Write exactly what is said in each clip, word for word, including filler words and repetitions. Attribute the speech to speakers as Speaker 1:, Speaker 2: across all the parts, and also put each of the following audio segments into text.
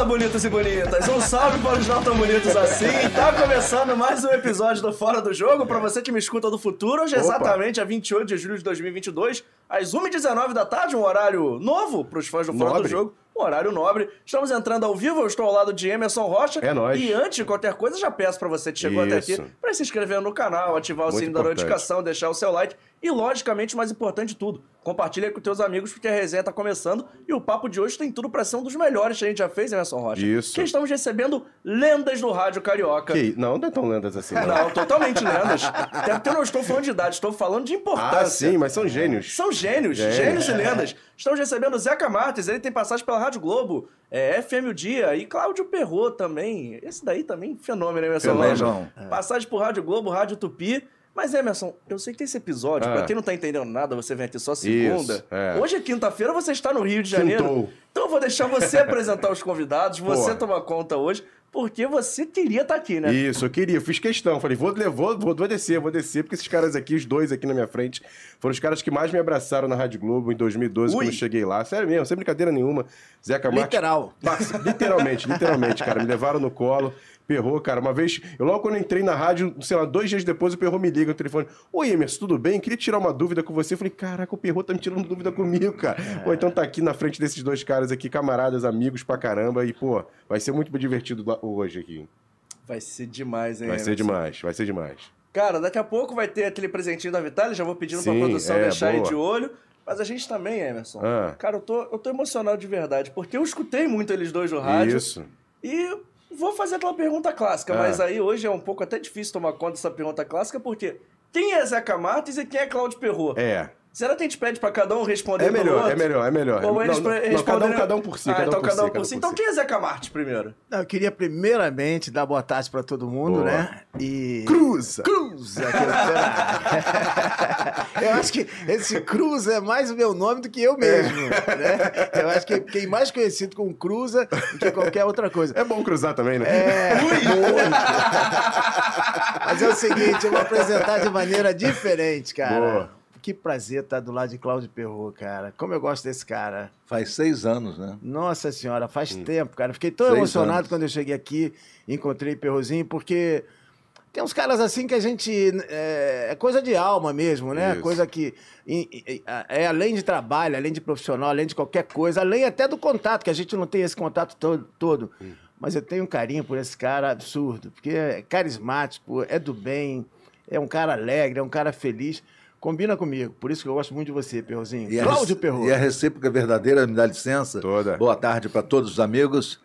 Speaker 1: Fala, bonitos e bonitas! Um salve para os não tão bonitos assim. Tá começando mais um episódio do Fora do Jogo. Para você que me escuta do futuro, hoje é exatamente a vinte e oito de julho de dois mil e vinte e dois, às uma e dezenove da tarde, um horário novo para os fãs do Fora
Speaker 2: Nobre.
Speaker 1: do Jogo. Um horário nobre. Estamos entrando ao vivo, eu estou ao lado de Emerson Rocha.
Speaker 2: É nóis.
Speaker 1: E antes de qualquer coisa, já peço para você que chegou até aqui,
Speaker 2: Isso.
Speaker 1: para se inscrever no canal, ativar o
Speaker 2: Muito
Speaker 1: sininho da
Speaker 2: importante.
Speaker 1: notificação, deixar o seu like. E, logicamente, mais importante de tudo, compartilha com teus amigos, porque a resenha tá começando. E o papo de hoje tem tudo para ser um dos melhores que a gente já fez, Emerson Rocha.
Speaker 2: Isso.
Speaker 1: Que estamos recebendo lendas do rádio carioca.
Speaker 2: Que... Não, não é tão lendas assim, não.
Speaker 1: Não, totalmente lendas. Até porque eu não estou falando de idade, estou falando de importância.
Speaker 2: Ah, sim, mas são gênios.
Speaker 1: São gênios,
Speaker 2: Gênios.
Speaker 1: gênios e lendas. Estamos recebendo o Zeca Martins, ele tem passagem pela Rádio Globo, é, F M O Dia, e Cláudio Perrot também. Esse daí também, fenômeno, Emerson Rocha.
Speaker 3: Fenômeno.
Speaker 1: Passagem por Rádio Globo, Rádio Tupi. Mas, Emerson, eu sei que tem esse episódio,
Speaker 2: Ah.
Speaker 1: pra quem não tá entendendo nada, você vem aqui só segunda.
Speaker 2: Isso, é.
Speaker 1: Hoje é quinta-feira, você está no Rio de Janeiro.
Speaker 2: Quintou.
Speaker 1: Então eu vou deixar você apresentar os convidados, você
Speaker 2: Porra.
Speaker 1: tomar conta hoje, porque você queria estar aqui, né?
Speaker 2: Isso, eu queria, eu fiz questão. Falei, vou, vou, vou, vou descer, vou descer, porque esses caras aqui, os dois aqui na minha frente, foram os caras que mais me abraçaram na Rádio Globo em dois mil e doze,
Speaker 1: Ui.
Speaker 2: quando eu cheguei lá. Sério mesmo, sem brincadeira nenhuma. Zeca Martins.
Speaker 3: Literal.
Speaker 2: Nossa, literalmente, literalmente, cara. Me levaram no colo. Perrot, cara, uma vez, eu logo quando eu entrei na rádio, sei lá, dois dias depois, o Perrot me liga no telefone. Oi, Emerson, tudo bem? Queria tirar uma dúvida com você. Eu falei, caraca, o Perrot tá me tirando dúvida comigo, cara.
Speaker 1: É.
Speaker 2: Pô, então tá aqui na frente desses dois caras aqui, camaradas, amigos pra caramba. E, pô, vai ser muito divertido lá- hoje aqui.
Speaker 1: Vai ser demais, hein,
Speaker 2: Vai ser
Speaker 1: Emerson?
Speaker 2: demais, vai ser demais.
Speaker 1: Cara, daqui a pouco vai ter aquele presentinho da Vitale, já vou pedindo pra
Speaker 2: Sim,
Speaker 1: produção
Speaker 2: é,
Speaker 1: deixar aí
Speaker 2: boa.
Speaker 1: de olho. Mas a gente também, Emerson.
Speaker 2: Ah.
Speaker 1: Cara, eu tô, eu tô emocionado de verdade, porque eu escutei muito eles dois no rádio.
Speaker 2: Isso.
Speaker 1: E vou fazer aquela pergunta clássica,
Speaker 2: Ah.
Speaker 1: mas aí hoje é um pouco até difícil tomar conta dessa pergunta clássica, porque quem é Zeca Martins e quem é Cláudio Perrot?
Speaker 2: É.
Speaker 1: Será que a gente pede pra cada um responder
Speaker 2: É
Speaker 1: pelo
Speaker 2: melhor,
Speaker 1: outro?
Speaker 2: é melhor, é melhor.
Speaker 1: Ou
Speaker 2: Não,
Speaker 1: eles
Speaker 2: não,
Speaker 1: pre-
Speaker 2: não, cada, um,
Speaker 1: responderem-
Speaker 2: cada um por si,
Speaker 1: Ah,
Speaker 2: cada um
Speaker 1: então
Speaker 2: por
Speaker 1: cada
Speaker 2: si,
Speaker 1: um por si. Então
Speaker 2: si.
Speaker 1: quem é Zeca Martins primeiro?
Speaker 3: Não, eu queria primeiramente dar boa tarde para todo mundo,
Speaker 2: Boa.
Speaker 3: né? E...
Speaker 2: Cruza!
Speaker 3: Cruza! que eu... eu acho que esse Cruz é mais o meu nome do que eu mesmo, né? Eu acho que quem mais conhecido com Cruza do que qualquer outra coisa.
Speaker 2: É bom cruzar também, né?
Speaker 3: É, muito. Mas é o seguinte, eu vou apresentar de maneira diferente, cara.
Speaker 2: Boa.
Speaker 3: Que prazer estar do lado de Cláudio Perrot, cara. Como eu gosto desse cara.
Speaker 4: Faz seis anos, né?
Speaker 3: Nossa senhora, faz tempo, cara. Fiquei tão
Speaker 4: Seis
Speaker 3: emocionado
Speaker 4: anos.
Speaker 3: quando eu cheguei aqui e encontrei Perrozinho, porque tem uns caras assim que a gente... É, é coisa de alma mesmo, né?
Speaker 2: Isso.
Speaker 3: Coisa que e- e- é além de trabalho, além de profissional, além de qualquer coisa, além até do contato, que a gente não tem esse contato todo. todo. Mas eu tenho um carinho por esse cara absurdo, porque é carismático, é do bem, é um cara alegre, é um cara feliz. Combina comigo, por isso que eu gosto muito de você, Perrozinho.
Speaker 4: E a
Speaker 3: Cláudio
Speaker 4: rec-
Speaker 3: Perrot.
Speaker 4: E a recíproca verdadeira, me dá licença.
Speaker 2: Toda.
Speaker 4: Boa tarde para todos os amigos.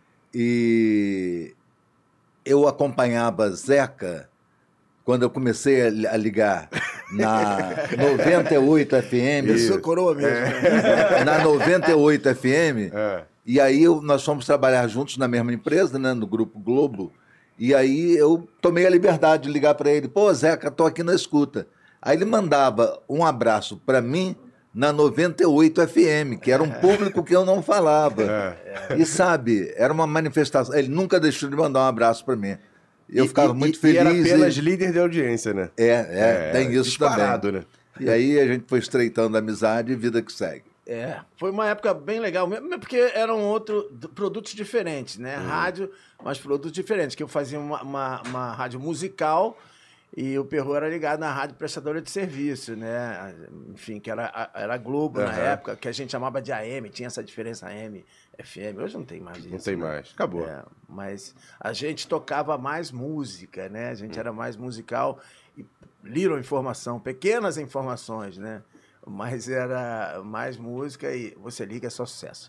Speaker 4: E eu acompanhava Zeca quando eu comecei a li- a ligar na noventa e oito F M.
Speaker 3: Eu sou coroa mesmo. né?
Speaker 4: Na noventa e oito F M.
Speaker 2: É.
Speaker 4: E aí eu- nós fomos trabalhar juntos na mesma empresa, né, no Grupo Globo. E aí eu tomei a liberdade de ligar para ele. Pô, Zeca, tô aqui na escuta. Aí ele mandava um abraço para mim na noventa e oito F M, que era um público que eu não falava.
Speaker 2: É.
Speaker 4: E sabe, era uma manifestação. Ele nunca deixou de mandar um abraço para mim. Eu
Speaker 2: E-
Speaker 4: ficava
Speaker 2: e-
Speaker 4: muito
Speaker 2: e
Speaker 4: feliz.
Speaker 2: era apenas
Speaker 4: e-
Speaker 2: líder de audiência, né?
Speaker 4: É, é, tem isso
Speaker 2: disparado,
Speaker 4: também.
Speaker 2: né?
Speaker 4: E aí a gente foi estreitando a amizade e vida que segue.
Speaker 3: É, foi uma época bem legal, mesmo porque eram outros produtos diferentes, né? Rádio, mas produtos diferentes, que eu fazia uma, uma, uma rádio musical e o Perrot era ligado na rádio prestadora de serviço, né? Enfim, que era, era a Globo na
Speaker 2: Aham.
Speaker 3: época, que a gente chamava de A M, tinha essa diferença A M, F M, hoje não tem mais isso.
Speaker 2: Não tem
Speaker 3: né?
Speaker 2: mais. Acabou.
Speaker 3: É, mas a gente tocava mais música, né? A gente era mais musical e liram informação, pequenas informações, né? Mas era mais música e você liga, é só sucesso.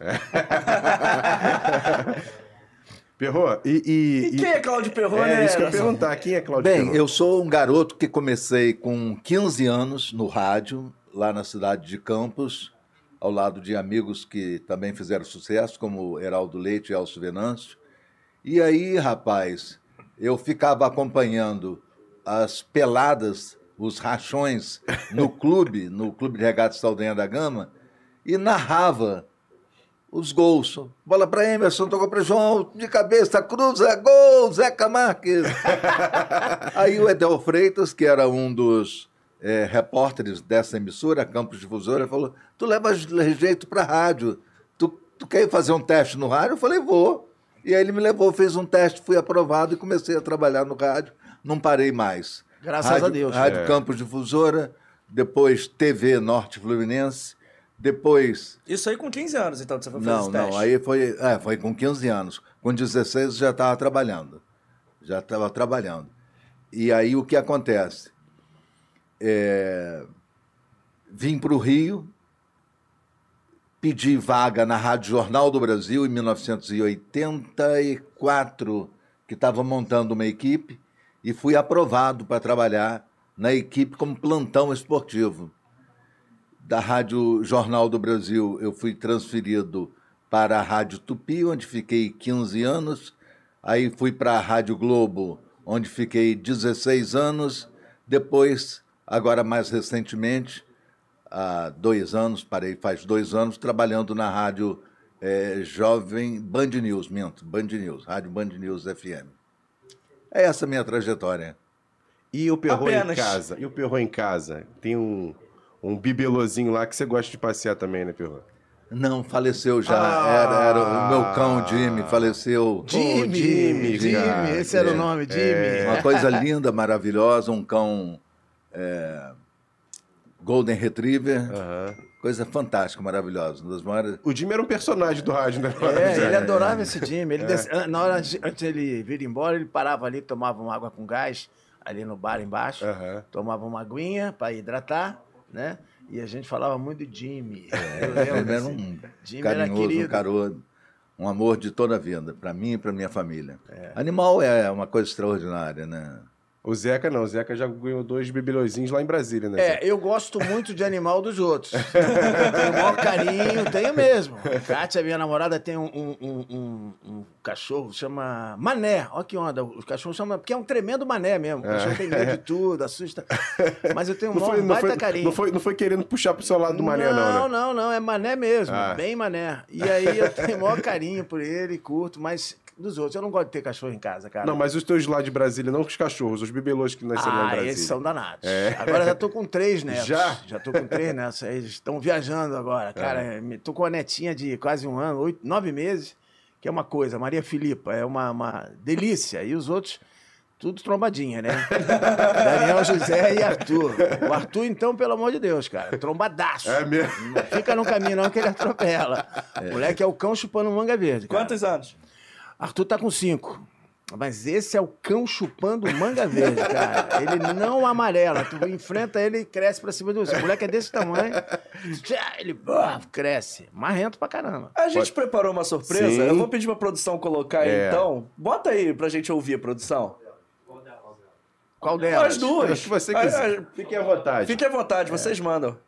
Speaker 2: Perrot, e... E,
Speaker 1: E quem é Cláudio Perrot,
Speaker 2: É
Speaker 1: né,
Speaker 2: isso que eu ia
Speaker 1: Emerson?
Speaker 2: perguntar. Quem é Cláudio
Speaker 4: Bem,
Speaker 2: Perrot?
Speaker 4: eu sou um garoto que comecei com quinze anos no rádio, lá na cidade de Campos, ao lado de amigos que também fizeram sucesso, como Heraldo Leite e Elcio Venâncio. E aí, rapaz, eu ficava acompanhando as peladas, os rachões no clube, no Clube de Regatas Saldanha da Gama, e narrava os gols. Bola para Emerson, tocou para João, de cabeça, cruza, gol, Zeca Marques. Aí o Edel Freitas, que era um dos é, repórteres dessa emissora, Campos Difusora, falou, tu leva jeito para rádio, tu, tu quer ir fazer um teste no rádio? Eu falei, vou. E aí ele me levou, fez um teste, fui aprovado e comecei a trabalhar no rádio. Não parei mais.
Speaker 3: Graças
Speaker 4: rádio,
Speaker 3: a Deus.
Speaker 4: Rádio
Speaker 2: É.
Speaker 4: Campos Difusora, depois T V Norte Fluminense, depois...
Speaker 1: Isso aí com quinze anos, então, que você foi fazer
Speaker 4: Não,
Speaker 1: esse teste.
Speaker 4: não, aí foi, é, foi com quinze anos. Com dezesseis eu já estava trabalhando. Já estava trabalhando. E aí o que acontece? É, vim para o Rio, pedi vaga na Rádio Jornal do Brasil em mil novecentos e oitenta e quatro, que estava montando uma equipe, e fui aprovado para trabalhar na equipe como plantão esportivo. Da Rádio Jornal do Brasil, eu fui transferido para a Rádio Tupi, onde fiquei quinze anos. Aí fui para a Rádio Globo, onde fiquei dezesseis anos. Depois, agora mais recentemente, há dois anos, parei faz dois anos, trabalhando na Rádio é, Jovem Band News, minto, Band News, Rádio Band News F M. É essa a minha trajetória.
Speaker 2: E o Perrô em
Speaker 1: Apenas.
Speaker 2: casa? E o Perrô em casa? Tem um, um bibelozinho lá que você gosta de passear também, né, Perrô?
Speaker 4: Não, faleceu já.
Speaker 2: Ah.
Speaker 4: Era, era o meu cão, Jimmy, faleceu.
Speaker 3: Jimmy,
Speaker 2: Jimmy,
Speaker 3: Jimmy,
Speaker 2: cara.
Speaker 3: esse era
Speaker 4: É,
Speaker 3: o nome, Jimmy.
Speaker 4: Uma coisa linda, maravilhosa, um cão é, Golden Retriever,
Speaker 2: Aham.
Speaker 4: coisa fantástica, maravilhosa. Uma das maiores...
Speaker 2: O Jimmy era um personagem do rádio, né?
Speaker 3: É, ele adorava esse Jimmy. Ele desce- na hora de- antes dele vir embora, ele parava ali, tomava uma água com gás, ali no bar embaixo,
Speaker 2: Aham.
Speaker 3: tomava uma aguinha para hidratar, né? E a gente falava muito de Jimmy. Eu lembro
Speaker 4: Ele era
Speaker 3: desse-
Speaker 4: um
Speaker 3: Jimmy era
Speaker 4: carinhoso, um
Speaker 3: querido.
Speaker 4: caroço, um amor de toda a vida, para mim e para minha família. Animal é uma coisa extraordinária, né?
Speaker 2: O Zeca não, o Zeca já ganhou dois bibelozinhos lá em Brasília, né?
Speaker 3: É,
Speaker 2: Zeca?
Speaker 3: eu gosto muito de animal dos outros. Tenho o maior carinho, tenho mesmo. Kátia, minha namorada, tem um, um- um- um- um cachorro, chama Mané. Olha que onda. O cachorro chama. Porque é um tremendo mané mesmo. O cachorro tem medo de tudo, assusta. Mas eu tenho um
Speaker 2: Não
Speaker 3: maior
Speaker 2: foi, não,
Speaker 3: baita
Speaker 2: foi,
Speaker 3: carinho.
Speaker 2: não, foi, não foi querendo puxar pro seu lado do mané, não,
Speaker 3: Não,
Speaker 2: né?
Speaker 3: não, não, é mané mesmo,
Speaker 2: Ah.
Speaker 3: bem mané. E aí eu tenho o maior carinho por ele, curto, mas dos outros. Eu não gosto de ter cachorro em casa, cara.
Speaker 2: Não, mas os teus lá de Brasília, não os cachorros, os bibelôs que nasceram lá em
Speaker 3: Ah,
Speaker 2: Brasília.
Speaker 3: esses são danados. Agora já tô com três netos.
Speaker 2: Já?
Speaker 3: Já tô com três netos. Eles estão viajando agora. Cara, me- tô com uma netinha de quase um ano, oito, nove meses, que é uma coisa. Maria Filipa, é uma, uma delícia. E os outros, tudo trombadinha, né? Daniel, José e Arthur. O Arthur, então, pelo amor de Deus, cara, trombadaço.
Speaker 2: É mesmo?
Speaker 3: Não fica no caminho não que ele atropela. O moleque é o cão chupando manga verde, cara.
Speaker 1: Quantos anos?
Speaker 3: Arthur tá com cinco. Mas esse é o cão chupando manga verde, cara. Ele não amarela. Tu enfrenta ele e cresce pra cima do outro. O moleque é desse tamanho. tchá, Ele ah, cresce. Marrento pra caramba.
Speaker 1: A gente preparou uma surpresa.
Speaker 2: Sim.
Speaker 1: Eu vou pedir pra produção colocar aí,
Speaker 2: É.
Speaker 1: então. Bota aí pra gente ouvir, produção.
Speaker 3: Qual delas?
Speaker 1: As duas.
Speaker 2: Acho que você
Speaker 1: Ah,
Speaker 2: quiser.
Speaker 1: ah,
Speaker 2: Fique à vontade.
Speaker 1: Fique à vontade, vocês mandam.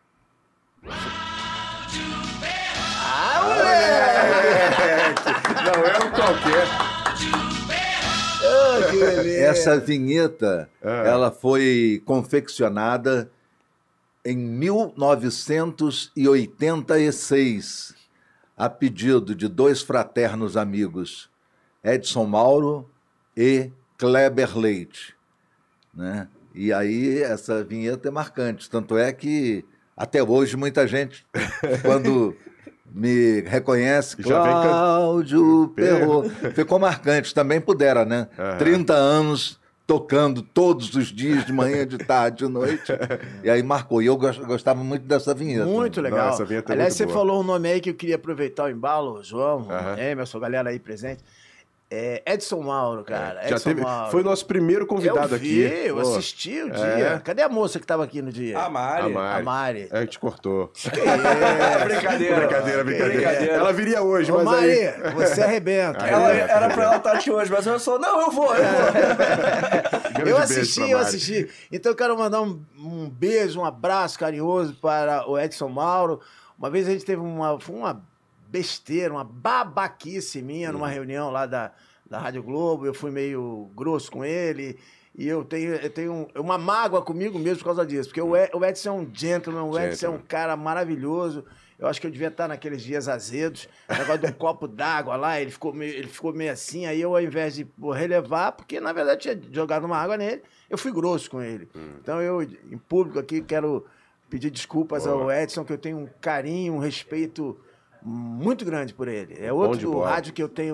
Speaker 3: Ah, moleque!
Speaker 2: Não é um qualquer.
Speaker 3: Ah, que beleza.
Speaker 4: Essa vinheta,
Speaker 2: Ah.
Speaker 4: ela foi confeccionada em mil novecentos e oitenta e seis, a pedido de dois fraternos amigos, Edson Mauro e Kleber Leite, né? E aí essa vinheta é marcante, tanto é que até hoje muita gente, quando me reconhece,
Speaker 2: Já vem can-
Speaker 4: Cláudio Perrô, ficou marcante, também pudera, né?
Speaker 2: Aham.
Speaker 4: trinta anos tocando todos os dias, de manhã, de tarde, de noite, e aí marcou, e eu gos- gostava muito dessa vinheta.
Speaker 3: Muito legal.
Speaker 2: Nossa, a vinheta é
Speaker 3: Aliás,
Speaker 2: muito
Speaker 3: você
Speaker 2: boa.
Speaker 3: falou um nome aí que eu queria aproveitar o embalo, João,
Speaker 2: Aham.
Speaker 3: Emerson, galera aí presente. É Edson Mauro, cara.
Speaker 2: Já
Speaker 3: Edson
Speaker 2: teve,
Speaker 3: Mauro.
Speaker 2: foi o nosso primeiro convidado
Speaker 3: eu vi,
Speaker 2: aqui.
Speaker 3: Eu
Speaker 2: Pô,
Speaker 3: assisti o dia.
Speaker 2: É.
Speaker 3: Cadê a moça que estava aqui no dia?
Speaker 1: A Mari.
Speaker 2: A Mari.
Speaker 3: A Mari.
Speaker 2: É, a gente cortou.
Speaker 3: Que isso?
Speaker 1: Brincadeira.
Speaker 2: Brincadeira, brincadeira.
Speaker 1: Brincadeira.
Speaker 2: Ela viria hoje,
Speaker 3: Ô,
Speaker 2: mas
Speaker 3: Mari,
Speaker 2: aí...
Speaker 3: você arrebenta.
Speaker 2: Aí
Speaker 1: Ela,
Speaker 2: é,
Speaker 1: era pra ela estar aqui hoje, mas eu sou, não, eu vou, eu vou.
Speaker 2: Grande
Speaker 3: Eu
Speaker 2: beijo
Speaker 3: assisti,
Speaker 2: pra
Speaker 3: eu
Speaker 2: Mari.
Speaker 3: assisti. Então eu quero mandar um, um beijo, um abraço carinhoso para o Edson Mauro. Uma vez a gente teve uma, foi uma besteira, uma babaquice minha numa reunião lá da, da Rádio Globo. Eu fui meio grosso com ele. E eu tenho, eu tenho uma mágoa comigo mesmo por causa disso. Porque o Ed- o Edson é um gentleman, o Edson é um
Speaker 2: Gentleman.
Speaker 3: cara maravilhoso. Eu acho que eu devia estar naqueles dias azedos. O negócio de um copo d'água lá, ele ficou, meio, ele ficou meio assim. Aí eu, ao invés de pô, relevar, porque na verdade tinha jogado uma água nele, eu fui grosso com ele. Então eu, em público aqui, quero pedir desculpas
Speaker 2: Boa.
Speaker 3: ao Edson, que eu tenho um carinho, um respeito muito grande por ele. É outro
Speaker 2: de
Speaker 3: do
Speaker 2: bola.
Speaker 3: rádio que eu tenho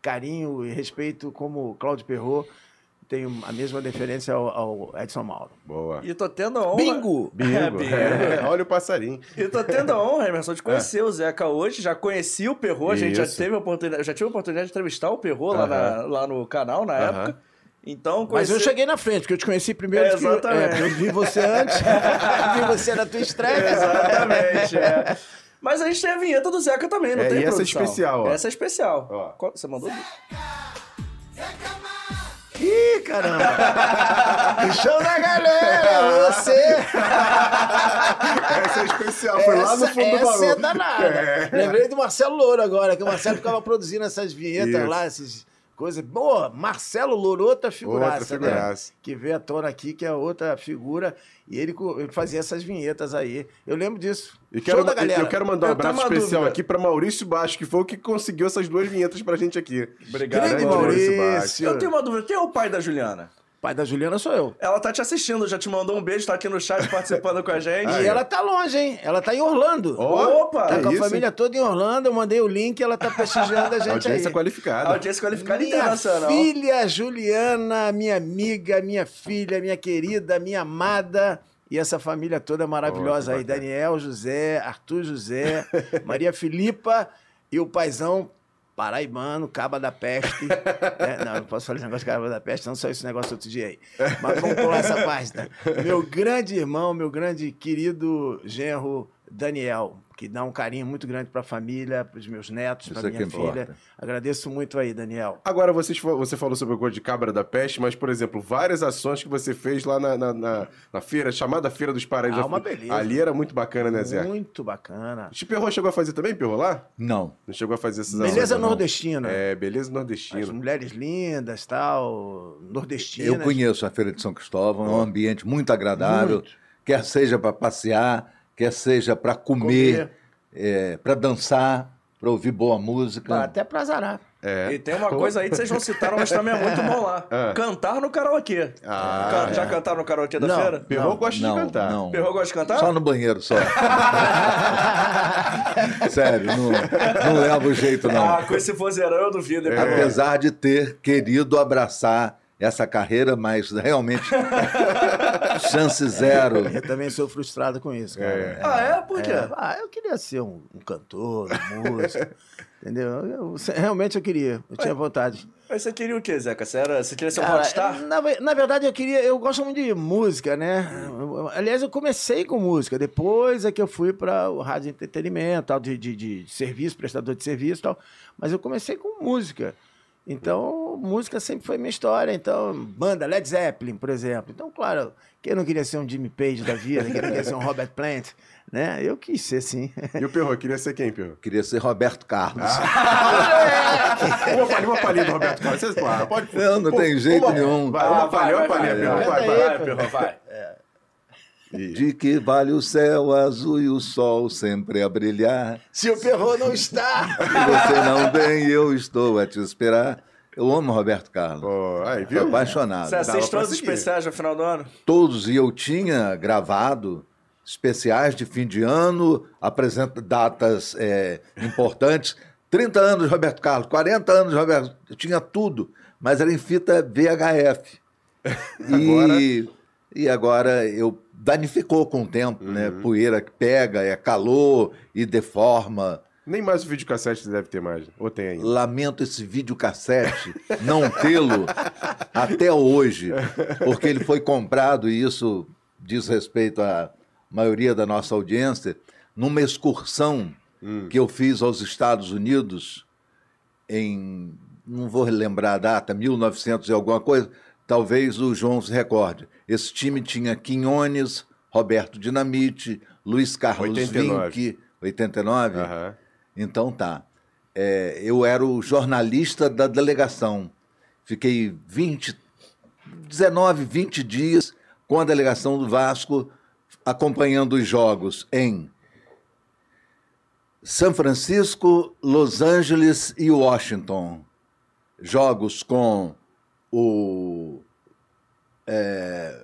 Speaker 3: carinho e respeito como Cláudio Perrot. Tenho a mesma deferência ao, ao Edson Mauro.
Speaker 2: Boa.
Speaker 1: E tô tendo a honra...
Speaker 3: Bingo!
Speaker 2: Bingo.
Speaker 1: É, bingo.
Speaker 2: É, olha o passarinho.
Speaker 1: E tô tendo a honra, Emerson, de conhecer o Zeca hoje. Já conheci o Perrot, a gente já
Speaker 2: Isso.
Speaker 1: teve a oportunidade, eu já tive a oportunidade de entrevistar o Perrot lá, na- lá no canal, na
Speaker 2: Aham.
Speaker 1: época. Então,
Speaker 3: Mas
Speaker 1: conheci...
Speaker 3: eu cheguei na frente, porque eu te conheci primeiro.
Speaker 1: É,
Speaker 3: porque-
Speaker 1: exatamente.
Speaker 3: é, eu vi você antes, vi você na tua estreia.
Speaker 1: Exatamente, é. Mas a gente tem a vinheta do Zeca também, não
Speaker 2: É,
Speaker 1: tem,
Speaker 2: e essa é
Speaker 1: produção?
Speaker 2: especial, ó.
Speaker 1: Essa é especial.
Speaker 2: Ó.
Speaker 1: Qual- Você mandou?
Speaker 3: Ih, caramba! O show da galera, você!
Speaker 2: Essa é especial, foi lá no
Speaker 3: Essa-
Speaker 2: fundo do
Speaker 3: essa
Speaker 2: baú.
Speaker 3: é danada.
Speaker 2: É.
Speaker 3: Lembrei do Marcelo Louro agora, que o Marcelo ficava produzindo essas vinhetas
Speaker 2: Isso.
Speaker 3: lá, essas coisas. Boa, Marcelo Louro, outra figuraça,
Speaker 2: Outra figuraça.
Speaker 3: né? Que veio à tona aqui, que é outra figura, e ele, co- ele fazia essas vinhetas aí. Eu lembro disso.
Speaker 2: E
Speaker 3: Show
Speaker 2: quero,
Speaker 3: da galera.
Speaker 2: eu quero mandar um
Speaker 1: Eu tenho
Speaker 2: abraço
Speaker 1: uma
Speaker 2: especial
Speaker 1: dúvida.
Speaker 2: aqui para Maurício Baixo, que foi o que conseguiu essas duas vinhetas pra gente aqui.
Speaker 1: Obrigado,
Speaker 3: Grande
Speaker 2: Maurício
Speaker 3: Maurício.
Speaker 1: Eu tenho uma dúvida. Quem é o pai da Juliana?
Speaker 3: Pai da Juliana sou eu.
Speaker 1: Ela tá te assistindo, já te mandou um beijo, tá aqui no chat participando com a gente.
Speaker 3: E ela tá longe, hein? Ela tá em Orlando.
Speaker 2: Ó,
Speaker 1: Opa!
Speaker 3: Tá
Speaker 2: que
Speaker 3: com a
Speaker 2: isso,
Speaker 3: família toda em Orlando, eu mandei o link, ela tá prestigiando a gente
Speaker 2: Audiência
Speaker 3: aí.
Speaker 2: qualificada.
Speaker 1: Audiência qualificada
Speaker 3: Minha
Speaker 1: internacional.
Speaker 3: filha Juliana, minha amiga, minha filha, minha querida, minha amada. E essa família toda maravilhosa
Speaker 2: Oh, que
Speaker 3: aí.
Speaker 2: bacana.
Speaker 3: Daniel José, Arthur José, Maria Filipa e o paizão paraibano, Caba da Peste. É, não, não posso falar esse negócio de Caba da Peste, não só esse negócio outro dia aí. Mas vamos pular essa página. Meu grande irmão, meu grande querido genro Daniel, que dá um carinho muito grande para a família, para os meus netos,
Speaker 4: Isso
Speaker 3: para
Speaker 4: é que
Speaker 3: minha
Speaker 4: importa.
Speaker 3: filha. Agradeço muito aí, Daniel.
Speaker 2: Agora, vocês, fa- você falou sobre o coisa de Cabra da Peste, mas, por exemplo, várias ações que você fez lá na, na, na- na feira, chamada Feira dos Paraísos.
Speaker 3: Ah, uma beleza.
Speaker 2: Ali era muito bacana, né, Zé?
Speaker 3: Muito bacana.
Speaker 2: O Perrot chegou a fazer também, Perrot, lá?
Speaker 4: Não.
Speaker 2: Não chegou a fazer essas ações?
Speaker 3: Beleza
Speaker 2: não?
Speaker 3: nordestina.
Speaker 2: É, beleza
Speaker 3: As
Speaker 2: nordestina.
Speaker 3: mulheres lindas, tal, nordestinas.
Speaker 4: Eu conheço a Feira de São Cristóvão, é um ambiente muito agradável,
Speaker 3: Muito.
Speaker 4: quer seja para passear, quer seja para comer, para dançar, para ouvir boa música.
Speaker 3: Pra- até pra azarar.
Speaker 2: É.
Speaker 1: E tem uma coisa aí que vocês não citaram, mas também é muito bom lá.
Speaker 2: Ah.
Speaker 1: Cantar no karaokê.
Speaker 2: Ah,
Speaker 1: Ca- Já cantaram no karaokê da
Speaker 3: Não.
Speaker 1: feira?
Speaker 2: Perrot
Speaker 3: Não,
Speaker 2: gosta
Speaker 4: não,
Speaker 2: de cantar.
Speaker 4: não.
Speaker 1: Perrot gosta de cantar?
Speaker 4: Só no banheiro, só. Sério, não, não levo jeito, não.
Speaker 1: Ah, com esse vozeirão eu duvido. hein,
Speaker 2: É.
Speaker 1: Perrot?
Speaker 4: Apesar de ter querido abraçar essa carreira, mas realmente chance zero.
Speaker 3: Eu também sou frustrado com isso, cara.
Speaker 2: É.
Speaker 1: Ah, é? Por quê?
Speaker 3: É, ah, eu queria ser um, um cantor, um músico, entendeu? Eu- realmente eu queria, eu tinha vontade.
Speaker 1: Mas você queria o quê, Zeca? Você, era, você queria ser um
Speaker 3: Cara,
Speaker 1: rockstar?
Speaker 3: Na, ve- na verdade, eu queria. Eu gosto muito de música, né? Eu- Aliás, eu comecei com música. Depois é que eu fui para o rádio de entretenimento, tal, de, de, de serviço, prestador de serviço e tal. Mas eu comecei com música. Então, música sempre foi minha história. Então, banda, Led Zeppelin, por exemplo. Então, claro, quem não queria ser um Jimmy Page da vida, quem não queria ser um Robert Plant, né? Eu quis ser, sim.
Speaker 2: E o Perrot, queria ser quem, Perrot?
Speaker 4: Queria ser Roberto Carlos.
Speaker 2: Uma palhinha, uma palhinha do Roberto Carlos. Você, ah, pode...
Speaker 4: Não, não tem jeito
Speaker 2: uma-
Speaker 4: nenhum.
Speaker 2: Vai, uma
Speaker 1: Ah, vai,
Speaker 2: palhinha, uma
Speaker 1: vai,
Speaker 2: palhinha,
Speaker 1: vai,
Speaker 2: Perrot.
Speaker 3: vai.
Speaker 2: Vai, vai.
Speaker 1: Vai, Perrot, vai.
Speaker 4: De que vale o céu azul e o sol sempre a brilhar?
Speaker 3: Se o Perrot não está.
Speaker 4: Se você não vem, eu estou a te esperar. Eu amo Roberto Carlos.
Speaker 2: Pô, aí,
Speaker 4: Sou
Speaker 2: viu?
Speaker 4: apaixonado.
Speaker 1: Você
Speaker 2: Dava
Speaker 1: assiste
Speaker 2: pra
Speaker 1: todos os
Speaker 2: seguir.
Speaker 1: especiais no final do ano?
Speaker 4: Todos, e eu tinha gravado especiais de fim de ano, apresenta datas é, importantes. trinta anos de Roberto Carlos, quarenta anos de Roberto, eu tinha tudo, mas era em fita V H F. E, e agora eu danificou com o tempo, né? Poeira que pega, é calor e deforma.
Speaker 2: Nem mais o videocassete deve ter mais. Ou tem ainda.
Speaker 4: Lamento esse videocassete não tê-lo até hoje, porque ele foi comprado, e isso diz respeito à maioria da nossa audiência, numa excursão que eu fiz aos Estados Unidos em, não vou lembrar a data, mil e novecentos e alguma coisa, talvez o João se recorde. Esse time tinha Quinones, Roberto Dinamite, Luiz Carlos
Speaker 2: oitenta e nove.
Speaker 4: Vinck, oitenta e nove?
Speaker 2: Aham.
Speaker 4: Então tá. É, eu era o jornalista da delegação. Fiquei vinte, dezenove, vinte dias com a delegação do Vasco acompanhando os jogos em São Francisco, Los Angeles e Washington. Jogos com o é,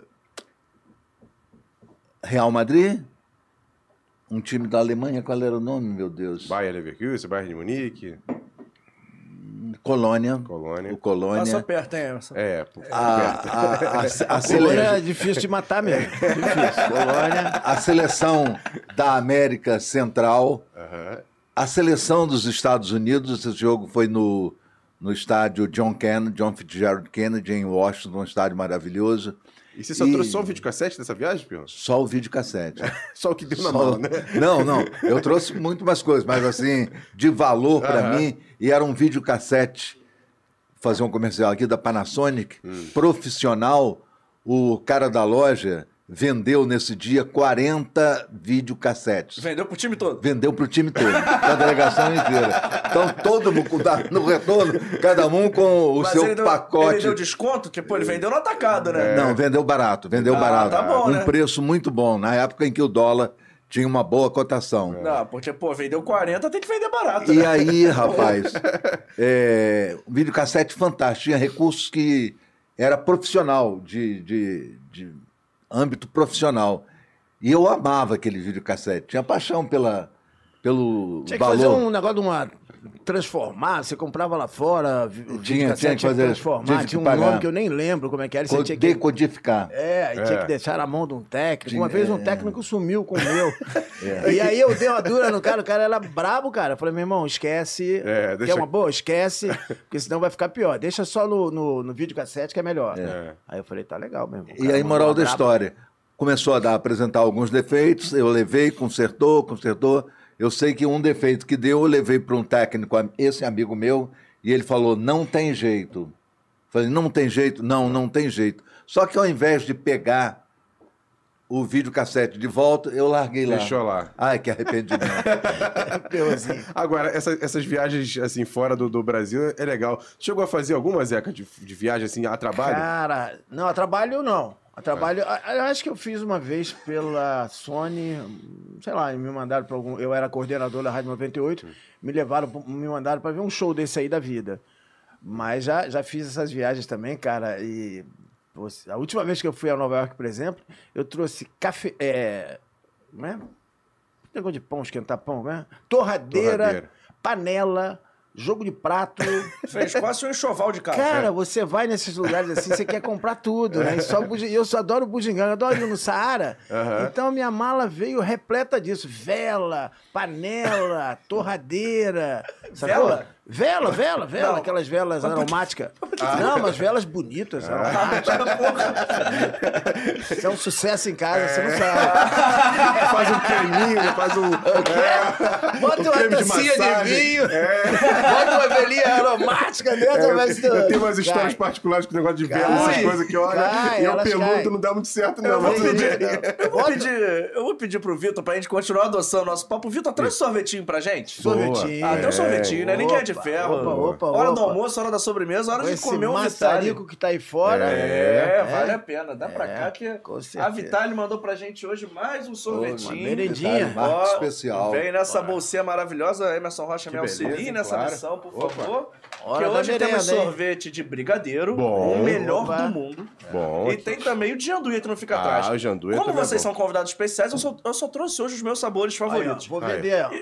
Speaker 4: Real Madrid, um time da Alemanha, qual era o nome, meu Deus?
Speaker 2: Bayern Leverkusen, Bayern de Munique.
Speaker 4: Colônia.
Speaker 2: Colônia.
Speaker 4: O Colônia.
Speaker 1: Passa perto, hein, Emerson?
Speaker 2: É, pô.
Speaker 4: A, a, a, a, sele-
Speaker 3: Colônia é difícil de matar mesmo. Difícil. Colônia.
Speaker 4: a seleção da América Central,
Speaker 2: Aham.
Speaker 4: a seleção dos Estados Unidos. Esse jogo foi no, no estádio John Kennedy, John Fitzgerald Kennedy, em Washington, um estádio maravilhoso.
Speaker 2: E você só
Speaker 4: E-
Speaker 2: trouxe só um videocassete dessa viagem, Pio?
Speaker 4: Só o videocassete.
Speaker 2: Só o que deu na
Speaker 4: Só-
Speaker 2: mão, né?
Speaker 4: Não, não. Eu trouxe muito mais coisas, mas assim, de valor para
Speaker 2: Aham.
Speaker 4: mim, e era um videocassete, vou fazer um comercial aqui da Panasonic,
Speaker 2: Hum.
Speaker 4: profissional. O cara da loja vendeu nesse dia quarenta videocassetes.
Speaker 1: Vendeu pro time todo.
Speaker 4: Vendeu pro time todo, pra delegação inteira. Então, todo mundo, no retorno, cada um com o
Speaker 1: Mas
Speaker 4: seu
Speaker 1: ele deu,
Speaker 4: pacote.
Speaker 1: ele deu desconto? Que, pô, ele vendeu no atacado, né?
Speaker 4: Não, vendeu barato, vendeu
Speaker 1: Ah,
Speaker 4: barato.
Speaker 1: tá bom,
Speaker 4: um
Speaker 1: né?
Speaker 4: preço muito bom, na época em que o dólar tinha uma boa cotação.
Speaker 1: Não, porque, pô, vendeu quarenta, tem que vender barato,
Speaker 4: E
Speaker 1: né?
Speaker 4: aí, rapaz, é, um videocassete fantástico, tinha recursos que era profissional, de, de, de âmbito profissional. E eu amava aquele videocassete, tinha paixão pela, pelo
Speaker 3: Tinha que
Speaker 4: valor.
Speaker 3: fazer um negócio de uma. Transformar, você comprava lá fora, vi- o
Speaker 4: Tinha,
Speaker 3: videocassete
Speaker 4: tinha que fazer,
Speaker 3: transformar,
Speaker 4: tive que
Speaker 3: tinha um
Speaker 4: pagar.
Speaker 3: nome que eu nem lembro como é que era, e você
Speaker 4: Co-
Speaker 3: tinha que.
Speaker 4: Decodificar.
Speaker 3: É, e tinha
Speaker 2: É.
Speaker 3: que deixar na mão de um técnico.
Speaker 4: Tinha-
Speaker 3: Uma vez um
Speaker 4: é.
Speaker 3: técnico sumiu com o meu.
Speaker 4: É.
Speaker 3: E aí eu dei uma dura no cara, o cara era brabo, cara. Eu falei, meu irmão, esquece.
Speaker 2: É,
Speaker 3: Quer
Speaker 2: deixa-
Speaker 3: uma boa? Esquece, porque senão vai ficar pior. Deixa só no, no, no videocassete que é melhor.
Speaker 2: É.
Speaker 3: Aí eu falei, tá legal mesmo. O
Speaker 4: E
Speaker 3: cara
Speaker 4: aí,
Speaker 3: mandou
Speaker 4: moral
Speaker 3: uma
Speaker 4: da
Speaker 3: braba.
Speaker 4: história, começou a dar, apresentar alguns defeitos, eu levei, consertou, consertou. Eu sei que um defeito que deu, eu levei para um técnico, esse amigo meu, e ele falou, não tem jeito. Falei, não tem jeito? Não, não tem jeito. Só que ao invés de pegar o videocassete de volta, eu larguei lá.
Speaker 2: Deixou lá.
Speaker 4: Ai, que arrependimento.
Speaker 3: Deusinho.
Speaker 2: Agora, essa- essas viagens, assim, fora do, do Brasil é legal. Chegou a fazer alguma, Zeca, de, de viagem, assim, a trabalho?
Speaker 3: Cara, não, a trabalho não. A trabalho, a- eu acho que eu fiz uma vez pela Sony, sei lá, me mandaram para algum. Eu era coordenador da Rádio noventa e oito, me levaram, pra- me mandaram para ver um show desse aí da vida. Mas já, já fiz essas viagens também, cara, e pô, a última vez que eu fui a Nova York, por exemplo, eu trouxe café. É, como é? Negócio de pão, esquentar pão, né? Torradeira,
Speaker 2: Torradeira.
Speaker 3: panela, jogo de prato.
Speaker 1: Fez quase um enxoval de casa.
Speaker 3: Cara, você vai nesses lugares assim, você quer comprar tudo, né? E só bugi- eu só adoro bugiganga, eu adoro ir no Saara.
Speaker 2: Aham.
Speaker 3: Então minha mala veio repleta disso. Vela, panela, torradeira. Sacou?
Speaker 1: Vela?
Speaker 3: Vela, vela, vela,
Speaker 1: Não.
Speaker 3: aquelas velas aromáticas. Não, mas velas bonitas,
Speaker 2: Ah.
Speaker 3: aromáticas. Isso é um sucesso em casa, você não
Speaker 2: É.
Speaker 3: sabe.
Speaker 2: Faz um creminho, faz um... É,
Speaker 3: Bota
Speaker 2: um
Speaker 3: uma
Speaker 2: creme de
Speaker 3: tacinha de,
Speaker 2: massagem.
Speaker 3: vinho, bota uma velinha aromática dentro,
Speaker 2: É,
Speaker 3: mas
Speaker 2: eu, eu tenho umas
Speaker 3: Cai.
Speaker 2: histórias particulares com o negócio de vela,
Speaker 3: Cai.
Speaker 2: essas coisas que olha,
Speaker 3: Cai,
Speaker 2: e eu
Speaker 3: elas
Speaker 2: pergunto,
Speaker 3: caem.
Speaker 2: não dá muito certo,
Speaker 1: Eu
Speaker 2: não.
Speaker 1: vou
Speaker 2: Mas tudo
Speaker 1: pedir,
Speaker 2: bem.
Speaker 1: eu vou pedir, eu vou pedir pro Vitor pra gente continuar adoçando o nosso papo. Vitor, traz um sorvetinho pra gente.
Speaker 2: Boa.
Speaker 3: Sorvetinho.
Speaker 1: Ah, tem um sorvetinho, né? Ninguém é de
Speaker 3: Opa,
Speaker 1: ferro.
Speaker 3: opa, opa,
Speaker 1: hora do
Speaker 3: opa.
Speaker 1: almoço, hora da sobremesa, hora
Speaker 3: Com
Speaker 1: de
Speaker 3: esse
Speaker 1: comer um Vitale.
Speaker 3: maçarico que tá aí fora.
Speaker 1: É,
Speaker 3: É.
Speaker 1: vale a pena. Dá pra
Speaker 3: É,
Speaker 1: cá que
Speaker 3: com
Speaker 1: a
Speaker 3: certeza.
Speaker 1: Vitale mandou pra gente hoje mais um sorvetinho.
Speaker 3: uma merendinha.
Speaker 4: Detalhe, marca
Speaker 1: Ó,
Speaker 4: especial.
Speaker 1: Vem nessa bolsinha maravilhosa. Emerson Rocha, me
Speaker 2: beleza,
Speaker 1: auxilie nessa
Speaker 2: claro.
Speaker 1: missão, por
Speaker 2: Opa.
Speaker 1: favor.
Speaker 3: Hora
Speaker 1: que
Speaker 3: da
Speaker 1: hoje
Speaker 3: merenda,
Speaker 1: temos
Speaker 3: hein?
Speaker 1: sorvete de brigadeiro,
Speaker 2: Bom.
Speaker 1: o melhor
Speaker 3: Opa.
Speaker 1: do mundo.
Speaker 2: Bom.
Speaker 1: E tem também o de anduia que não fica
Speaker 2: Ah,
Speaker 1: atrás.
Speaker 2: o de anduia
Speaker 1: Como
Speaker 2: também é
Speaker 1: vocês
Speaker 2: bom.
Speaker 1: são convidados especiais, eu só, eu só trouxe hoje os meus sabores
Speaker 3: Aí, ó,
Speaker 1: favoritos.
Speaker 3: vou
Speaker 2: Aí.
Speaker 3: vender, ó.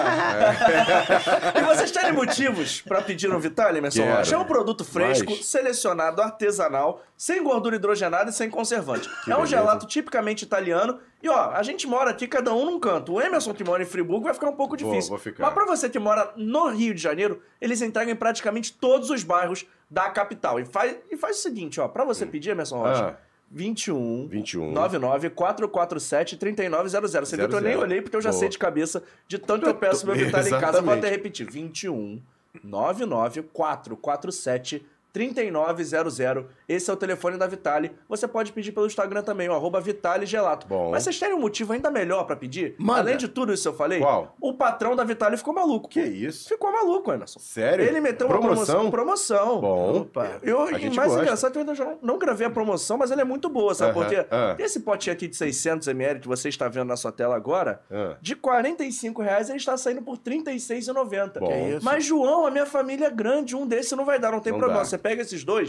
Speaker 1: Ah. E vocês têm motivos pra pedir um Vitale, Emerson
Speaker 2: Quero.
Speaker 1: Rocha? É um produto fresco,
Speaker 2: Mais.
Speaker 1: selecionado, artesanal, sem gordura hidrogenada e sem conservante. é um
Speaker 2: beleza.
Speaker 1: gelato tipicamente italiano. E ó, a gente mora aqui, cada um num canto. O Emerson, que mora em Friburgo, vai ficar um pouco
Speaker 2: Vou,
Speaker 1: difícil.
Speaker 2: vou ficar.
Speaker 1: Mas pra você que mora no Rio de Janeiro, eles entregam em praticamente todos os bairros da capital. E faz, e faz o seguinte, ó, pra você pedir, Emerson Rocha,
Speaker 2: Ah.
Speaker 1: vinte e um,
Speaker 2: vinte e um.
Speaker 1: nove nove quatro quatro sete, três nove zero zero. Você viu que eu nem
Speaker 2: Zero, zero.
Speaker 1: olhei porque eu já
Speaker 2: Boa.
Speaker 1: sei de cabeça de tanto que eu peço meu Vitale em casa. Eu vou
Speaker 2: Exatamente.
Speaker 1: até repetir. vinte e um, nove nove quatro quatro sete, três nove zero zero. Esse é o telefone da Vitale. Você pode pedir pelo Instagram também, o arroba Vitale Gelato.
Speaker 2: Bom.
Speaker 1: Mas vocês terem um motivo ainda melhor pra pedir?
Speaker 3: Manda.
Speaker 1: Além de tudo isso que eu falei,
Speaker 2: Qual?
Speaker 1: o patrão da Vitale ficou maluco.
Speaker 2: Que isso?
Speaker 1: Ficou maluco, Emerson.
Speaker 2: Sério?
Speaker 1: Ele meteu uma
Speaker 2: Promoção?
Speaker 1: promoção. promoção.
Speaker 2: Bom.
Speaker 3: Opa.
Speaker 1: Eu,
Speaker 2: A
Speaker 1: e
Speaker 2: gente
Speaker 1: mais
Speaker 2: gosta.
Speaker 1: engraçado, eu ainda já não, não gravei a promoção, mas ela é muito boa, sabe por
Speaker 2: Aham,
Speaker 1: quê?
Speaker 2: ah.
Speaker 1: Esse potinho aqui de seiscentos mililitros que você está vendo na sua tela agora,
Speaker 2: Ah.
Speaker 1: de quarenta e cinco reais ele está saindo por trinta e seis reais e noventa
Speaker 2: Bom.
Speaker 1: centavos.
Speaker 3: Que isso?
Speaker 1: Mas, João, a minha família é grande, um desse não vai dar, não tem
Speaker 2: Não
Speaker 1: problema.
Speaker 2: dá.
Speaker 1: Você pega esses dois,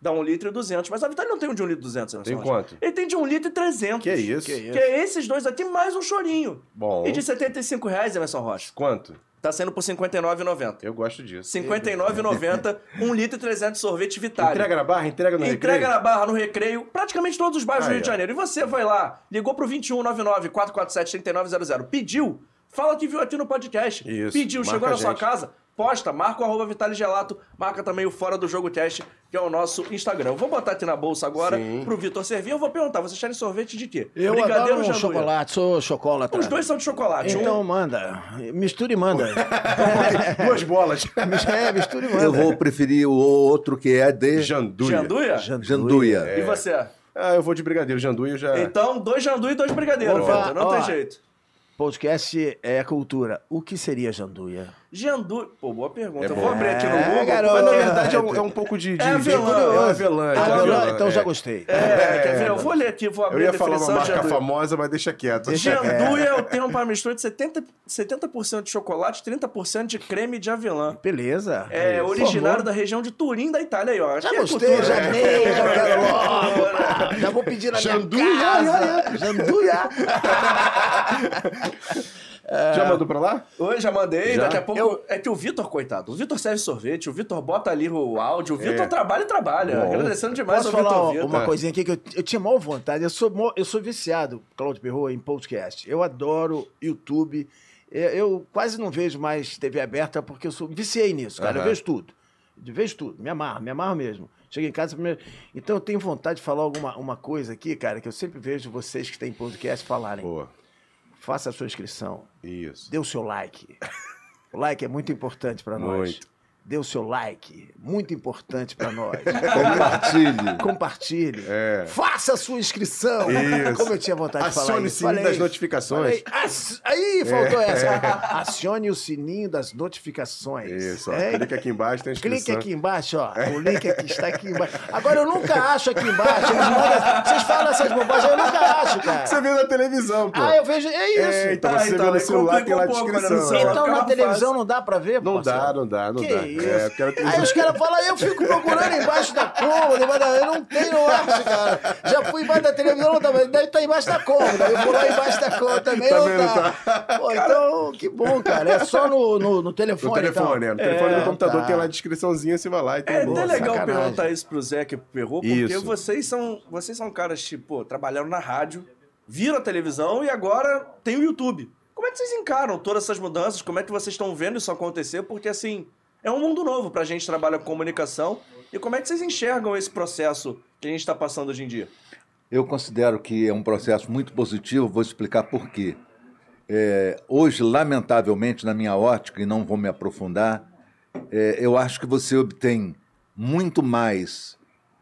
Speaker 1: dá um litro e duzentos. Mas a Vitale não tem um de um litro e duzentos, Emerson
Speaker 2: Tem
Speaker 1: Rocha.
Speaker 2: quanto?
Speaker 1: Ele tem de um litro e trezentos.
Speaker 2: Que isso?
Speaker 3: Que isso?
Speaker 1: Que é esses dois aqui, mais um chorinho.
Speaker 2: Bom.
Speaker 1: E de setenta e cinco reais, Emerson Rocha.
Speaker 2: Quanto?
Speaker 1: Tá sendo por cinquenta e nove reais e noventa centavos.
Speaker 2: Eu gosto disso.
Speaker 1: cinquenta e nove reais e noventa centavos, um litro e trezentos de sorvete Vitale.
Speaker 2: Entrega na barra, entrega no
Speaker 1: Entrega
Speaker 2: recreio?
Speaker 1: na Barra, no Recreio, praticamente todos os bairros do
Speaker 2: Aí,
Speaker 1: Rio de
Speaker 2: ó.
Speaker 1: Janeiro. E você vai lá, ligou pro vinte e um nove nove, quatro quatro sete, três nove zero zero, pediu, fala que viu aqui no podcast.
Speaker 2: Isso,
Speaker 1: Pediu,
Speaker 2: marca
Speaker 1: chegou
Speaker 2: a
Speaker 1: na sua
Speaker 2: gente.
Speaker 1: casa, posta, marca o arroba Vitale Gelato, marca também o Fora do Jogo Cast, que é o nosso Instagram. Eu vou botar aqui na bolsa agora
Speaker 2: Sim.
Speaker 1: pro Vitor servir. Eu vou perguntar, vocês querem sorvete de quê?
Speaker 3: Eu
Speaker 1: Brigadeiro
Speaker 3: adoro
Speaker 1: ou
Speaker 3: um
Speaker 1: janduia?
Speaker 3: chocolate, sou chocolate.
Speaker 1: Os dois são de chocolate.
Speaker 3: Então
Speaker 1: Um...
Speaker 3: manda, mistura e manda.
Speaker 2: Duas bolas.
Speaker 3: É, mistura e manda.
Speaker 4: Eu vou preferir o outro que é de
Speaker 2: Janduia.
Speaker 1: Janduia?
Speaker 4: janduia.
Speaker 1: E você?
Speaker 2: Ah, eu vou de brigadeiro. Janduia eu já...
Speaker 1: Então, dois janduia e dois brigadeiros,
Speaker 3: Opa,
Speaker 1: Vitor. Não
Speaker 3: ó.
Speaker 1: tem jeito.
Speaker 3: Podcast é cultura. O que seria janduia?
Speaker 1: Janduia... Pô, boa pergunta.
Speaker 2: É
Speaker 1: eu
Speaker 2: bom.
Speaker 1: vou abrir aqui no
Speaker 3: É,
Speaker 1: Google.
Speaker 3: garoto.
Speaker 2: Mas
Speaker 1: porque-
Speaker 2: na verdade é um, é um pouco de... de
Speaker 1: É avelã.
Speaker 2: É avelã. é
Speaker 3: Ah, não,
Speaker 2: avelã,
Speaker 3: não, então
Speaker 2: é.
Speaker 3: já gostei.
Speaker 1: É, quer ver? Eu vou ler aqui, vou
Speaker 2: Eu
Speaker 1: abrir a
Speaker 2: ia falar uma
Speaker 1: definição de
Speaker 2: marca
Speaker 1: janduia.
Speaker 2: famosa, mas deixa quieto.
Speaker 1: Janduia é o termo para mistura de setenta, setenta por cento de chocolate, trinta por cento de creme de avelã.
Speaker 3: Beleza.
Speaker 1: É
Speaker 3: Por
Speaker 1: originário
Speaker 3: favor.
Speaker 1: da região de Turim, da Itália. Aí, ó.
Speaker 3: Já
Speaker 1: Aqui é
Speaker 3: gostei,
Speaker 1: cultura.
Speaker 3: já amei, já quero logo. Já vou pedir na
Speaker 2: Janduia,
Speaker 3: minha casa. Janduia.
Speaker 2: Já mandou pra lá?
Speaker 1: Oi, já mandei.
Speaker 2: Já?
Speaker 1: Daqui a pouco.
Speaker 3: Eu-
Speaker 1: É que o Vitor, coitado, o Vitor serve sorvete, o Vitor bota ali o áudio, o Vitor
Speaker 2: É.
Speaker 1: trabalha e trabalha.
Speaker 2: Bom.
Speaker 1: Agradecendo demais
Speaker 3: Posso
Speaker 1: ao Vitor
Speaker 3: falar
Speaker 1: Vitor.
Speaker 3: uma coisinha aqui que eu, eu tinha maior vontade? Eu sou, mó- eu sou viciado, Cláudio Perrot, em podcast. Eu adoro YouTube. Eu, eu quase não vejo mais T V aberta porque eu sou, viciei nisso, cara. Eu
Speaker 2: Aham.
Speaker 3: vejo tudo. Eu vejo tudo. Me amarro, me amarro mesmo. Chego em casa primeiro. Então eu tenho vontade de falar alguma uma coisa aqui, cara, que eu sempre vejo vocês que têm podcast falarem.
Speaker 2: Boa.
Speaker 3: Faça a sua inscrição.
Speaker 2: Isso.
Speaker 3: Dê o seu like. O like é muito importante para nós.
Speaker 2: Muito.
Speaker 3: Dê o seu like. Muito importante para nós.
Speaker 4: Compartilhe.
Speaker 3: Compartilhe.
Speaker 2: É.
Speaker 3: Faça a sua inscrição.
Speaker 2: Isso.
Speaker 3: Como eu tinha vontade de falar
Speaker 2: Acione o
Speaker 3: isso.
Speaker 2: sininho
Speaker 3: Falei.
Speaker 2: das notificações.
Speaker 3: Falei. Ac- Aí, faltou essa. Acione o sininho das notificações.
Speaker 2: Isso, ó.
Speaker 3: É?
Speaker 2: Clica aqui embaixo, tem a inscrição.
Speaker 3: Clique aqui embaixo, ó. O link aqui está aqui embaixo. Agora, eu nunca acho aqui embaixo. Eles mandam- Vocês falam essas bobagens, eu nunca acho, cara.
Speaker 2: Você vê na televisão, pô.
Speaker 3: Ah, eu vejo. É isso.
Speaker 2: É, então
Speaker 1: Ah,
Speaker 2: você
Speaker 1: então,
Speaker 2: vê no
Speaker 1: aí
Speaker 2: celular, tem lá a
Speaker 1: complicou um pouco, né, no
Speaker 2: descrição.
Speaker 1: celular.
Speaker 3: Então, na
Speaker 1: Ficava
Speaker 3: televisão
Speaker 1: fácil.
Speaker 3: não dá pra ver,
Speaker 2: Não
Speaker 3: parceiro?
Speaker 2: dá, não dá, não
Speaker 3: Que
Speaker 2: dá.
Speaker 3: isso?
Speaker 2: É, porque ela tem-
Speaker 3: Aí os caras falam, eu fico procurando embaixo da cômoda, embaixo da... eu não tenho acho, cara. Já fui embaixo da televisão, não tá, mas deve estar embaixo da cômoda. Eu vou lá embaixo da cômoda também,
Speaker 2: Tá
Speaker 3: não
Speaker 2: vendo,
Speaker 3: tá. Pô, então, que bom, cara. É só no, no, no telefone,
Speaker 2: No telefone,
Speaker 3: então.
Speaker 2: é. No telefone
Speaker 3: É,
Speaker 2: do computador
Speaker 3: tá.
Speaker 2: tem lá a descriçãozinha, você vai lá e tem
Speaker 1: É
Speaker 2: um
Speaker 1: até
Speaker 2: bom.
Speaker 1: legal
Speaker 3: sacanagem.
Speaker 1: perguntar isso pro Zé que perrou, porque
Speaker 2: Isso.
Speaker 1: vocês são, vocês são caras que, pô, trabalharam na rádio, viram a televisão e agora tem o YouTube. Como é que vocês encaram todas essas mudanças? Como é que vocês estão vendo isso acontecer? Porque, assim, é um mundo novo pra gente que trabalha com comunicação. E como é que vocês enxergam esse processo que a gente está passando hoje em dia?
Speaker 4: Eu considero que é um processo muito positivo, vou explicar por quê. É, hoje, lamentavelmente, na minha ótica, e não vou me aprofundar, é, eu acho que você obtém muito mais.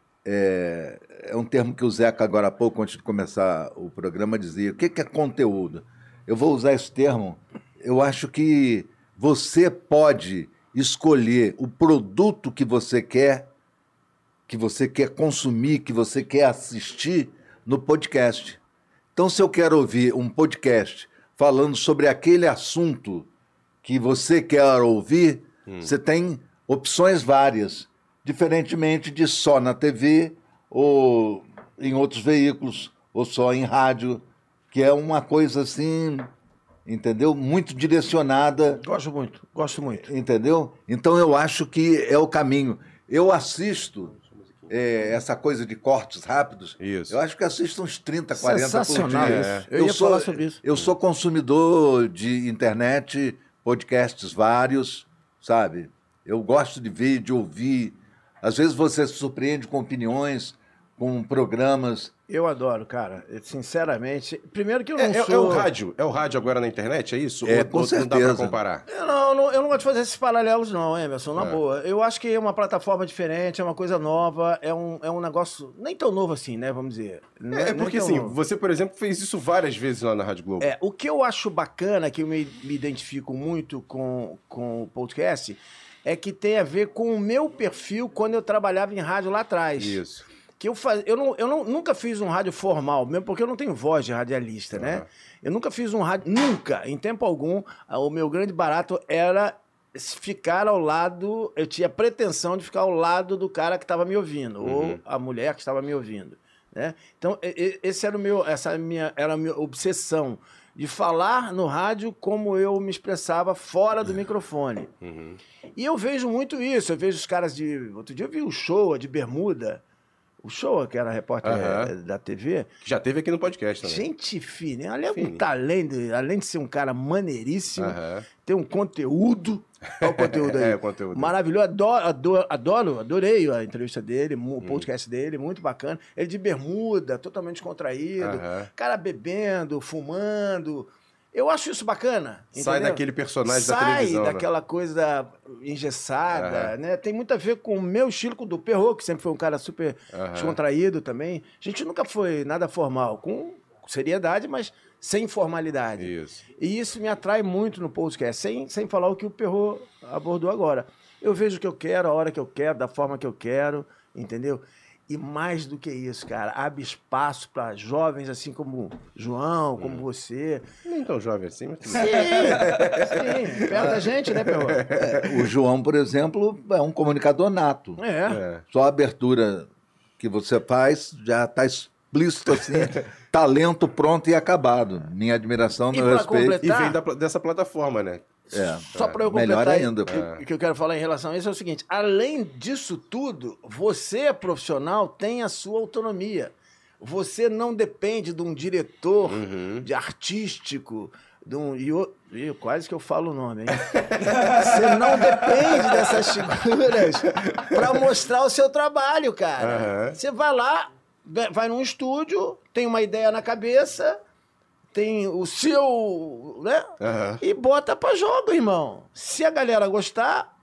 Speaker 4: É, é um termo que o Zeca, agora há pouco, antes de começar o programa, dizia: o que que é conteúdo? Eu vou usar esse termo. Eu acho que você pode escolher o produto que você quer, que você quer consumir, que você quer assistir no podcast. Então, se eu quero ouvir um podcast falando sobre aquele assunto que você quer ouvir, você tem opções várias, diferentemente de só na T V ou em outros veículos, ou só em rádio, que é uma coisa assim, entendeu? Muito direcionada.
Speaker 3: Gosto muito, gosto muito.
Speaker 4: Entendeu? Então eu acho que é o caminho. Eu assisto é, essa coisa de cortes rápidos.
Speaker 2: Isso.
Speaker 4: Eu acho que assisto uns trinta, quarenta por
Speaker 3: Sensacional
Speaker 4: dia.
Speaker 3: isso. Eu ia
Speaker 4: sou,
Speaker 3: falar sobre isso.
Speaker 4: Eu sou consumidor de internet, podcasts vários, sabe? Eu gosto de ver, de ouvir. Às vezes você se surpreende com opiniões, com programas.
Speaker 3: Eu adoro, cara. Eu, sinceramente, primeiro que eu não
Speaker 2: É, é-
Speaker 3: sou...
Speaker 2: é o rádio. É o rádio agora na internet, é isso?
Speaker 4: É,
Speaker 2: Ou-
Speaker 4: com
Speaker 2: ou Não dá
Speaker 4: certeza.
Speaker 2: pra comparar.
Speaker 3: Eu não, não- eu não gosto de fazer esses paralelos, não, Emerson, na
Speaker 2: É.
Speaker 3: boa. Eu acho que é uma plataforma diferente, é uma coisa nova, é um, é um negócio nem tão novo assim, né? Vamos dizer. Não
Speaker 2: É, é
Speaker 3: nem
Speaker 2: porque
Speaker 3: tão
Speaker 2: assim,
Speaker 3: novo.
Speaker 2: você, por exemplo, fez isso várias vezes lá na Rádio Globo.
Speaker 3: É, o que eu acho bacana, que eu me, me identifico muito com, com o podcast, é que tem a ver com o meu perfil quando eu trabalhava em rádio lá atrás.
Speaker 2: Isso.
Speaker 3: Que eu, faz... eu, não, eu não, nunca fiz um rádio formal, mesmo porque eu não tenho voz de radialista, né?
Speaker 2: Aham.
Speaker 3: Eu nunca fiz um rádio, nunca, em tempo algum, ah, o meu grande barato era ficar ao lado, eu tinha a pretensão de ficar ao lado do cara que estava me ouvindo, uhum. ou a mulher que estava me ouvindo, né? Então, esse era o meu, essa minha, era a minha obsessão, de falar no rádio como eu me expressava fora do microfone. Uhum. E eu vejo muito isso, eu vejo os caras de... Outro dia eu vi o Show de bermuda, o Show, que era repórter uhum. da T V.
Speaker 2: Que já teve aqui no podcast também.
Speaker 3: Gente fina, ali é um talento, além de ser um cara maneiríssimo, uhum. tem um conteúdo... Olha o conteúdo aí. É, o conteúdo. Maravilhoso. Adoro, adoro, adoro, adorei a entrevista dele, o podcast hum. dele, muito bacana. Ele de bermuda, totalmente contraído. Uh-huh. Cara bebendo, fumando. Eu acho isso bacana.
Speaker 2: Sai entendeu? Daquele personagem
Speaker 3: Sai
Speaker 2: da televisão.
Speaker 3: Sai daquela né? coisa engessada, uh-huh. né? Tem muito a ver com o meu estilo, com o do Perrot, que sempre foi um cara super uh-huh. descontraído também. A gente nunca foi nada formal, com seriedade, mas... sem formalidade.
Speaker 2: Isso.
Speaker 3: E isso me atrai muito no podcast, sem, sem falar o que o Perrot abordou agora. Eu vejo o que eu quero, a hora que eu quero, da forma que eu quero, entendeu? E mais do que isso, cara, abre espaço para jovens assim como João, como hum. você.
Speaker 2: Nem tão jovem assim, mas...
Speaker 3: Sim, sim, perto da gente, né, Perrot?
Speaker 4: É, o João, por exemplo, é um comunicador nato.
Speaker 3: É. é.
Speaker 4: Só a abertura que você faz já está explícito assim... Talento pronto e acabado. Minha admiração, meu respeito.
Speaker 3: Completar,
Speaker 2: e vem da, dessa plataforma, né?
Speaker 4: É,
Speaker 3: Só para eu
Speaker 4: completar, melhor ainda.
Speaker 3: O que eu quero falar em relação a isso é o seguinte, além disso tudo, você, profissional, tem a sua autonomia. Você não depende de um diretor uhum. de artístico, de um... E eu, eu, quase que eu falo o nome, hein? Você não depende dessas figuras para mostrar o seu trabalho, cara. Uhum. Você vai lá... vai num estúdio, tem uma ideia na cabeça, tem o seu, né? Uhum. E bota pra jogo, irmão. Se a galera gostar,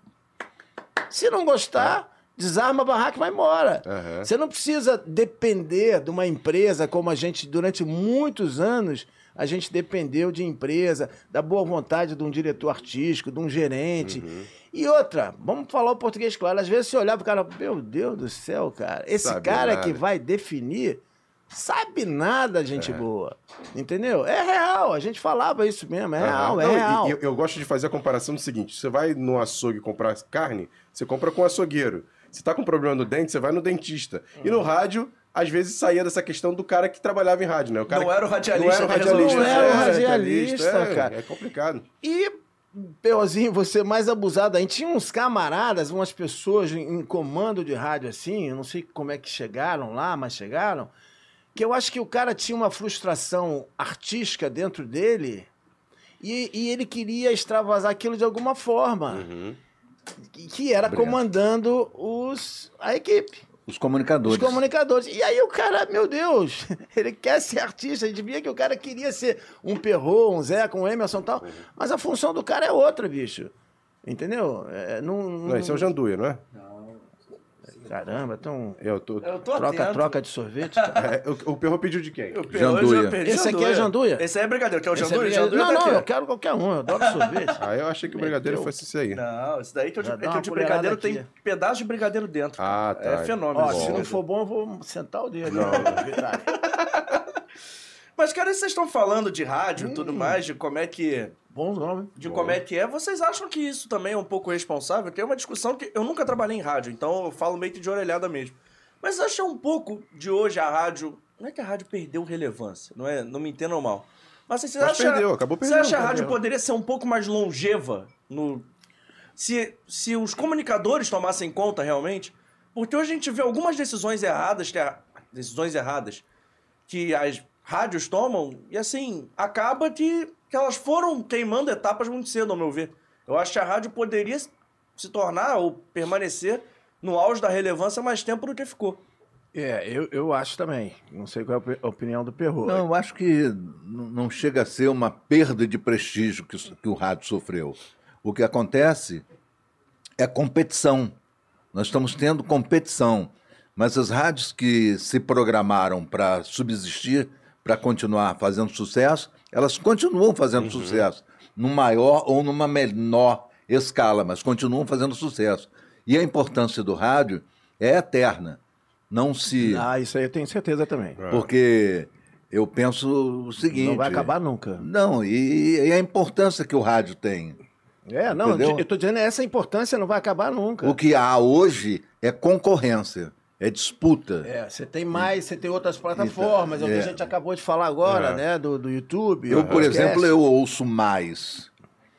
Speaker 3: se não gostar, uhum. desarma a barraca e vai embora. Uhum. Você não precisa depender de uma empresa como a gente, durante muitos anos, a gente dependeu de empresa, da boa vontade de um diretor artístico, de um gerente. Uhum. E outra, vamos falar o português claro, às vezes você olhava pro cara, meu Deus do céu, cara, esse sabe cara nada. Que vai definir, sabe nada, gente é. boa, entendeu? É real, a gente falava isso mesmo, é uhum. real, é Não, real.
Speaker 2: Eu, eu gosto de fazer a comparação do seguinte, você vai no açougue comprar carne, você compra com o açougueiro. Se tá com problema no dente, você vai no dentista. Uhum. E no rádio... às vezes saía dessa questão do cara que trabalhava em rádio, né? O cara
Speaker 1: não
Speaker 2: que...
Speaker 1: era o radialista.
Speaker 2: Não era o radialista.
Speaker 3: Não era o radialista,
Speaker 2: é,
Speaker 3: cara.
Speaker 2: É complicado.
Speaker 3: E, Perrozinho, você mais abusado. A gente tinha uns camaradas, umas pessoas em comando de rádio assim, eu não sei como é que chegaram lá, mas chegaram, que eu acho que o cara tinha uma frustração artística dentro dele e, e ele queria extravasar aquilo de alguma forma. Uhum. Que era Obrigado. comandando os, a equipe.
Speaker 4: Os comunicadores.
Speaker 3: Os comunicadores. E aí o cara, meu Deus, ele quer ser artista. A gente via que o cara queria ser um Perrot, um Zeca, um Emerson e tal. Uhum. Mas a função do cara é outra, bicho. Entendeu? É, não, não...
Speaker 2: não, esse é o Janduia, não é?
Speaker 3: Não. Caramba, tão...
Speaker 2: Eu tô...
Speaker 1: Eu tô
Speaker 3: troca,
Speaker 1: atento.
Speaker 3: troca de sorvete. Tá?
Speaker 2: É, o, o Perrot pediu de quem?
Speaker 4: Janduia.
Speaker 3: Esse aqui é Janduia?
Speaker 1: Esse aí é brigadeiro. Quer o Janduia?
Speaker 3: É
Speaker 1: Janduia
Speaker 3: não,
Speaker 1: tá
Speaker 3: não,
Speaker 1: aqui.
Speaker 3: eu quero qualquer um. Eu adoro sorvete.
Speaker 2: Ah, eu achei que o brigadeiro fosse isso aí.
Speaker 1: Não, esse daí que eu de, é que o de
Speaker 3: brigadeiro
Speaker 1: brigadeiro tem pedaço de brigadeiro dentro.
Speaker 2: Ah, tá.
Speaker 1: É fenômeno.
Speaker 3: Ó, se não for bom, eu vou sentar o dedo. Não,
Speaker 1: Mas, cara, vocês estão falando de rádio e hum. tudo mais, de como é que...
Speaker 3: Bom nome.
Speaker 1: De
Speaker 2: Bom.
Speaker 1: como é que é. Vocês acham que isso também é um pouco responsável? Que é uma discussão que eu nunca trabalhei em rádio, então eu falo meio que de orelhada mesmo. Mas acho um pouco de hoje a rádio... Não é que a rádio perdeu relevância, não é? Não me entendam mal. Mas vocês
Speaker 2: Mas
Speaker 1: acham...
Speaker 2: perdeu, acabou perdendo.
Speaker 1: Você acha que a rádio
Speaker 2: perdeu.
Speaker 1: poderia ser um pouco mais longeva no... Se, se os comunicadores tomassem conta realmente... Porque hoje a gente vê algumas decisões erradas, que a, decisões erradas que as rádios tomam, e assim, acaba que, que elas foram queimando etapas muito cedo, ao meu ver. Eu acho que a rádio poderia se tornar ou permanecer no auge da relevância mais tempo do que ficou.
Speaker 3: É, eu, eu acho também. Não sei qual é a opinião do Perrot.
Speaker 4: Não, eu acho que não chega a ser uma perda de prestígio que, que o rádio sofreu. O que acontece é competição. Nós estamos tendo competição. Mas as rádios que se programaram para subsistir, para continuar fazendo sucesso, elas continuam fazendo uhum. sucesso, num maior ou numa menor escala, mas continuam fazendo sucesso. E a importância do rádio é eterna. Não se...
Speaker 3: Ah, isso aí eu tenho certeza também.
Speaker 4: Porque eu penso o seguinte...
Speaker 3: Não vai acabar nunca.
Speaker 4: Não, e, e a importância que o rádio tem.
Speaker 3: É, não,
Speaker 4: Entendeu?
Speaker 3: eu tô dizendo, essa importância não vai acabar nunca.
Speaker 4: O que há hoje é concorrência, é disputa.
Speaker 3: É, você tem mais, você tem outras plataformas, é o que
Speaker 4: É.
Speaker 3: a gente acabou de falar agora,
Speaker 2: É.
Speaker 3: né, do, do YouTube.
Speaker 4: Eu,
Speaker 3: do
Speaker 4: por
Speaker 3: podcast.
Speaker 4: exemplo, eu ouço mais,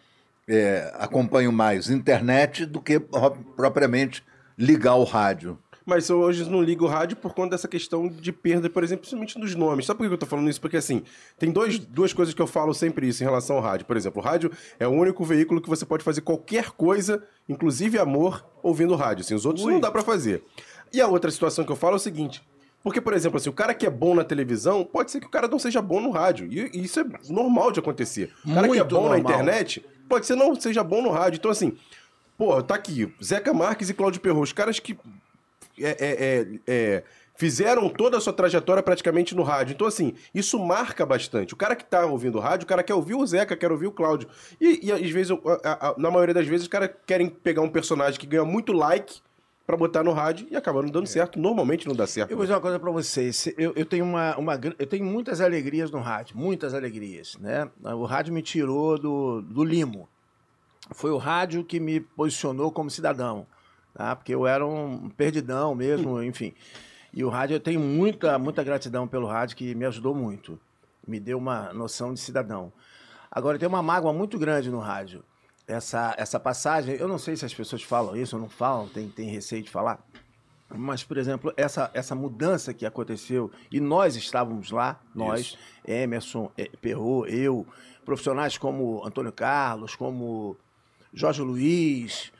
Speaker 4: é, acompanho mais internet do que ó, propriamente ligar o rádio.
Speaker 2: Mas eu hoje não ligo o rádio por conta dessa questão de perda, por exemplo, principalmente dos nomes. Sabe por que eu tô falando isso? Porque, assim, tem dois, duas coisas que eu falo sempre isso em relação ao rádio. Por exemplo, o rádio é o único veículo que você pode fazer qualquer coisa, inclusive amor, ouvindo rádio. Assim, os outros não dá pra fazer. E a outra situação que eu falo é o seguinte... Porque, por exemplo, assim, o cara que é bom na televisão, pode ser que o cara não seja bom no rádio. E, e isso é normal de acontecer. O cara que é
Speaker 3: Muito
Speaker 2: bom na
Speaker 3: normal.
Speaker 2: internet, pode ser não seja bom no rádio. Então, assim, pô, tá aqui, Zeca Marques e Cláudio Perrot, os caras que é, é, é, é, fizeram toda a sua trajetória praticamente no rádio. Então, assim, isso marca bastante. O cara que tá ouvindo o rádio, o cara quer ouvir o Zeca, quer ouvir o Cláudio. E, e às vezes, a, a, na maioria das vezes, os caras querem pegar um personagem que ganha muito like pra botar no rádio e acaba não dando certo. Normalmente não dá certo.
Speaker 3: Eu vou dizer uma coisa pra vocês. Se- Eu, eu, tenho uma, uma, gr- eu tenho muitas alegrias no rádio, muitas alegrias, né? O rádio me tirou do, do limo. Foi o rádio que me posicionou como cidadão, tá? Porque eu era um perdidão mesmo, enfim. E o rádio, eu tenho muita, muita gratidão pelo rádio, que me ajudou muito. Me deu uma noção de cidadão. Agora, tem uma mágoa muito grande no rádio. Essa, essa passagem, eu não sei se as pessoas falam isso ou não falam, tem, tem receio de falar. Mas, por exemplo, essa, essa mudança que aconteceu, e nós estávamos lá, nós,
Speaker 2: Isso.
Speaker 3: Emerson, eh, Perrot, eu, profissionais como Antônio Carlos, como Jorge Luiz,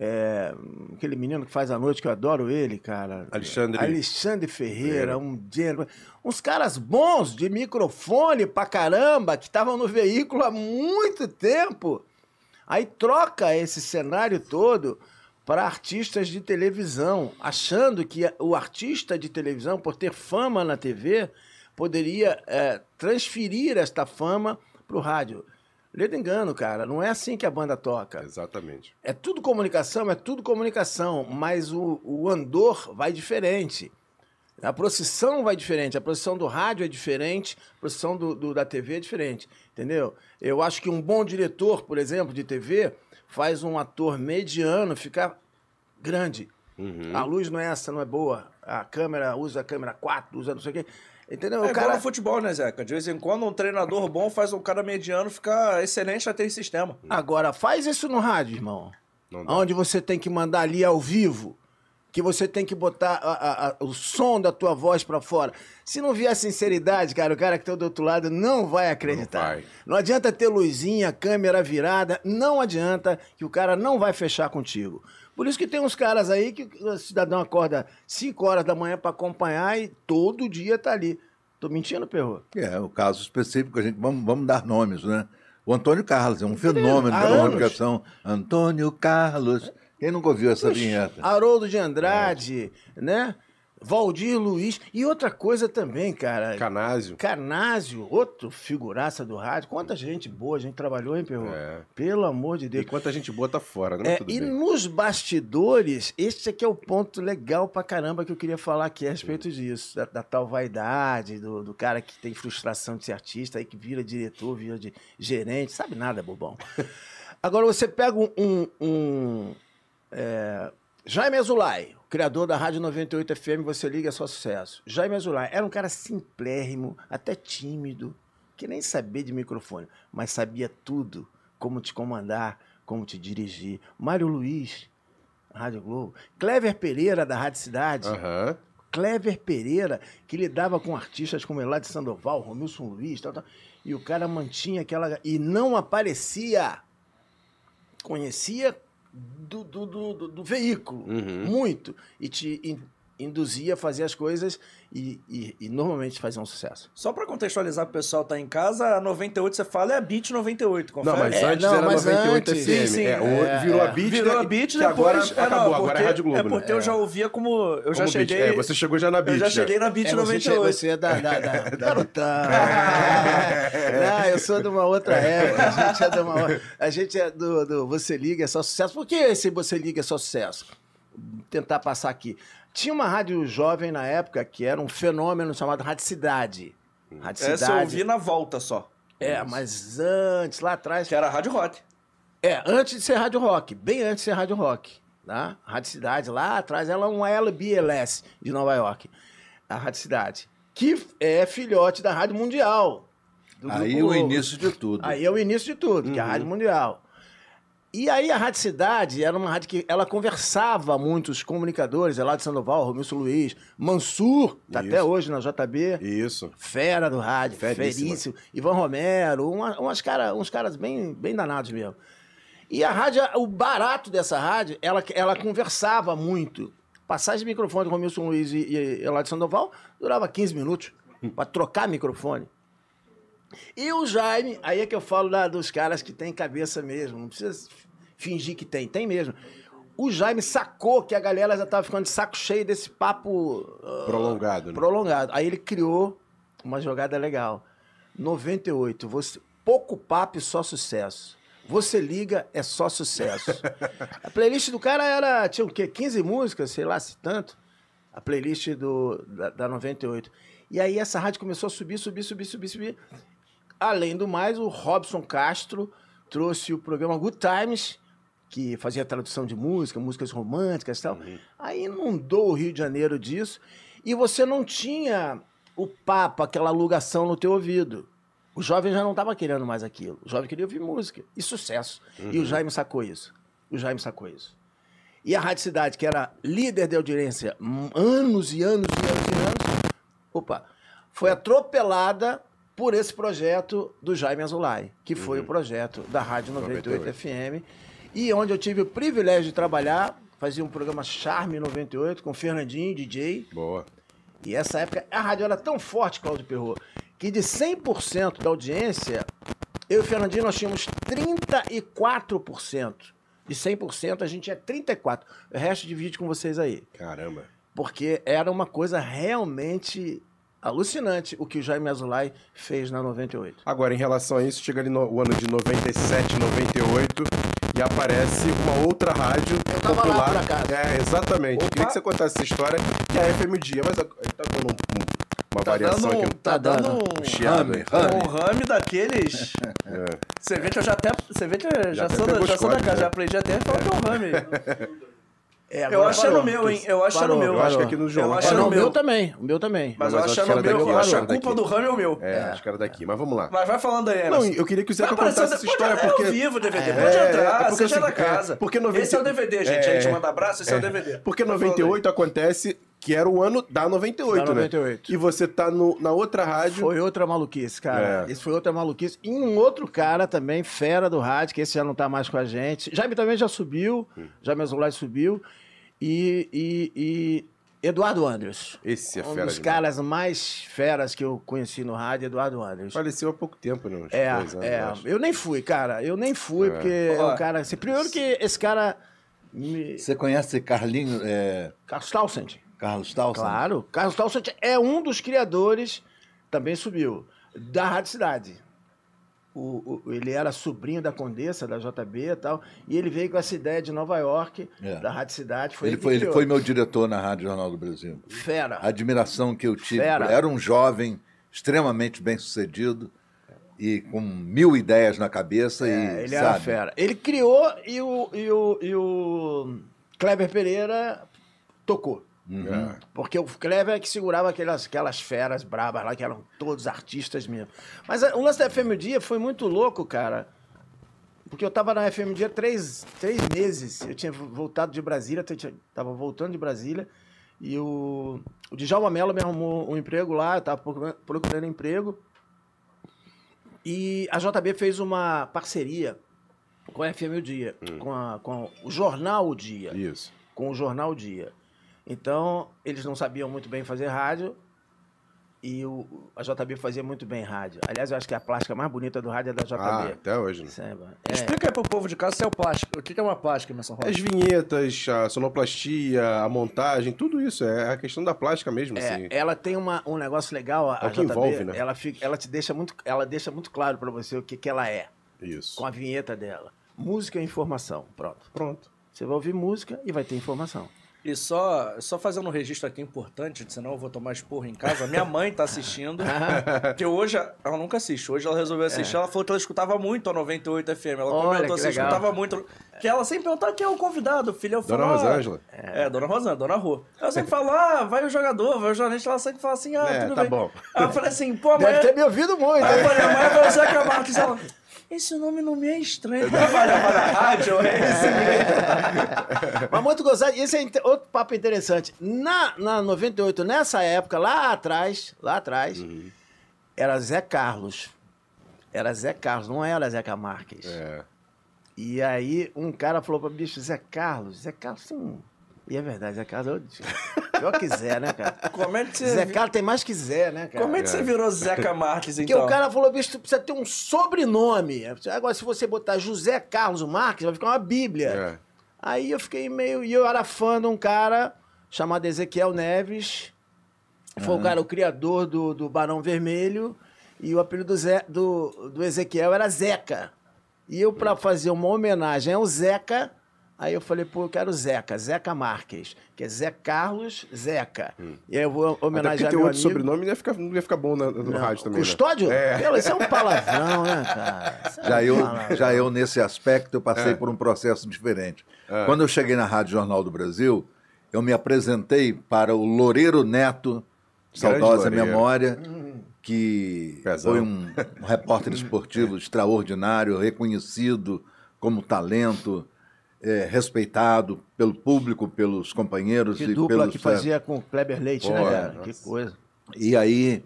Speaker 3: é, aquele menino que faz a noite, que eu adoro ele, cara.
Speaker 2: Alexandre.
Speaker 3: Alexandre Ferreira, um gênero. Uns caras bons de microfone pra caramba, que estavam no veículo há muito tempo. Aí troca esse cenário todo para artistas de televisão, achando que o artista de televisão, por ter fama na T V, poderia é, transferir esta fama para o rádio. Ledo engano, cara, não é assim que a banda toca.
Speaker 2: Exatamente.
Speaker 3: É tudo comunicação, é tudo comunicação, mas o, o andor vai diferente. A procissão vai diferente, a procissão do rádio é diferente, a procissão do, do- da T V é diferente, entendeu? Eu acho que um bom diretor, por exemplo, de T V, faz um ator mediano ficar grande. A luz não é essa, não é boa. A câmera, usa a câmera quatro, usa não sei o quê. Entendeu?
Speaker 1: É
Speaker 3: o
Speaker 1: igual
Speaker 3: cara...
Speaker 1: no futebol, né, Zeca? De vez em quando um treinador bom faz um cara mediano ficar excelente naquele sistema.
Speaker 3: Agora, faz isso no rádio, irmão.
Speaker 2: Não dá.
Speaker 3: Onde você tem que mandar ali ao vivo, que você tem que botar a- a- a- o som da tua voz pra fora. Se não vier sinceridade, cara, o cara que tá do outro lado não vai acreditar.
Speaker 2: Não vai.
Speaker 3: Não adianta ter luzinha, câmera virada, não adianta que o cara não vai fechar contigo. Por isso que tem uns caras aí que o cidadão acorda cinco horas da manhã pra acompanhar e todo dia tá ali. Tô mentindo, Perrot?
Speaker 4: É, o caso específico, a gente, vamos, vamos dar nomes, né? O Antônio Carlos é um fenômeno
Speaker 3: Há
Speaker 4: da
Speaker 3: anos.
Speaker 4: comunicação. Antônio Carlos. Quem nunca ouviu essa vinheta?
Speaker 3: Haroldo de Andrade, né? Valdir Luiz. E outra coisa também, cara.
Speaker 2: Canásio.
Speaker 3: Canásio, outro figuraça do rádio. Quanta gente boa a gente trabalhou, hein, Perrot?
Speaker 2: É.
Speaker 3: Pelo amor de
Speaker 2: E
Speaker 3: Deus.
Speaker 2: quanta gente boa tá fora, né? Mas
Speaker 3: É,
Speaker 2: tudo
Speaker 3: e
Speaker 2: bem.
Speaker 3: nos bastidores, esse aqui é o ponto legal pra caramba que eu queria falar aqui a respeito disso, da, da tal vaidade, do, do cara que tem frustração de ser artista, aí que vira diretor, vira de gerente, sabe nada, bobão. Agora você pega um, um, um, é, Jaime Azulay, o criador da Rádio noventa e oito F M, você liga, é só sucesso. Jaime Azulay era um cara simplérrimo, até tímido, que nem sabia de microfone, mas sabia tudo, como te comandar, como te dirigir. Mário Luiz, Rádio Globo. Clever Pereira, da Rádio Cidade.
Speaker 2: Aham.
Speaker 3: Clever Pereira, que lidava com artistas como Eladio Sandoval, Romilson Luiz, tal, tal, e o cara mantinha aquela... E não aparecia. Conhecia do, do, do, do- do veículo,
Speaker 2: Uhum.
Speaker 3: muito. E te in- induzia a fazer as coisas e, e- e normalmente fazia um sucesso.
Speaker 1: Só pra contextualizar pro pessoal que tá em casa, a noventa e oito você fala é a Beat noventa e oito, confere?
Speaker 2: Não, mas
Speaker 3: É,
Speaker 2: antes
Speaker 3: não,
Speaker 2: era
Speaker 3: mas
Speaker 2: noventa e oito
Speaker 3: antes-
Speaker 2: F M.
Speaker 1: Sim, sim,
Speaker 2: é, o-
Speaker 3: é,
Speaker 2: virou
Speaker 3: é.
Speaker 2: a Beat,
Speaker 1: Virou
Speaker 2: né,
Speaker 1: a Beat
Speaker 2: que
Speaker 1: depois...
Speaker 2: agora
Speaker 1: é, não,
Speaker 2: acabou, agora
Speaker 1: porque-
Speaker 2: é Rádio Globo,
Speaker 1: É porque
Speaker 2: né?
Speaker 1: eu já ouvia como... Eu já
Speaker 2: Como Beat.
Speaker 1: cheguei...
Speaker 2: É, você chegou já na Beat.
Speaker 1: eu já cheguei na Beat
Speaker 3: É, você,
Speaker 1: noventa e
Speaker 3: che-
Speaker 1: oito.
Speaker 3: você é da... da, da... Garotão. Não, eu sou de uma outra época. A gente é, de uma... a gente é do, do Você Liga é Só Sucesso. Por que esse Você Liga é Só Sucesso? Tentar passar aqui. Tinha uma rádio jovem na época que era um fenômeno chamado Rádio Cidade. Rádio
Speaker 1: Essa eu
Speaker 3: Cidade.
Speaker 1: ouvi na volta só.
Speaker 3: É, mas antes, lá atrás...
Speaker 1: Que era a Rádio Rock.
Speaker 3: É, antes de ser rádio rock, bem antes de ser rádio rock. Tá? Rádio Cidade, lá atrás, ela é uma L B L S de Nova York. A Rádio Cidade. Que é filhote da Rádio Mundial.
Speaker 4: Aí o início de tudo.
Speaker 3: Aí é o início de tudo, uhum. que é a Rádio Mundial. E aí a Rádio Cidade era uma rádio que ela conversava muito, os comunicadores, Eladio Sandoval, Romilson Luiz, Mansur, tá até hoje na J B.
Speaker 2: Isso.
Speaker 3: Fera do rádio,
Speaker 2: Feríssima.
Speaker 3: feríssimo. Ivan Romero, uma, umas cara, uns caras bem, bem danados mesmo. E a rádio, o barato dessa rádio, ela, ela conversava muito. Passagem de microfone com Romilson Luiz e, e Eladio Sandoval durava quinze minutos para trocar microfone. E o Jaime, aí é que eu falo da, dos caras que tem cabeça mesmo, não precisa fingir que tem, tem mesmo. O Jaime sacou que a galera já estava ficando de saco cheio desse papo... Uh,
Speaker 2: prolongado, né?
Speaker 3: Prolongado. Aí ele criou uma jogada legal. noventa e oito, você, pouco papo e só sucesso. Você liga, é só sucesso. A playlist do cara era, tinha o quê? quinze músicas, sei lá se tanto. A playlist do, da, da noventa e oito. E aí essa rádio começou a subir, subir, subir, subir, subir. Além do mais, o Robson Castro trouxe o programa Good Times, que fazia tradução de música, músicas românticas e tal. Uhum. Aí inundou o Rio de Janeiro disso. E você não tinha o papo, aquela alugação no teu ouvido. O jovem já não estava querendo mais aquilo. O jovem queria ouvir música e sucesso. Uhum. E o Jaime sacou isso. O Jaime sacou isso. E a Rádio Cidade, que era líder de audiência anos e anos e anos e anos, opa, foi atropelada por esse projeto do Jaime Azulay, que foi uhum. o projeto da Rádio noventa e oito F M, e onde eu tive o privilégio de trabalhar, fazia um programa Charme noventa e oito com Fernandinho, D J.
Speaker 2: Boa.
Speaker 3: E essa época, a rádio era tão forte, Cláudio Perrot, que de cem por cento da audiência, eu e o Fernandinho, nós tínhamos trinta e quatro por cento. De cem por cento, a gente tinha trinta e quatro por cento. O resto divide com vocês aí.
Speaker 2: Caramba.
Speaker 3: Porque era uma coisa realmente alucinante o que o Jaime Azulay fez na noventa e oito.
Speaker 2: Agora, em relação a isso, chega ali no o ano de noventa e sete, noventa e oito e aparece uma outra rádio
Speaker 3: eu tava
Speaker 2: popular.
Speaker 3: lá por acaso.
Speaker 2: É, exatamente.
Speaker 3: Opa.
Speaker 2: Queria que você contasse essa história, que é a F M Dia, mas ele tá dando um, um, uma
Speaker 1: tá
Speaker 2: variação
Speaker 1: dando,
Speaker 2: aqui.
Speaker 1: Tá dando um,
Speaker 2: um chiado aí.
Speaker 1: Um rame daqueles...
Speaker 2: É.
Speaker 1: Você vê que eu já até... Você vê que eu já,
Speaker 2: Já
Speaker 1: sou, da, já sou da
Speaker 2: códigos,
Speaker 1: casa,
Speaker 2: né?
Speaker 1: já aprendi até a falar que é um rame.
Speaker 3: É,
Speaker 1: eu acho
Speaker 3: parou,
Speaker 1: no meu, hein? Eu acho
Speaker 3: parou,
Speaker 1: no meu.
Speaker 2: Eu acho que aqui no João.
Speaker 1: Eu
Speaker 2: tá?
Speaker 1: acho
Speaker 3: Ah,
Speaker 1: no
Speaker 3: não, o
Speaker 1: meu.
Speaker 3: meu também. O meu também.
Speaker 1: Mas
Speaker 2: Não,
Speaker 1: eu
Speaker 2: mas
Speaker 1: acho
Speaker 2: acho que
Speaker 1: no
Speaker 2: era
Speaker 1: meu.
Speaker 2: daqui,
Speaker 1: Eu
Speaker 2: acho
Speaker 1: acho
Speaker 2: que
Speaker 1: a
Speaker 2: era
Speaker 1: culpa
Speaker 2: daqui.
Speaker 1: do rame é o meu.
Speaker 2: É, acho que era daqui, mas vamos lá.
Speaker 1: Mas vai falando aí,
Speaker 2: Não,
Speaker 1: Emerson.
Speaker 2: eu queria que o Zeca
Speaker 1: Vai aparecer
Speaker 2: contasse essa
Speaker 1: depois,
Speaker 2: história,
Speaker 1: é
Speaker 2: porque...
Speaker 1: ao vivo o D V D,
Speaker 2: É,
Speaker 1: pode entrar,
Speaker 2: é porque
Speaker 1: seja
Speaker 2: assim,
Speaker 1: da casa.
Speaker 2: é, porque noventa
Speaker 1: Esse é o D V D, gente,
Speaker 2: é,
Speaker 1: a gente manda abraço, esse é, é o D V D.
Speaker 2: Porque
Speaker 1: Vai
Speaker 2: noventa e oito acontece que era o ano da noventa e oito,
Speaker 3: Da noventa e oito.
Speaker 2: né? E você tá no, na outra rádio...
Speaker 3: Foi outra maluquice, cara.
Speaker 2: É.
Speaker 3: Esse foi outra maluquice. E um outro cara também, fera do rádio, que esse já não tá mais com a gente. Jaime também já subiu, hum. Jaime Azulay subiu. E, e, e Eduardo Andres.
Speaker 2: Esse é
Speaker 3: um
Speaker 2: fera
Speaker 3: dos
Speaker 2: demais.
Speaker 3: caras mais feras que eu conheci no rádio, Eduardo Andres.
Speaker 2: Faleceu há pouco tempo, né? Uns
Speaker 3: É,
Speaker 2: dois anos,
Speaker 3: é.
Speaker 2: eu acho.
Speaker 3: Eu nem fui, cara. Eu nem fui,
Speaker 2: É.
Speaker 3: porque é
Speaker 1: Ó,
Speaker 3: um cara... Assim, primeiro que esse cara... Me...
Speaker 4: Você conhece Carlinho, é,
Speaker 3: Carlos Townsend.
Speaker 4: Carlos Townsend?
Speaker 3: Claro. Carlos Townsend é um dos criadores, também subiu, da Rádio Cidade. O, o, ele era sobrinho da Condessa, da J B e tal, e ele veio com essa ideia de Nova York,
Speaker 4: É.
Speaker 3: da Rádio Cidade. Foi
Speaker 4: Ele
Speaker 3: que
Speaker 4: foi, ele
Speaker 3: criou.
Speaker 4: foi meu diretor na Rádio Jornal do Brasil.
Speaker 3: Fera.
Speaker 4: A admiração que eu tive.
Speaker 3: Fera.
Speaker 4: Era um jovem extremamente bem-sucedido e com mil ideias na cabeça.
Speaker 3: É,
Speaker 4: e,
Speaker 3: ele era
Speaker 4: sabe,
Speaker 3: fera. Ele criou e o, e o, e o Kleber Pereira tocou.
Speaker 4: Uhum.
Speaker 3: Porque o Kleber é que segurava aquelas, aquelas feras brabas lá, que eram todos artistas mesmo. Mas a- o lance da F M Dia foi muito louco, cara. Porque eu tava na F M Dia três, três meses. Eu tinha voltado de Brasília, eu tinha- tava voltando de Brasília. E o, o Djalma Mello me arrumou um emprego lá, eu tava procurando, procurando emprego. E a J B fez uma parceria com a F M O Dia, com, a- com o Jornal O Dia.
Speaker 2: Isso.
Speaker 3: Com o Jornal O Dia. Então, eles não sabiam muito bem fazer rádio e o, a J B fazia muito bem rádio. Aliás, eu acho que a plástica mais bonita do rádio é da J B.
Speaker 2: Ah, até hoje, né?
Speaker 3: Samba. É,
Speaker 1: Explica aí pro povo de casa se é o plástico. O que que é uma plástica, Emerson Rocha?
Speaker 2: As vinhetas, a sonoplastia, a montagem, tudo isso. É a questão da plástica mesmo,
Speaker 3: é,
Speaker 2: assim.
Speaker 3: ela tem uma, um negócio legal, a,
Speaker 2: É o
Speaker 3: a
Speaker 2: que
Speaker 3: J B,
Speaker 2: envolve, né?
Speaker 3: ela, fica, ela te deixa muito, ela deixa muito claro pra você o que, que ela é,
Speaker 2: Isso.
Speaker 3: com a vinheta dela. Música e informação, pronto.
Speaker 2: Pronto.
Speaker 3: Você vai ouvir música e vai ter informação.
Speaker 1: E só, só fazendo um registro aqui importante, senão eu vou tomar esporro em casa. Minha mãe tá assistindo, porque hoje ela nunca assiste. Hoje ela resolveu assistir, é. ela falou que ela escutava muito a noventa e oito F M. Ela
Speaker 3: Olha,
Speaker 1: comentou assim,
Speaker 3: legal.
Speaker 1: escutava muito. Que ela sempre perguntava quem é o convidado, o filho. Eu falo,
Speaker 2: Dona
Speaker 1: ah,
Speaker 2: Rosângela.
Speaker 1: É, é, Dona Rosângela, Dona Rô. Eu sempre falo, ah, vai o jogador, vai o jornalista. Ela sempre fala assim, ah,
Speaker 2: É,
Speaker 1: tudo
Speaker 2: tá
Speaker 1: bem.
Speaker 2: bom.
Speaker 1: Aí eu falei assim, pô, amanhã...
Speaker 3: Deve ter me ouvido muito.
Speaker 1: Aí eu
Speaker 3: hein?
Speaker 1: falei, amanhã vai o Zé Camargo. Ela, esse nome não me é estranho. Trabalhava na rádio, é esse mesmo.
Speaker 3: Mas muito gostado. Esse é inte- outro papo interessante. Na, na noventa e oito, nessa época, lá atrás, lá atrás,
Speaker 2: Uhum.
Speaker 3: era Zé Carlos. Era Zé Carlos, não era Zeca Marques.
Speaker 2: É.
Speaker 3: E aí um cara falou pra mim, bicho, Zé Carlos, Zé Carlos tem um... E é verdade, Zé Carlos é pior que Zé, né, cara?
Speaker 1: Como é que você...
Speaker 3: Zé Carlos tem mais que Zé, né, cara?
Speaker 1: Como é que você virou Zeca Marques,
Speaker 3: Porque
Speaker 1: então?
Speaker 3: o cara falou, bicho, tu precisa ter um sobrenome. Agora, se você botar José Carlos Marques, vai ficar uma bíblia.
Speaker 2: É.
Speaker 3: Aí eu fiquei meio... E eu era fã de um cara chamado Ezequiel Neves. Foi o cara, o criador do, do Barão Vermelho. E o apelido do, Zé, do, do Ezequiel era Zeca. E eu, pra fazer uma homenagem ao Zeca... Aí eu falei, pô, eu quero Zeca, Zeca Marques, que é Zé Carlos Zeca. Hum. E aí eu vou
Speaker 2: Até porque
Speaker 3: homenagear
Speaker 2: tem
Speaker 3: meu
Speaker 2: outro
Speaker 3: amigo.
Speaker 2: sobrenome não ia ficar, não ia ficar bom na, no
Speaker 3: Não,
Speaker 2: rádio também,
Speaker 3: Custódio?
Speaker 2: né? É.
Speaker 3: Pelo, isso é um palavrão, né, cara? Isso é
Speaker 4: Já
Speaker 3: um
Speaker 4: eu,
Speaker 3: palavrão.
Speaker 4: já eu, nesse aspecto, eu passei
Speaker 2: É.
Speaker 4: por um processo diferente.
Speaker 2: É.
Speaker 4: Quando eu cheguei na Rádio Jornal do Brasil, eu me apresentei para o Loureiro Neto,
Speaker 2: Grande
Speaker 4: saudosa
Speaker 2: Loureiro.
Speaker 4: memória, que
Speaker 2: Pezão.
Speaker 4: foi um, um repórter esportivo extraordinário, reconhecido como talento, é, respeitado pelo público, pelos companheiros
Speaker 3: Que
Speaker 4: e
Speaker 3: dupla
Speaker 4: pelos...
Speaker 3: que fazia com o Kleber Leite,
Speaker 2: Pô,
Speaker 3: né, cara?
Speaker 2: nossa.
Speaker 3: Que coisa.
Speaker 4: E aí,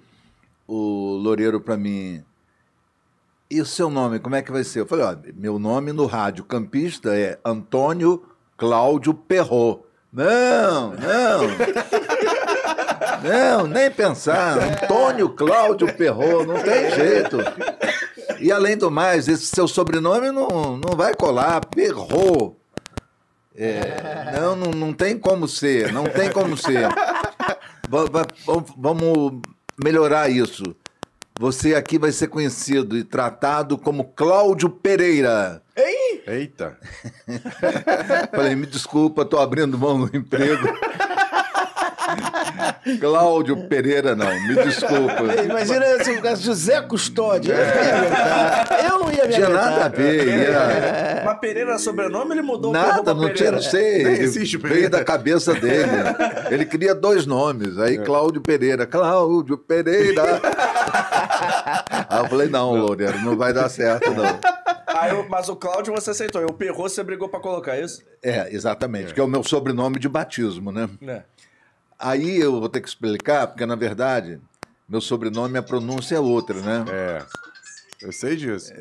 Speaker 4: o Loureiro para mim, e o seu nome, como é que vai ser? Eu falei, ó, meu nome no rádio campista é Antônio Cláudio Perrot. Não, não. Não, nem pensar. Antônio Cláudio Perrot, não tem jeito. E além do mais, esse seu sobrenome não, não vai colar, Perrot. É, não, não, não tem como ser, não tem como ser. Va- va- Vamos vamos melhorar isso. Você aqui vai ser conhecido e tratado como Cláudio Pereira.
Speaker 2: Eita.
Speaker 4: Falei, me desculpa, tô abrindo mão do emprego. Cláudio Pereira, não, me desculpa.
Speaker 3: Imagina se o caso José Custódio. Eu, ia me aguentar. Eu não ia me
Speaker 4: Tinha
Speaker 3: aguentar.
Speaker 4: nada a ver. Ia...
Speaker 1: Mas Pereira era sobrenome, ele mudou o
Speaker 4: Nada,
Speaker 1: Perrot pra
Speaker 4: não tinha,
Speaker 1: Pereira.
Speaker 4: não sei.
Speaker 2: Nem
Speaker 4: Ele
Speaker 2: existe
Speaker 4: veio
Speaker 2: Pereira.
Speaker 4: da cabeça dele. Ele queria dois nomes. Aí Cláudio Pereira. Cláudio Pereira. Aí eu falei, não, Loureiro, não vai dar certo, não.
Speaker 1: Aí eu- mas o Cláudio você aceitou, e o Perrot você brigou pra colocar isso?
Speaker 4: É, exatamente, que é o meu sobrenome de batismo, né?
Speaker 1: Né?
Speaker 4: Aí eu vou ter que explicar, porque na verdade, meu sobrenome, a pronúncia é outra, né?
Speaker 2: É. Eu sei disso.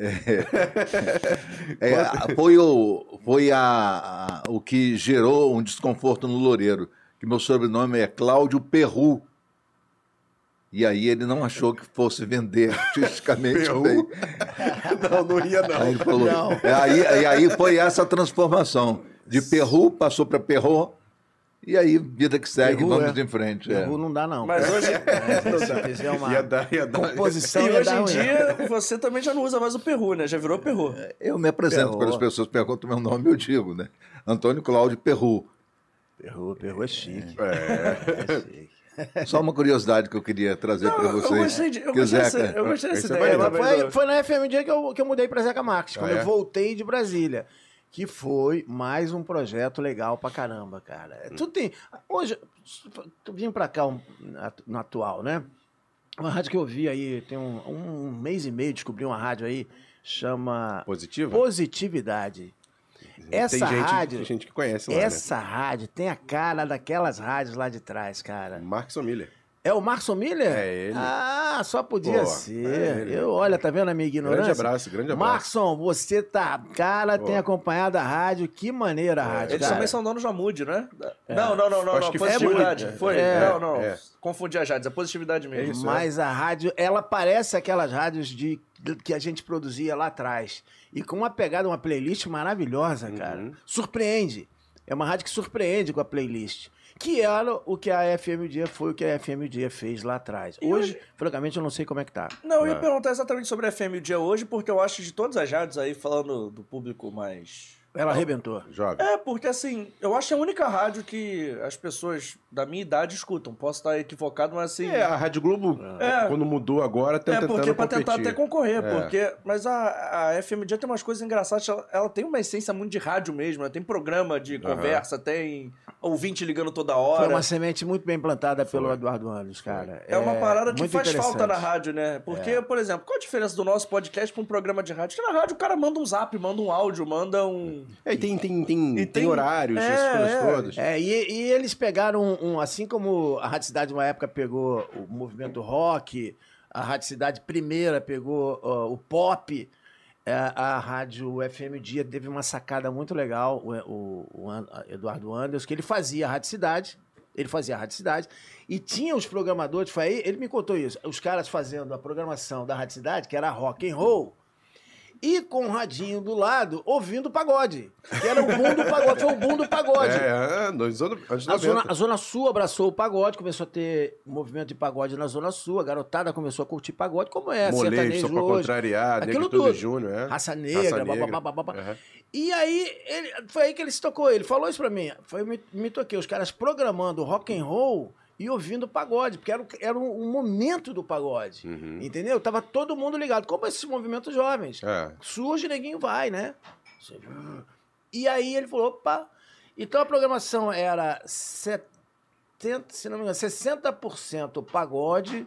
Speaker 4: É, foi o, foi a, a- o que gerou um desconforto no Loureiro, que meu sobrenome é Cláudio Perru. E aí ele não achou que fosse vender artisticamente
Speaker 2: Perru?
Speaker 4: bem.
Speaker 2: Não, não ia não.
Speaker 4: Aí ele falou, é, aí, e aí foi essa transformação. De Perru passou para Perrot. E aí, vida que segue,
Speaker 3: Perru,
Speaker 4: vamos
Speaker 3: é.
Speaker 4: em frente. é.
Speaker 3: Perru não dá, não.
Speaker 1: Mas hoje,
Speaker 3: É, se fizer uma
Speaker 2: Ia dar, ia dar.
Speaker 3: composição,
Speaker 1: e
Speaker 3: ia
Speaker 1: hoje
Speaker 3: dar
Speaker 1: em
Speaker 3: ruim.
Speaker 1: dia você também já não usa mais o Perrot, né? Já virou Perrot.
Speaker 4: Eu me apresento
Speaker 3: Perru.
Speaker 4: quando as pessoas perguntam meu nome, eu digo, né? Antônio Cláudio Perru.
Speaker 3: Perru, Perru é chique.
Speaker 2: É.
Speaker 3: É chique.
Speaker 4: Só uma curiosidade que eu queria trazer para
Speaker 1: Eu
Speaker 4: vocês.
Speaker 1: gostei, de, eu
Speaker 4: que o
Speaker 1: gostei, dessa,
Speaker 4: Zeca-
Speaker 1: eu gostei dessa
Speaker 2: Esse é
Speaker 1: ideia.
Speaker 2: maneiro.
Speaker 1: também
Speaker 3: Foi,
Speaker 1: do-
Speaker 3: foi na F M dia que eu, que eu mudei pra Zeca Marques, quando
Speaker 2: Ah, é?
Speaker 3: eu voltei de Brasília. Que foi mais um projeto legal pra caramba, cara.
Speaker 2: Hum.
Speaker 3: Tudo tem. Hoje, tu vim pra cá um- no atual, né? Uma rádio que eu vi aí, tem um, um mês e meio, descobri uma rádio aí, chama
Speaker 2: Positiva?
Speaker 3: Positividade. Essa
Speaker 2: tem gente,
Speaker 3: rádio.
Speaker 2: Tem gente que conhece lá,
Speaker 3: Essa rádio tem a cara daquelas rádios lá de trás, cara.
Speaker 2: né? Markson Miller.
Speaker 3: É o Marcos Miller?
Speaker 2: É ele.
Speaker 3: Ah, só podia
Speaker 2: Pô,
Speaker 3: ser.
Speaker 2: é ele.
Speaker 3: Eu, olha, tá vendo a minha ignorância?
Speaker 2: Grande abraço, grande abraço.
Speaker 3: Markson, você tá. Cara,
Speaker 2: Pô.
Speaker 3: tem acompanhado a rádio. Que maneira a rádio.
Speaker 1: Eles
Speaker 3: cara.
Speaker 1: também são donos da Mude, né? Não, não, não, não,
Speaker 2: Acho
Speaker 1: não.
Speaker 2: que
Speaker 1: Positividade.
Speaker 2: foi.
Speaker 1: Foi.
Speaker 3: É.
Speaker 1: Não, não.
Speaker 2: É.
Speaker 1: Confundi as rádios. É positividade mesmo.
Speaker 2: isso,
Speaker 3: Mas a rádio, ela parece aquelas rádios de, que a gente produzia lá atrás. E com uma pegada, uma playlist maravilhosa, cara.
Speaker 2: Uhum.
Speaker 3: Surpreende. É uma rádio que surpreende com a playlist. Que era o que a F M Dia foi, o que a F M Dia fez lá atrás.
Speaker 1: E
Speaker 3: Hoje,
Speaker 1: hoje-
Speaker 3: francamente, eu não sei como é que tá.
Speaker 1: Não, eu ia
Speaker 2: É.
Speaker 1: perguntar exatamente sobre a F M o dia hoje, porque eu acho que de todas as rádios aí, falando do público mais
Speaker 3: Ela arrebentou.
Speaker 2: Jovem.
Speaker 1: É, porque assim, eu acho que é a única rádio que as pessoas da minha idade escutam. Posso estar equivocado, mas assim...
Speaker 2: É, a Rádio Globo,
Speaker 1: É.
Speaker 2: quando mudou agora, tá
Speaker 1: É,
Speaker 2: tentando
Speaker 1: porque pra
Speaker 2: competir.
Speaker 1: tentar até concorrer,
Speaker 2: É.
Speaker 1: porque... Mas a, a F M Dia tem umas coisas engraçadas, ela, ela tem uma essência muito de rádio mesmo, né? Tem programa de conversa, tem ouvinte ligando toda hora.
Speaker 3: Foi uma semente muito bem plantada pelo Eduardo Anjos, cara.
Speaker 1: É uma parada que
Speaker 3: muito
Speaker 1: faz falta
Speaker 3: interessante.
Speaker 1: na rádio, né? Porque, por exemplo, qual a diferença do nosso podcast pra um programa de rádio? Que na rádio o cara manda um zap, manda um áudio, manda um...
Speaker 2: É, e tem, tem, tem,
Speaker 1: E
Speaker 2: tem,
Speaker 1: tem-
Speaker 2: horários,
Speaker 1: é,
Speaker 2: essas coisas
Speaker 1: é.
Speaker 2: todas.
Speaker 3: É, e, e eles pegaram um, assim como a Rádio Cidade uma época pegou o movimento rock, a Rádio Cidade primeira pegou ó, o pop, é, a Rádio F M Dia teve uma sacada muito legal, o, o- o An- Eduardo Anders, que ele fazia a Rádio Cidade, ele fazia a Rádio Cidade, e tinha os programadores, foi aí, ele me contou isso, os caras fazendo a programação da Rádio Cidade, que era rock and roll, e com o radinho do lado, ouvindo pagode. Que era o boom do pagode. Foi o boom do pagode.
Speaker 2: É, é, nos anos, anos
Speaker 3: A zona,
Speaker 2: noventa.
Speaker 3: a Zona Sul abraçou o pagode, começou a ter movimento de pagode na Zona Sul. A garotada começou a curtir pagode, como é,
Speaker 2: Molejo,
Speaker 3: sertanejo
Speaker 2: só pra
Speaker 3: hoje.
Speaker 2: contrariar,
Speaker 3: Aquilo
Speaker 2: Negritude
Speaker 3: tudo.
Speaker 2: Júnior, é.
Speaker 3: Raça negra,
Speaker 2: Raça
Speaker 3: babá, babá, babá.
Speaker 2: Uhum.
Speaker 3: E aí, ele, foi aí que ele se tocou. Ele falou isso pra mim. Foi, me, me toquei. Os caras programando rock and roll e ouvindo pagode, porque era, o- era um, um momento do pagode.
Speaker 2: Uhum.
Speaker 3: Entendeu? Tava todo mundo ligado. Como esses movimentos jovens.
Speaker 2: É.
Speaker 3: Surge, neguinho vai, né? E aí ele falou, opa. Então a programação era setenta, se não me engano, sessenta por cento pagode,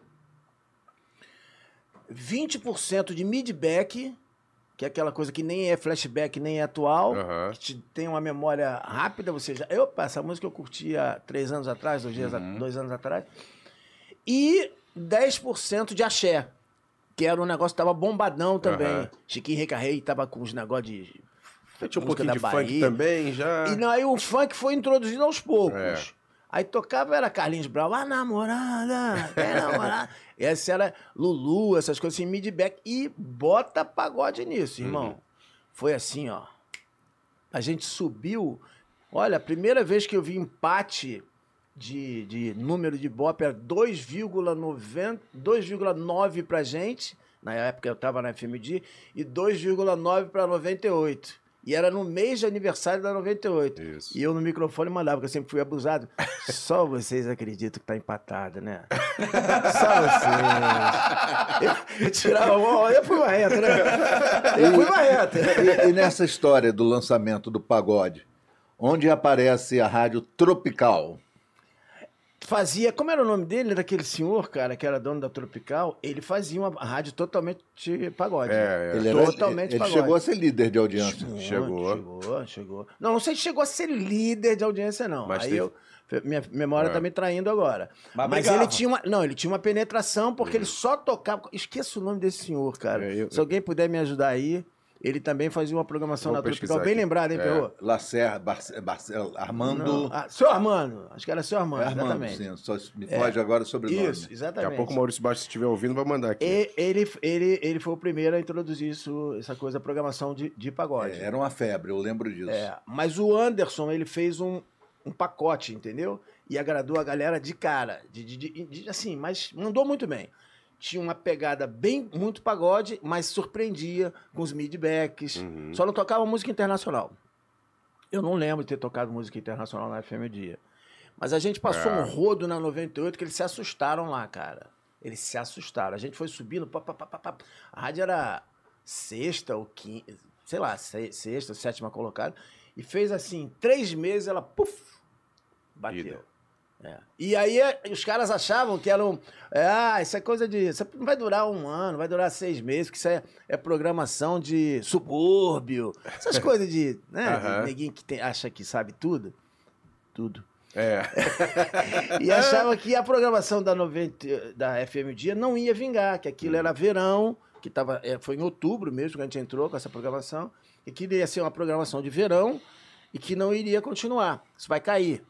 Speaker 3: vinte por cento de mid-back, que é aquela coisa que nem é flashback, nem é atual,
Speaker 2: Aham.
Speaker 3: que te tem uma memória rápida, você já... Opa, essa música eu curti há três anos atrás, dois, dias, a- dois anos atrás. E dez por cento de axé, que era um negócio que tava bombadão também.
Speaker 2: Aham.
Speaker 3: Chiquinho Recarrei tava com os negócios de...
Speaker 2: Tinha um
Speaker 3: música
Speaker 2: pouquinho
Speaker 3: da
Speaker 2: de funk
Speaker 3: Bahia.
Speaker 2: também, já.
Speaker 3: E não, aí o funk foi introduzido aos poucos.
Speaker 2: É.
Speaker 3: Aí tocava, era Carlinhos Brown, a namorada, quer namorar. Essa era Lulu, essas coisas assim, mid-back. E bota pagode nisso, irmão.
Speaker 2: Uhum.
Speaker 3: Foi assim, ó. A gente subiu. Olha, a primeira vez que eu vi empate de, de número de Ibope era dois vírgula nove pra gente. Na época eu tava na F M D. E dois vírgula nove para noventa e oito. E era no mês de aniversário da noventa e oito.
Speaker 2: Isso.
Speaker 3: E eu no microfone mandava, porque eu sempre fui abusado. Só vocês acreditam que tá empatado, né? Só vocês. Eu, eu tirava a mão, eu fui marrento, né? Eu fui marrento.
Speaker 4: E, e nessa história do lançamento do pagode, onde aparece a rádio Tropical?
Speaker 3: Fazia, como era o nome dele, daquele senhor, cara, que era dono da Tropical, ele fazia uma rádio totalmente pagode.
Speaker 2: É, é.
Speaker 4: Ele, era-
Speaker 3: Totalmente
Speaker 4: ele
Speaker 3: pagode.
Speaker 4: chegou a ser líder de audiência.
Speaker 2: Chegou.
Speaker 3: Chegou, chegou. Não, não sei se chegou a ser líder de audiência, não.
Speaker 2: Mas
Speaker 3: Aí
Speaker 2: teve-
Speaker 3: eu. Minha memória
Speaker 2: É.
Speaker 3: tá me traindo agora.
Speaker 1: Mas
Speaker 3: Mas,
Speaker 1: brigava.
Speaker 3: ele tinha uma. Não, ele tinha uma penetração, porque ele só tocava. Esqueço o nome desse senhor, cara.
Speaker 2: É, eu-
Speaker 3: Se alguém puder me ajudar aí, ele também fazia uma programação
Speaker 2: Vou
Speaker 3: na Tropical.
Speaker 2: pesquisar
Speaker 3: Bem
Speaker 2: aqui.
Speaker 3: lembrado, hein,
Speaker 2: É.
Speaker 3: Perrô?
Speaker 4: Lacer, Barce- Barce- Armando.
Speaker 3: Não, ah, seu Armando. Acho que era seu Armando,
Speaker 4: É Armando,
Speaker 3: exatamente.
Speaker 4: sim. Só me foge agora sobre o nome.
Speaker 3: Isso,
Speaker 2: Daqui
Speaker 3: exatamente.
Speaker 2: a pouco o Maurício Bastos, se estiver ouvindo, vai mandar aqui.
Speaker 3: E- ele, ele, ele foi o primeiro a introduzir isso, essa coisa, a programação de, de pagode.
Speaker 4: É, era uma febre, eu lembro disso.
Speaker 3: É, mas o Anderson, ele fez um, um pacote, entendeu? E agradou a galera de cara. De, de- de- de- assim, mas mandou muito bem. Tinha uma pegada bem, muito pagode, mas surpreendia com os mid-backs.
Speaker 2: Uhum.
Speaker 3: Só não tocava música internacional. Eu não lembro de ter tocado música internacional na F M Dia. Mas a gente passou
Speaker 2: É.
Speaker 3: um rodo na noventa e oito que eles se assustaram lá, cara. Eles se assustaram. A gente foi subindo, pá, pá, pá, pá, pá. A rádio era sexta ou quinta, sei lá, se- sexta, sétima colocada. E fez assim, três meses, ela, puf, bateu.
Speaker 2: Ida.
Speaker 3: É. E aí é, os caras achavam que eram. é, ah, isso é coisa de. Isso não vai durar um ano, vai durar seis meses, que isso é, é programação de subúrbio. Essas coisas de. Né?
Speaker 2: Aham.
Speaker 3: De neguinho que tem- acha que sabe tudo. Tudo.
Speaker 2: É.
Speaker 3: E achava que a programação da, noventa, da F M Dia não ia vingar, que aquilo era verão, que tava, é, foi em outubro mesmo que a gente entrou com essa programação, e que ia ser uma programação de verão e que não iria continuar. Isso vai cair.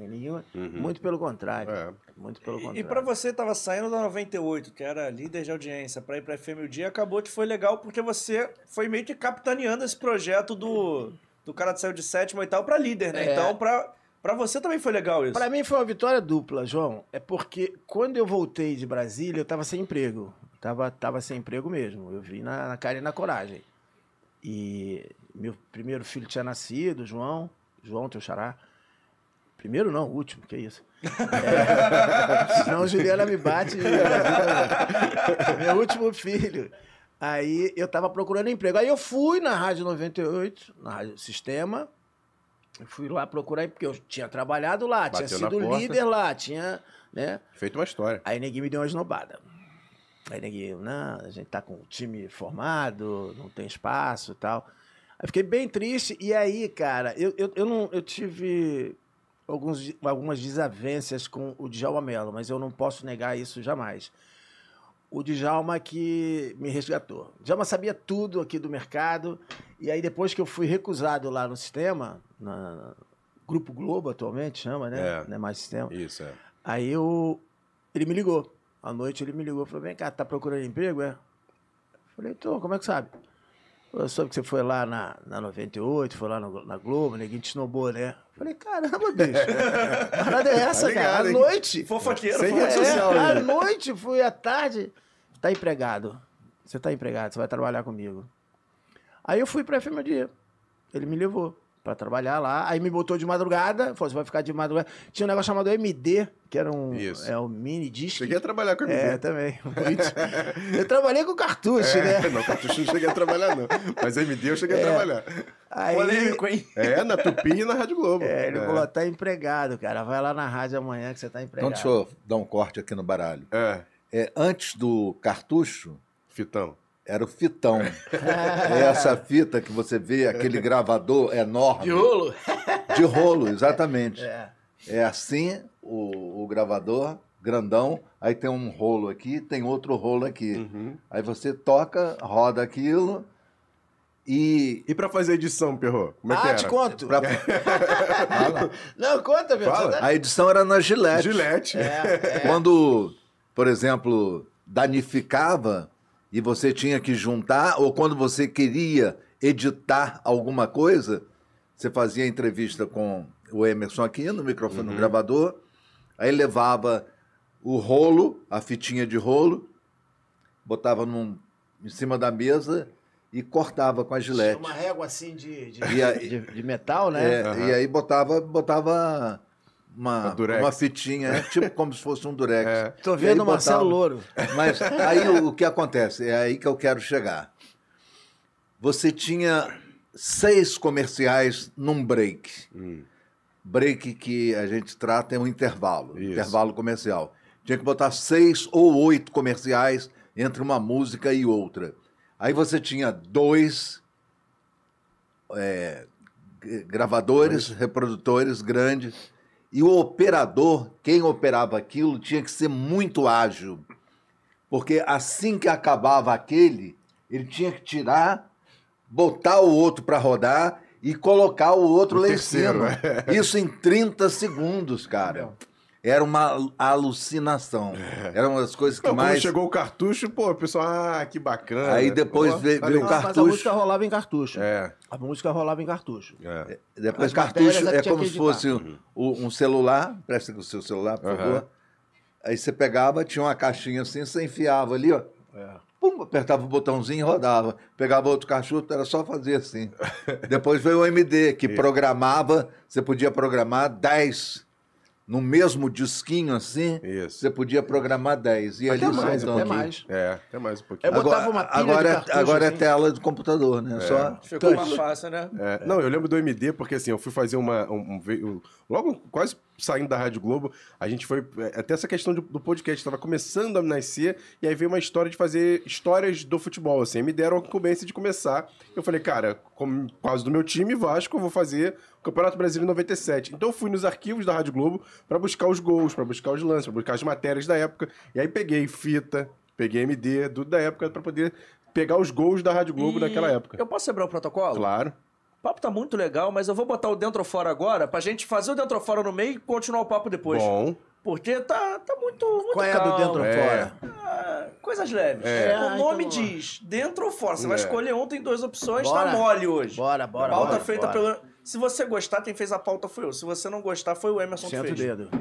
Speaker 3: Muito pelo contrário.
Speaker 2: É.
Speaker 3: Muito pelo
Speaker 1: E,
Speaker 3: contrário.
Speaker 1: e pra você tava saindo da noventa e oito, que era líder de audiência, pra ir pra F M Dia, acabou que foi legal porque você foi meio que capitaneando esse projeto do, do cara que saiu de sétima e tal pra líder, né?
Speaker 3: É.
Speaker 1: Então, pra, pra você também foi legal isso.
Speaker 3: Pra mim foi uma vitória dupla, João. É porque quando eu voltei de Brasília, eu tava sem emprego. Tava, tava sem emprego mesmo. Eu vim na, na cara e na coragem. E meu primeiro filho tinha nascido, João. João, teu xará. Primeiro não, último, que isso. É, senão Juliana me bate. Meu último filho. Aí eu tava procurando emprego. Aí eu fui na Rádio noventa e oito, na Rádio Sistema. Eu fui lá procurar, porque eu tinha trabalhado lá,
Speaker 2: Bateu
Speaker 3: tinha
Speaker 2: na
Speaker 3: sido
Speaker 2: porta.
Speaker 3: líder lá, tinha, né?
Speaker 2: Feito uma história.
Speaker 3: Aí neguinho me deu uma esnobada. Aí neguinho, não, a gente tá com o time formado, não tem espaço e tal. Aí fiquei bem triste. E aí, cara, eu, eu, eu, não, eu tive alguns, algumas desavenças com o Djalma Mello, mas eu não posso negar isso jamais. O Djalma que me resgatou. O Djalma sabia tudo aqui do mercado. E aí, depois que eu fui recusado lá no Sistema, na Grupo Globo atualmente chama, né?
Speaker 2: É.
Speaker 3: Não é mais Sistema.
Speaker 2: Isso, é.
Speaker 3: Aí eu, ele me ligou. À noite ele me ligou e falou, vem cá, tá procurando emprego, é? Eu falei, tô, como é que sabe? Eu soube que você foi lá na, na noventa e oito, foi lá no, na Globo, ninguém te snobou, né? Eu falei, caramba, bicho, que parada é essa,
Speaker 2: Tá
Speaker 3: cara? À
Speaker 2: ligado, hein?
Speaker 3: noite.
Speaker 1: Fofoqueiro,
Speaker 2: Sem
Speaker 1: fofoqueiro.
Speaker 2: rede social,
Speaker 3: É, à
Speaker 2: né?
Speaker 3: noite, fui à tarde. Tá empregado. Você tá empregado, você vai trabalhar comigo. Aí eu fui pra F M Dia. Ele me levou pra trabalhar lá. Aí me botou de madrugada. Falou, você vai ficar de madrugada. Tinha um negócio chamado M D, que era um,
Speaker 2: Isso.
Speaker 3: é, um mini disc.
Speaker 2: Cheguei a trabalhar com a
Speaker 3: É,
Speaker 2: M D.
Speaker 3: também. Muito. Eu trabalhei com cartucho,
Speaker 2: É,
Speaker 3: né?
Speaker 2: não, cartucho não cheguei a trabalhar, não. Mas M D eu cheguei
Speaker 3: É.
Speaker 2: a trabalhar.
Speaker 3: Aí,
Speaker 1: Polêmico, hein?
Speaker 2: É, na Tupi e na Rádio Globo.
Speaker 3: é, ele falou, tá empregado, cara. Vai lá na rádio amanhã que você tá empregado.
Speaker 4: Então, deixa eu dar um corte aqui no baralho.
Speaker 2: É,
Speaker 4: É, antes do cartucho,
Speaker 2: fitão.
Speaker 4: era o fitão. É essa fita que você vê, aquele gravador enorme.
Speaker 1: De rolo?
Speaker 4: De rolo, exatamente.
Speaker 3: É.
Speaker 4: É assim o, o gravador, grandão, aí tem um rolo aqui, tem outro rolo aqui.
Speaker 2: Uhum.
Speaker 4: Aí você toca, roda aquilo e...
Speaker 2: E pra fazer edição, Perrô? Como é que
Speaker 3: Ah,
Speaker 2: era?
Speaker 3: te conto.
Speaker 4: pra- Fala.
Speaker 3: Não, conta, meu.
Speaker 2: Fala.
Speaker 3: Você tá-
Speaker 4: A edição era na Gillette.
Speaker 2: Gillette.
Speaker 3: É,
Speaker 4: Quando, por exemplo, danificava e você tinha que juntar, ou quando você queria editar alguma coisa, você fazia entrevista com o Emerson aqui no microfone, no gravador, aí levava o rolo, a fitinha de rolo, botava num, em cima da mesa e cortava com a
Speaker 3: Tinha
Speaker 4: Gillette.
Speaker 3: uma régua assim de, de,
Speaker 4: E aí-
Speaker 3: de, de metal, né?
Speaker 4: É,
Speaker 2: Aham.
Speaker 4: E aí botava, botava uma,
Speaker 2: Uma durex.
Speaker 4: uma fitinha, é, tipo como se fosse um durex.
Speaker 2: É.
Speaker 3: Tô
Speaker 4: E aí
Speaker 3: vendo o
Speaker 4: botava-
Speaker 3: Marcelo Louro.
Speaker 4: Mas aí o, o que acontece? É aí que eu quero chegar. Você tinha seis comerciais num break.
Speaker 2: Hum.
Speaker 4: Break que a gente trata é um intervalo,
Speaker 2: Isso.
Speaker 4: intervalo comercial. Tinha que botar seis ou oito comerciais entre uma música e outra. Aí você tinha dois é, g- gravadores, reprodutores grandes, e o operador, quem operava aquilo, tinha que ser muito ágil. Porque assim que acabava aquele, ele tinha que tirar, botar o outro para rodar e colocar o outro
Speaker 2: O
Speaker 4: lá
Speaker 2: terceiro,
Speaker 4: em cima. Isso em trinta segundos, cara. Era uma alucinação. Era uma das coisas que
Speaker 2: Não, quando
Speaker 4: mais...
Speaker 2: chegou o cartucho, pô, o pessoal, ah, que bacana.
Speaker 4: Aí depois
Speaker 2: Pô,
Speaker 4: veio-
Speaker 2: tá
Speaker 4: veio o
Speaker 2: legal.
Speaker 3: Mas a
Speaker 4: cartucho.
Speaker 3: música rolava em cartucho.
Speaker 2: É,
Speaker 3: A música rolava em cartucho.
Speaker 2: é.
Speaker 4: Depois
Speaker 3: As
Speaker 4: cartucho
Speaker 3: matérias é que
Speaker 4: é
Speaker 3: tinha
Speaker 4: como
Speaker 3: que
Speaker 4: se fosse
Speaker 3: editar.
Speaker 4: um, um celular. Presta com o seu celular, por
Speaker 2: Aham.
Speaker 4: favor. Aí você pegava, tinha uma caixinha assim, você enfiava ali, ó. Pum, apertava o botãozinho e rodava. Pegava outro cachuto, era só fazer assim. Depois veio o M D, que programava, você podia programar dez no mesmo disquinho assim.
Speaker 2: Isso.
Speaker 4: Você podia programar dez. E
Speaker 3: Até
Speaker 4: ali
Speaker 3: mais,
Speaker 4: soltando.
Speaker 3: até mais.
Speaker 2: É, até mais um pouquinho.
Speaker 3: Eu botava uma pilha
Speaker 4: agora,
Speaker 3: de
Speaker 4: é-
Speaker 3: cartucho,
Speaker 4: agora
Speaker 3: assim.
Speaker 4: é tela do computador, né? Só
Speaker 1: Ficou
Speaker 3: Touch.
Speaker 1: mais fácil, né?
Speaker 2: É, não, eu lembro do M D porque assim, eu fui fazer uma. Um, um- um- logo quase saindo da Rádio Globo, a gente foi. é, Até essa questão de- do podcast estava começando a nascer, e aí veio uma história de fazer histórias do futebol. Assim, me deram a incumbência de começar. Eu falei, cara, como quase do meu time, Vasco, eu vou fazer o Campeonato Brasileiro noventa e sete. Então eu fui nos arquivos da Rádio Globo para buscar os gols, para buscar os lances, para buscar as matérias da época. E aí peguei fita, peguei M D, tudo da época, para poder pegar os gols da Rádio Globo
Speaker 1: E
Speaker 2: daquela época.
Speaker 1: Eu posso quebrar o protocolo?
Speaker 2: Claro.
Speaker 1: O papo tá muito legal, mas eu vou botar o dentro ou fora agora pra gente fazer o dentro ou fora no meio e continuar o papo depois.
Speaker 2: Bom.
Speaker 1: Porque tá, tá muito, muito
Speaker 3: Qual é a
Speaker 1: calmo.
Speaker 3: do dentro ou
Speaker 2: É.
Speaker 3: fora?
Speaker 1: Ah, coisas leves.
Speaker 3: É.
Speaker 1: O
Speaker 3: Ah,
Speaker 1: nome
Speaker 3: então vamos lá.
Speaker 1: diz dentro ou fora. Você vai
Speaker 2: É.
Speaker 1: escolher um, tem duas opções,
Speaker 3: Bora.
Speaker 1: tá mole hoje.
Speaker 3: Bora, bora,
Speaker 1: Pauta
Speaker 3: bora,
Speaker 1: feita
Speaker 3: bora.
Speaker 1: pelo... Se você gostar, quem fez a pauta foi eu. Se você não gostar, foi o Emerson
Speaker 3: Senta o
Speaker 1: que fez.
Speaker 3: dedo.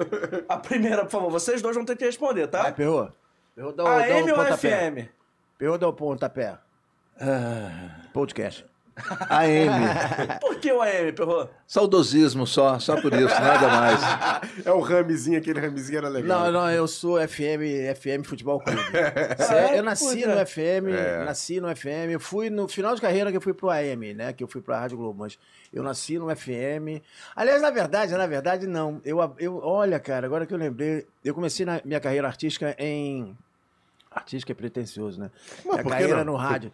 Speaker 1: A primeira, por favor. Vocês dois vão ter que responder, tá?
Speaker 3: Vai, Perrô. Perrô dá o,
Speaker 1: A
Speaker 3: dá o
Speaker 1: M ou a F
Speaker 3: pontapé.
Speaker 1: M?
Speaker 3: Perrô dá o pontapé. Podcast.
Speaker 4: A M.
Speaker 1: Por que o A M, Perro?
Speaker 4: Saudosismo só, só por isso, nada mais.
Speaker 2: É o ramezinho, aquele ramezinho era legal.
Speaker 3: Não, não, eu sou F M, F M Futebol Clube. Cê- eu nasci
Speaker 1: puta.
Speaker 3: no F M,
Speaker 2: É.
Speaker 3: nasci no F M, eu fui no final de carreira que eu fui pro A M, né? Que eu fui pra Rádio Globo, mas eu nasci no F M. Aliás, na verdade, na verdade, não. Eu, eu, olha, cara, agora que eu lembrei, eu comecei na minha carreira artística em... Artística é pretencioso, né? Minha
Speaker 2: por que
Speaker 3: carreira
Speaker 2: não?
Speaker 3: no rádio.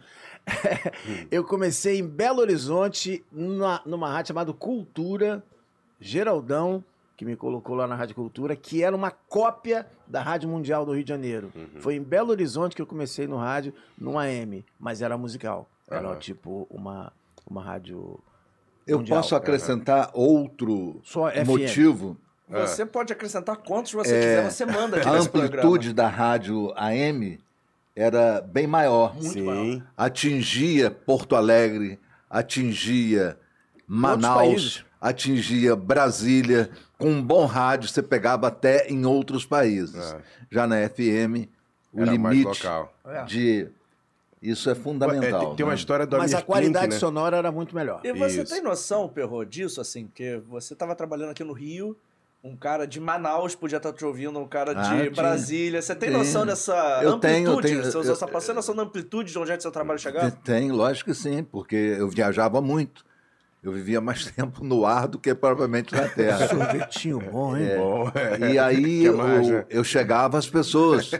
Speaker 3: Eu comecei em Belo Horizonte, numa, numa rádio chamada Cultura, Geraldão, que me colocou lá na Rádio Cultura, que era uma cópia da Rádio Mundial do Rio de Janeiro. Foi em Belo Horizonte que eu comecei no rádio, no A M, mas era musical. Era
Speaker 2: Aham.
Speaker 3: tipo uma, uma rádio
Speaker 4: Eu
Speaker 3: mundial.
Speaker 4: posso acrescentar outro
Speaker 3: Só F M.
Speaker 4: motivo.
Speaker 1: Você pode acrescentar quantos você quiser, você manda aqui
Speaker 4: A
Speaker 1: nesse
Speaker 4: amplitude da rádio A M era bem maior.
Speaker 2: Sim.
Speaker 4: Atingia Porto Alegre, atingia Manaus,
Speaker 3: países.
Speaker 4: atingia Brasília. Com um bom rádio, você pegava até em outros países.
Speaker 2: É.
Speaker 4: Já na F M, o
Speaker 2: Era mais
Speaker 4: limite
Speaker 2: local.
Speaker 3: É.
Speaker 4: de... Isso é
Speaker 2: É,
Speaker 4: fundamental.
Speaker 2: tem, tem uma
Speaker 4: né?
Speaker 2: história do
Speaker 3: Mas
Speaker 2: Amir
Speaker 3: a qualidade
Speaker 2: Klink, né?
Speaker 3: sonora era muito melhor.
Speaker 1: E você
Speaker 2: Isso.
Speaker 1: tem noção, Perro, disso, assim? Porque você estava trabalhando aqui no Rio, um cara de Manaus podia estar te ouvindo, um cara
Speaker 4: Ah,
Speaker 1: de
Speaker 4: tinha.
Speaker 1: Brasília. Você tem
Speaker 4: Tenho.
Speaker 1: noção dessa
Speaker 4: Eu
Speaker 1: amplitude?
Speaker 4: tenho, eu tenho,
Speaker 1: Você,
Speaker 4: eu-
Speaker 1: você passou noção da amplitude de onde é que seu trabalho chegava?
Speaker 4: Tem, lógico que sim, porque eu viajava muito. Eu vivia mais tempo no ar do que propriamente na terra.
Speaker 3: Sorvetinho bom, hein?
Speaker 2: Bom, é.
Speaker 4: E aí
Speaker 2: Que mais,
Speaker 4: eu,
Speaker 2: né?
Speaker 4: eu chegava, as pessoas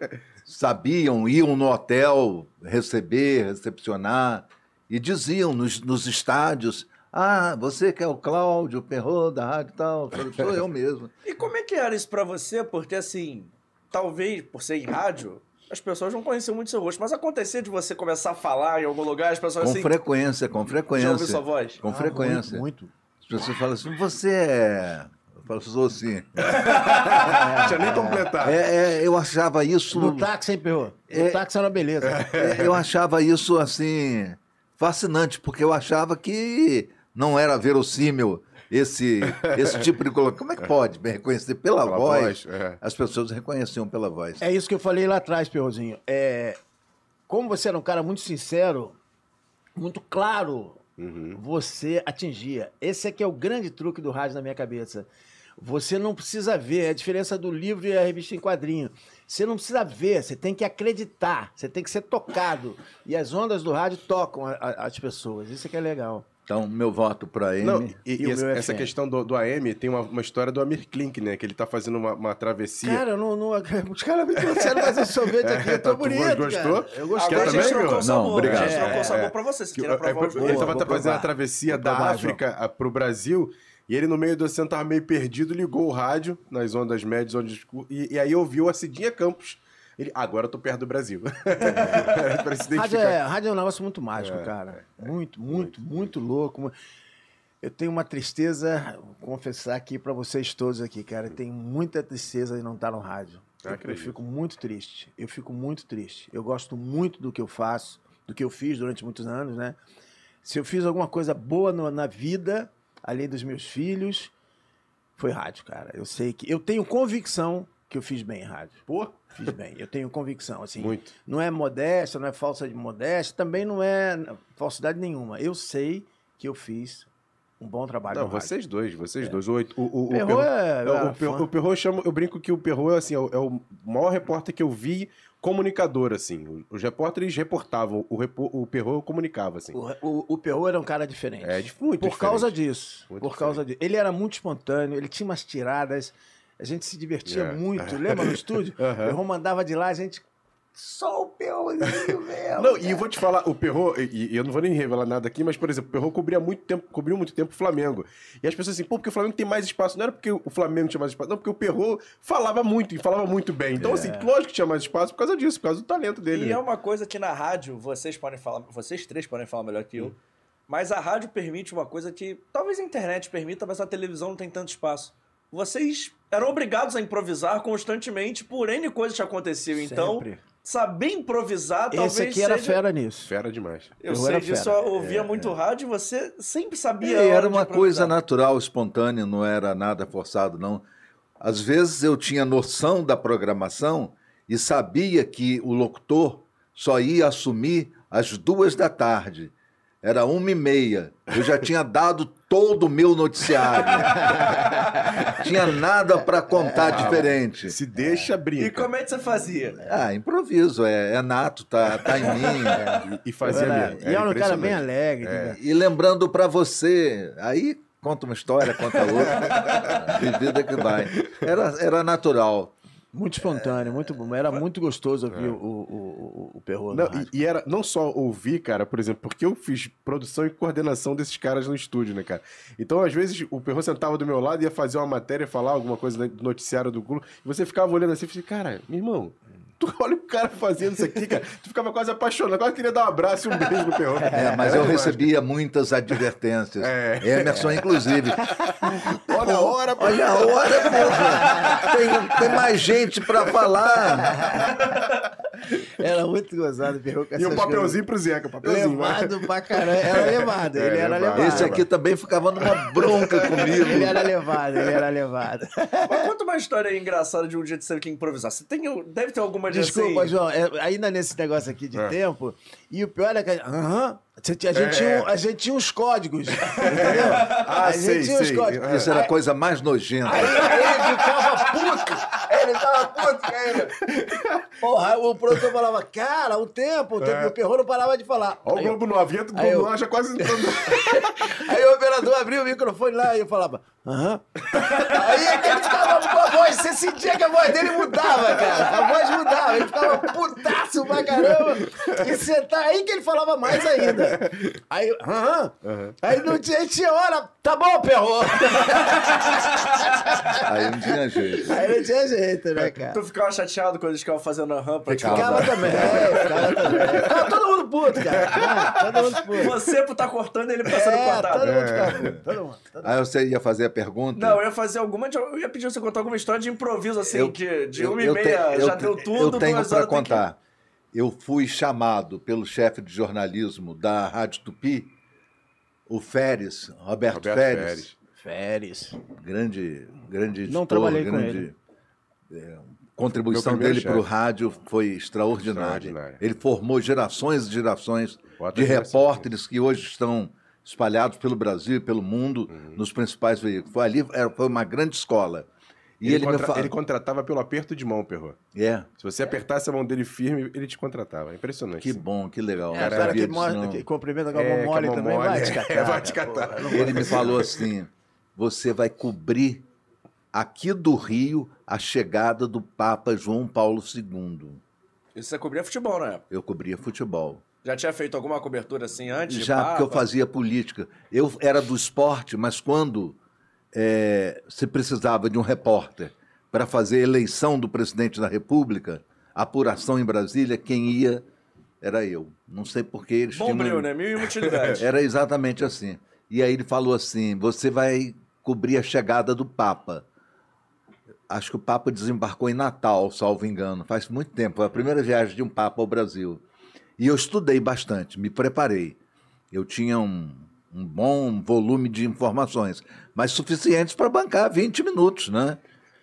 Speaker 4: sabiam, iam no hotel receber, recepcionar, e diziam nos, nos estádios, ah, você que é o Cláudio Perro da rádio e tal. Eu falei, sou eu mesmo.
Speaker 1: E como é que era isso pra você? Porque, assim, talvez, por ser em rádio, as pessoas não conheciam muito seu rosto, mas acontecia de você começar a falar em algum lugar, as pessoas
Speaker 4: Com
Speaker 1: assim...
Speaker 4: frequência, com frequência.
Speaker 1: Já ouviu sua voz?
Speaker 4: Com
Speaker 3: Ah,
Speaker 4: frequência.
Speaker 3: Muito, muito.
Speaker 4: As pessoas falam assim, você é... Eu falo, sou assim.
Speaker 2: Deixa eu nem completar.
Speaker 4: É, é, eu achava isso...
Speaker 3: No táxi, hein, Perro? No
Speaker 4: É-
Speaker 3: táxi era uma beleza.
Speaker 4: É, eu achava isso, assim, fascinante, porque eu achava que não era verossímil esse, esse tipo de colocação. Como é que pode me reconhecer pela,
Speaker 2: Pela
Speaker 4: voz?
Speaker 2: voz, é.
Speaker 4: As pessoas reconheciam pela voz.
Speaker 3: É isso que eu falei lá atrás, Perrozinho. É, como você era um cara muito sincero, muito claro, você atingia. Esse aqui é o grande truque do rádio na minha cabeça. Você não precisa ver, é a diferença do livro e a revista em quadrinho. Você não precisa ver, você tem que acreditar, você tem que ser tocado. E as ondas do rádio tocam a- a- as pessoas. Isso é que é legal.
Speaker 4: Então, meu voto para M.
Speaker 2: Não, e,
Speaker 3: E
Speaker 2: e
Speaker 3: o
Speaker 2: essa,
Speaker 3: meu
Speaker 2: essa
Speaker 3: F M?
Speaker 2: questão do, do A M tem uma, uma história do Amir Klink, né? Que ele tá fazendo uma, uma travessia.
Speaker 3: Cara, eu não, não, os caras me trouxeram mais um sorvete aqui, eu tô
Speaker 2: tá, tu
Speaker 3: bonito,
Speaker 2: gostou?
Speaker 3: cara. Eu gostei.
Speaker 1: Agora a
Speaker 2: também,
Speaker 1: gente trocou
Speaker 2: meu?
Speaker 1: o sabor.
Speaker 4: Não, obrigado.
Speaker 1: A gente trocou o
Speaker 2: É,
Speaker 1: sabor
Speaker 2: é.
Speaker 1: pra você. Se
Speaker 2: Que,
Speaker 1: queira
Speaker 2: é,
Speaker 1: provar os
Speaker 2: ele
Speaker 1: dois.
Speaker 2: tava
Speaker 3: vou
Speaker 2: fazendo a
Speaker 3: provar.
Speaker 2: travessia
Speaker 3: Vou
Speaker 2: da
Speaker 3: provar,
Speaker 2: África a- pro Brasil e ele, no meio do oceano, tava meio perdido, ligou o rádio nas ondas médias, ondas escuras, e, e aí ouviu a Cidinha Campos. Ele, agora eu tô perto do Brasil. Pra se
Speaker 3: Rádio
Speaker 2: identificar.
Speaker 3: é, rádio é um negócio muito mágico, cara. Muito, muito, muito louco. Eu tenho uma tristeza, vou confessar aqui pra vocês todos aqui, cara. Tem muita tristeza de não estar no rádio. Eu, eu
Speaker 2: Acredito.
Speaker 3: fico muito triste. Eu fico muito triste. Eu gosto muito do que eu faço, do que eu fiz durante muitos anos, né? Se eu fiz alguma coisa boa no- na vida, além dos meus filhos, foi rádio, cara. Eu sei que. Eu tenho convicção que eu fiz bem em rádio.
Speaker 2: Pô,
Speaker 3: Fiz bem, eu tenho convicção, assim.
Speaker 2: Muito.
Speaker 3: Não é modéstia, não é falsa de modéstia, também não é falsidade nenhuma. Eu sei que eu fiz um bom trabalho
Speaker 2: não,
Speaker 3: no rádio.
Speaker 2: vocês dois, vocês dois. O, o, o, o
Speaker 3: Perro
Speaker 2: Perro-
Speaker 3: é-
Speaker 2: o-
Speaker 3: é
Speaker 2: o, Perro-
Speaker 3: fã.
Speaker 2: o Perro chama, eu brinco que o Perro é, assim, é o, é o maior repórter que eu vi comunicador, assim. Os repórteres reportavam, o, repo, o Perro comunicava, assim.
Speaker 3: O, o, o Perro era um cara diferente.
Speaker 2: É, de- muito
Speaker 3: Por
Speaker 2: diferente.
Speaker 3: causa disso.
Speaker 2: Muito
Speaker 3: por causa disso. Ele era muito espontâneo, ele tinha umas tiradas, a gente se divertia
Speaker 2: É.
Speaker 3: muito. Lembra no estúdio?
Speaker 2: Aham.
Speaker 3: O Perro mandava de lá, a gente. Só o Perrozinho mesmo.
Speaker 2: Não, e eu vou te falar, o Perro, e, e eu não vou nem revelar nada aqui, mas, por exemplo, o Perro cobria muito tempo, cobriu muito tempo o Flamengo. E as pessoas assim, pô, porque o Flamengo tem mais espaço. Não era porque o Flamengo tinha mais espaço, não, porque o Perro falava muito e falava muito bem. Então, assim, lógico que tinha mais espaço por causa disso, por causa do talento dele.
Speaker 1: E
Speaker 2: né?
Speaker 1: é uma coisa que na rádio, vocês podem falar, vocês três podem falar melhor que eu, mas a rádio permite uma coisa que talvez a internet permita, mas a televisão não tem tanto espaço. Vocês eram obrigados a improvisar constantemente por N coisas que aconteciam. Então,
Speaker 3: Sempre.
Speaker 1: saber improvisar talvez
Speaker 3: Esse aqui era
Speaker 1: seja...
Speaker 3: fera nisso.
Speaker 2: Fera demais.
Speaker 1: Eu
Speaker 3: Eu
Speaker 1: sei
Speaker 3: era
Speaker 1: disso,
Speaker 3: fera.
Speaker 1: eu ouvia muito rádio e você sempre sabia.
Speaker 4: E
Speaker 1: a hora
Speaker 4: era
Speaker 1: de
Speaker 4: uma
Speaker 1: improvisar.
Speaker 4: coisa natural, espontânea, não era nada forçado, não. Às vezes eu tinha noção da programação e sabia que o locutor só ia assumir às duas da tarde. Era uma e meia. Eu já tinha dado todo o meu noticiário. Tinha nada para contar diferente.
Speaker 2: Se deixa, brinca.
Speaker 1: E como é que você fazia?
Speaker 4: Ah, improviso, é, é nato, tá, tá em mim.
Speaker 2: É, e, e fazia
Speaker 3: Era-
Speaker 2: mesmo.
Speaker 3: E era um cara bem alegre.
Speaker 2: É.
Speaker 3: né?
Speaker 4: E lembrando para você, aí conta uma história, conta outra, de vida que vai. Era, era natural.
Speaker 3: Muito espontâneo, muito bom. Era muito gostoso ouvir o, o, o, o Perrot.
Speaker 2: Não,
Speaker 3: no rádio.
Speaker 2: e, e era não só ouvir, cara, por exemplo, porque eu fiz produção e coordenação desses caras no estúdio, né, cara? Então, às vezes, o Perrot sentava do meu lado e ia fazer uma matéria, falar alguma coisa do noticiário do Globo, e você ficava olhando assim e falei, cara, meu irmão, tu olha o cara fazendo isso aqui, cara, tu ficava quase apaixonado, quase queria dar um abraço e um beijo no Perrot.
Speaker 4: É, mas
Speaker 2: Era
Speaker 4: eu
Speaker 2: demais.
Speaker 4: recebia muitas advertências.
Speaker 2: É.
Speaker 4: Emerson, inclusive.
Speaker 2: Olha a hora, pô.
Speaker 4: Olha a hora, pô. Tem, tem mais gente para falar.
Speaker 3: Era muito gozado o Perrot com
Speaker 2: E um
Speaker 3: essas
Speaker 2: papelzinho pro Zeca,
Speaker 3: coisas.
Speaker 2: papelzinho. né?
Speaker 3: Levado pra caramba. Era levado, ele
Speaker 2: É,
Speaker 3: era
Speaker 2: levado.
Speaker 3: levado.
Speaker 4: Esse aqui também ficava numa bronca comigo.
Speaker 3: Ele era levado, ele era levado.
Speaker 1: Mas conta uma história aí engraçada de um dia que você teve que improvisar. Você tem, deve ter alguma de
Speaker 3: Desculpa,
Speaker 1: assim...
Speaker 3: João, é, ainda nesse negócio aqui de
Speaker 2: É.
Speaker 3: tempo, e o pior é que. Aham. Você tinha- a, gente
Speaker 2: É.
Speaker 3: tinha, um- a gente tinha uns códigos, entendeu?
Speaker 2: Ah,
Speaker 3: a gente
Speaker 2: sei,
Speaker 3: tinha uns
Speaker 2: sei.
Speaker 3: códigos.
Speaker 2: É.
Speaker 4: Isso era a coisa mais nojenta.
Speaker 3: Aí, aí ele ficava puto. Ele ficava puto, cara. Porra, o produtor falava, cara, o tempo, o tempo,
Speaker 2: É.
Speaker 3: o Perrot não parava de falar.
Speaker 2: Olha o
Speaker 3: Aí, eu-
Speaker 2: Globo nove, entra o
Speaker 3: aí
Speaker 2: Globo
Speaker 3: eu-
Speaker 2: nove, já quase entrando.
Speaker 3: aí o operador abria o microfone lá e eu falava, aham. Aí ele ficava com a voz, você sentia que a voz dele mudava, cara. A voz mudava, ele ficava putaço pra caramba. E sentar, aí que ele falava mais ainda. Aí, aham. Aí não tinha, tinha hora, tá bom, Perrot.
Speaker 4: Aí não tinha jeito.
Speaker 3: Aí não tinha jeito, né, cara?
Speaker 1: Tu ficava chateado quando eles ficavam fazendo a rampa? Tipo,
Speaker 3: Ficava também, é, ficava também. Ficava todo mundo puto, cara. Ah, todo mundo puto.
Speaker 1: você por estar cortando e ele passando
Speaker 3: É,
Speaker 1: cortado.
Speaker 3: todo mundo ficava puto. Todo mundo. Todo mundo.
Speaker 4: Aí você ia fazer a pergunta?
Speaker 1: Não, eu ia fazer alguma. de- Eu ia pedir você contar alguma história de improviso, assim,
Speaker 4: Eu-
Speaker 1: que de
Speaker 4: eu-
Speaker 1: uma e
Speaker 4: eu
Speaker 1: meia
Speaker 4: te-
Speaker 1: já
Speaker 4: eu,
Speaker 1: deu
Speaker 4: te-
Speaker 1: tudo.
Speaker 4: Eu tenho
Speaker 1: duas
Speaker 4: para
Speaker 1: horas tem que-
Speaker 4: contar. Eu fui chamado pelo chefe de jornalismo da Rádio Tupi, o Férez, Roberto,
Speaker 2: Roberto
Speaker 4: Férez,
Speaker 2: Férez.
Speaker 3: Férias.
Speaker 4: grande, grande editor,
Speaker 3: Não trabalhei com
Speaker 4: grande, é, contribuição
Speaker 2: Meu primeiro
Speaker 4: dele para o
Speaker 2: chefe.
Speaker 4: rádio foi extraordinária.
Speaker 2: Extraordinária.
Speaker 4: Ele formou gerações e gerações
Speaker 2: Bota
Speaker 4: de
Speaker 2: geração.
Speaker 4: repórteres que hoje estão espalhados pelo Brasil e pelo mundo
Speaker 2: Uhum.
Speaker 4: nos principais veículos. Foi ali, era- foi uma grande escola. E
Speaker 2: ele,
Speaker 4: ele, me
Speaker 2: contra-
Speaker 4: fala,
Speaker 2: ele contratava pelo aperto de mão, Perrot.
Speaker 4: é,
Speaker 2: Se você apertasse a mão dele firme, ele te contratava. É impressionante.
Speaker 4: que bom, que legal.
Speaker 3: É,
Speaker 4: Não
Speaker 3: o cara
Speaker 4: sabia
Speaker 3: que,
Speaker 4: disso,
Speaker 3: mostra,
Speaker 4: não.
Speaker 3: que cumprimenta com a
Speaker 2: É,
Speaker 3: mão
Speaker 2: com a
Speaker 3: mole
Speaker 2: mão
Speaker 3: também
Speaker 2: mole.
Speaker 3: vai te catar.
Speaker 2: É, vai te
Speaker 3: cara,
Speaker 2: catar.
Speaker 3: porra, não
Speaker 4: Ele me falou assim: você vai cobrir aqui do Rio a chegada do Papa João Paulo segundo.
Speaker 1: Isso você cobria futebol, né?
Speaker 4: Eu cobria futebol.
Speaker 1: Já tinha feito alguma cobertura assim antes? de
Speaker 4: Já porque eu
Speaker 1: Papa?
Speaker 4: fazia política. Eu era do esporte, mas quando é, se precisava de um repórter para fazer eleição do presidente da República, apuração em Brasília, quem ia era eu. Não sei por que eles
Speaker 1: Bom
Speaker 4: tinham...
Speaker 1: bril, né? Mil e uma utilidade.
Speaker 4: Era exatamente assim. E aí ele falou assim: você vai cobrir a chegada do Papa. Acho que o Papa desembarcou em Natal, salvo engano. Faz muito tempo. Foi a primeira viagem de um Papa ao Brasil. E eu estudei bastante, me preparei. Eu tinha um, um bom volume de informações, mas suficientes para bancar vinte minutos, né?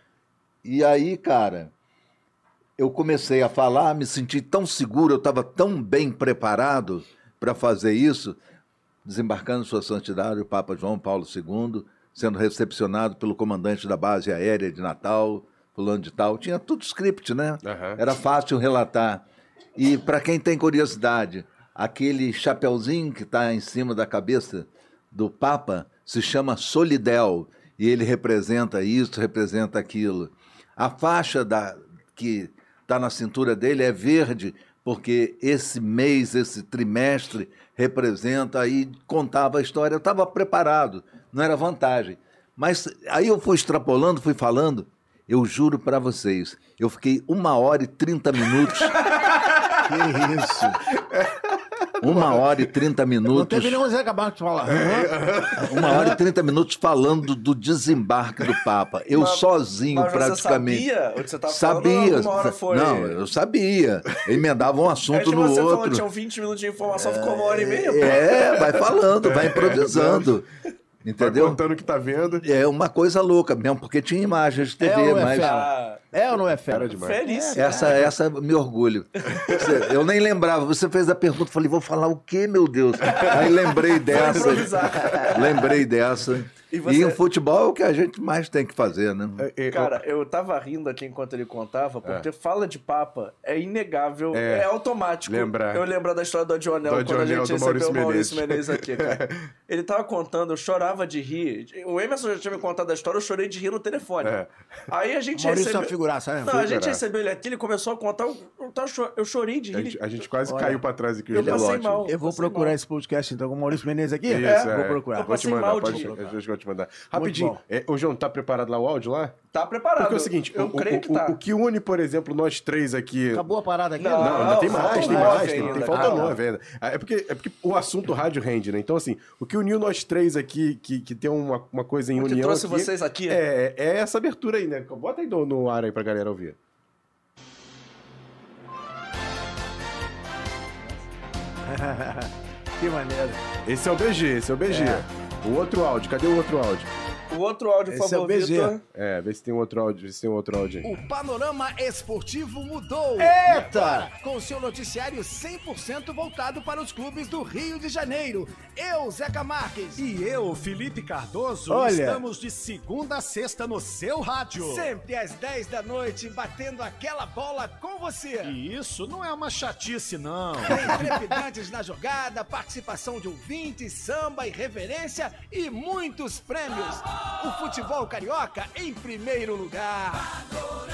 Speaker 4: E aí, cara, eu comecei a falar, me senti tão seguro, eu estava tão bem preparado para fazer isso, desembarcando Sua Santidade, o Papa João Paulo segundo, sendo recepcionado pelo comandante da base aérea de Natal, fulano de tal. Tinha tudo script, né?
Speaker 2: Aham.
Speaker 4: Era fácil relatar. E para quem tem curiosidade, aquele chapeuzinho que está em cima da cabeça do Papa se chama Solidel, e ele representa isso, representa aquilo. A faixa da, que está na cintura dele é verde, porque esse mês, esse trimestre, representa, aí contava a história. Eu estava preparado, não era vantagem. Mas aí eu fui extrapolando, fui falando, eu juro para vocês, eu fiquei uma hora e trinta minutos...
Speaker 3: Que isso?
Speaker 4: Uma hora e trinta
Speaker 3: Não
Speaker 4: minutos.
Speaker 3: teve nenhum Zé Camargo de falar.
Speaker 4: Uma hora e trinta minutos falando do desembarque do Papa. Eu
Speaker 1: Mas-
Speaker 4: sozinho,
Speaker 1: mas
Speaker 4: praticamente.
Speaker 1: Você sabia o que você estava falando?
Speaker 4: Sabia.
Speaker 1: Ou uma hora foi...
Speaker 4: Não, eu sabia. Emendava um
Speaker 1: É
Speaker 4: assunto
Speaker 1: que
Speaker 4: no
Speaker 1: você
Speaker 4: outro.
Speaker 1: falou, tinham vinte minutos de informação, ficou uma hora e meia. pô.
Speaker 4: É, vai falando, vai improvisando. Entendeu?
Speaker 2: Vai contando o que tá vendo.
Speaker 4: É uma coisa louca mesmo, porque tinha imagens de T V,
Speaker 3: É ou não é
Speaker 4: mas...
Speaker 3: fera? É ou não é fera?
Speaker 2: Cara demais.
Speaker 1: Feliz.
Speaker 4: Essa, essa me orgulho. Você- Eu nem lembrava. Você fez a pergunta, falei, vou falar o quê, meu Deus? Aí lembrei dessa.
Speaker 1: improvisar.
Speaker 4: Lembrei dessa.
Speaker 1: E
Speaker 4: E,
Speaker 1: você-
Speaker 4: o futebol é o que a gente mais tem que fazer, né?
Speaker 2: É, é,
Speaker 1: Cara, eu tava rindo aqui enquanto ele contava, porque fala de Papa é inegável, é,
Speaker 2: É.
Speaker 1: automático.
Speaker 2: Lembrar.
Speaker 1: Eu lembro da história do Adionel,
Speaker 2: Do
Speaker 1: quando a
Speaker 2: Adionel,
Speaker 1: gente
Speaker 2: do
Speaker 1: recebeu o
Speaker 2: Maurício
Speaker 1: Maurício Menezes aqui, cara. Ele tava contando, eu chorava de rir. O Emerson já tinha me contado a história, eu chorei de rir no telefone.
Speaker 2: É.
Speaker 1: Aí a gente
Speaker 3: Maurício é
Speaker 1: recebeu...
Speaker 3: uma figuraça, né?
Speaker 1: Não, a gente
Speaker 2: Figuraça.
Speaker 1: recebeu ele aqui, ele começou a contar, eu, eu, tava cho- eu chorei de
Speaker 2: a,
Speaker 1: rir.
Speaker 2: gente, a gente quase
Speaker 3: Olha,
Speaker 2: caiu pra trás aqui.
Speaker 1: eu
Speaker 2: Ele é
Speaker 1: passei
Speaker 2: ótimo.
Speaker 1: mal.
Speaker 3: Eu vou
Speaker 1: Passei
Speaker 3: procurar
Speaker 1: mal.
Speaker 3: esse podcast então com o Maurício Menezes aqui?
Speaker 2: Isso,
Speaker 1: É,
Speaker 3: Vou
Speaker 2: é.
Speaker 3: procurar.
Speaker 1: Eu
Speaker 2: Vou te
Speaker 1: passei
Speaker 2: mandar,
Speaker 1: mal de
Speaker 2: pode,
Speaker 1: rir.
Speaker 2: eu vou te mandar. Rapidinho,
Speaker 3: bom.
Speaker 2: é, ô João, tá preparado lá o áudio lá?
Speaker 1: Tá preparado.
Speaker 2: Porque é o seguinte,
Speaker 1: eu
Speaker 2: o,
Speaker 1: creio
Speaker 2: o-
Speaker 1: que tá.
Speaker 2: o, o que une, por exemplo, nós três aqui...
Speaker 3: Acabou a parada aqui?
Speaker 1: Não,
Speaker 2: Não, ainda tem
Speaker 1: falta
Speaker 2: mais, tem
Speaker 1: nove
Speaker 2: mais, tem,
Speaker 1: ainda,
Speaker 2: tem falta
Speaker 1: calma.
Speaker 2: nove ainda. É porque, é porque o assunto rádio rende, né? Então, assim, o que uniu nós três aqui, que, que tem uma, uma coisa em
Speaker 1: O que
Speaker 2: união
Speaker 1: trouxe
Speaker 2: aqui,
Speaker 1: vocês aqui?
Speaker 2: É, é essa abertura aí, né? Bota aí no, no ar aí pra galera ouvir.
Speaker 3: Que maneiro.
Speaker 2: Esse é o B G, esse é o B G.
Speaker 3: É.
Speaker 2: O outro áudio, cadê o outro áudio?
Speaker 1: O outro áudio, por
Speaker 3: Esse é o
Speaker 1: favor,
Speaker 3: B G.
Speaker 1: Vitor.
Speaker 2: É, vê se tem um outro áudio, vê se tem um outro áudio aí.
Speaker 5: O panorama esportivo mudou.
Speaker 3: Eita!
Speaker 5: Com seu noticiário cem por cento voltado para os clubes do Rio de Janeiro. Eu, Zeca Marques.
Speaker 6: E eu, Felipe Cardoso,
Speaker 3: Olha.
Speaker 6: estamos de segunda a sexta no seu rádio.
Speaker 5: Sempre às dez da noite, batendo aquela bola com você.
Speaker 6: E isso não é uma chatice, não.
Speaker 5: Tem trepidantes na jogada, participação de ouvintes, samba, irreverência e muitos prêmios. O futebol carioca em primeiro lugar.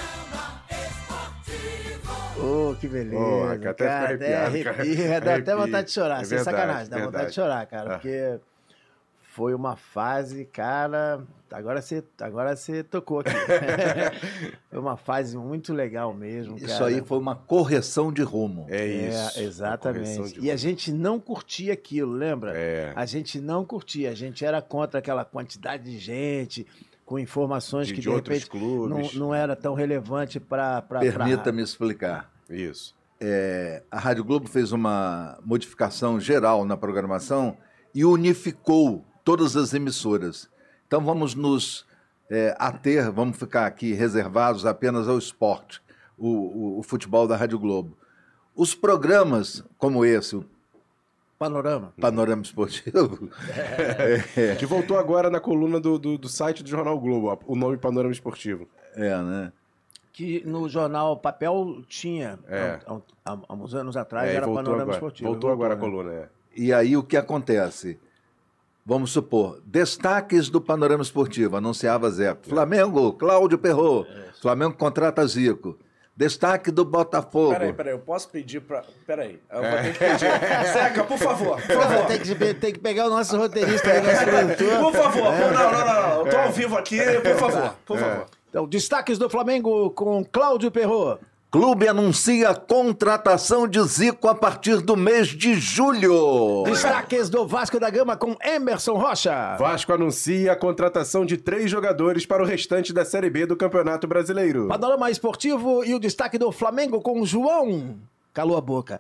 Speaker 3: Ô, que beleza.
Speaker 2: Porra, cara, até fico
Speaker 3: cara,
Speaker 2: arrepiado, cara.
Speaker 3: arrepia, dá até
Speaker 2: Arrepia.
Speaker 3: vontade de chorar,
Speaker 2: É
Speaker 3: sem
Speaker 2: verdade,
Speaker 3: sacanagem, dá vontade
Speaker 2: verdade.
Speaker 3: de chorar, cara,
Speaker 2: Ah.
Speaker 3: porque foi uma fase, cara, agora você, agora você tocou aqui. Foi uma fase muito legal mesmo,
Speaker 4: Isso
Speaker 3: cara.
Speaker 4: aí foi uma correção de rumo.
Speaker 2: É isso.
Speaker 3: É,
Speaker 2: Uma
Speaker 3: exatamente.
Speaker 2: correção de
Speaker 3: E a
Speaker 2: voz.
Speaker 3: gente não curtia aquilo, lembra?
Speaker 2: É.
Speaker 3: A gente não curtia, a gente era contra aquela quantidade de gente, com informações
Speaker 2: De-
Speaker 3: que
Speaker 2: de
Speaker 3: de,
Speaker 2: outros
Speaker 3: repente
Speaker 2: clubes.
Speaker 3: não, não era tão relevante para...
Speaker 4: Permita-me explicar.
Speaker 2: Isso.
Speaker 4: É, a Rádio Globo fez uma modificação geral na programação e unificou todas as emissoras. Então vamos nos é, ater, vamos ficar aqui reservados apenas ao esporte, o, o- o futebol da Rádio Globo. Os programas como esse, o
Speaker 3: Panorama.
Speaker 4: Panorama Esportivo,
Speaker 2: É. Que voltou agora na coluna do, do, do site do Jornal Globo, ó, o nome Panorama Esportivo.
Speaker 4: é, né?
Speaker 3: Que no jornal Papel tinha,
Speaker 2: É.
Speaker 3: há, há- há uns anos atrás,
Speaker 2: É, e
Speaker 3: era
Speaker 2: voltou
Speaker 3: Panorama
Speaker 2: agora.
Speaker 3: Esportivo.
Speaker 2: Voltou agora a
Speaker 3: né?
Speaker 2: coluna, é.
Speaker 4: E aí o que acontece? Vamos supor, destaques do Panorama Esportivo, anunciava Zé. Flamengo, Cláudio Perrot. Flamengo contrata Zico. Destaque do Botafogo.
Speaker 1: Peraí, peraí, eu posso pedir pra... Peraí, eu vou ter que pedir. Zeca, por favor, por favor.
Speaker 3: Tem que, tem que pegar o nosso roteirista aí, nosso produtor.
Speaker 1: Por favor, não, não, não, não. Eu tô ao vivo aqui, por favor, por favor.
Speaker 3: Então, destaques do Flamengo com Cláudio Perrot.
Speaker 4: Clube anuncia contratação de Zico a partir do mês de julho.
Speaker 3: Destaques do Vasco da Gama com Emerson Rocha.
Speaker 2: Vasco anuncia a contratação de três jogadores para o restante da Série B do Campeonato Brasileiro.
Speaker 3: Panorama Esportivo e o destaque do Flamengo com João. Calou a boca.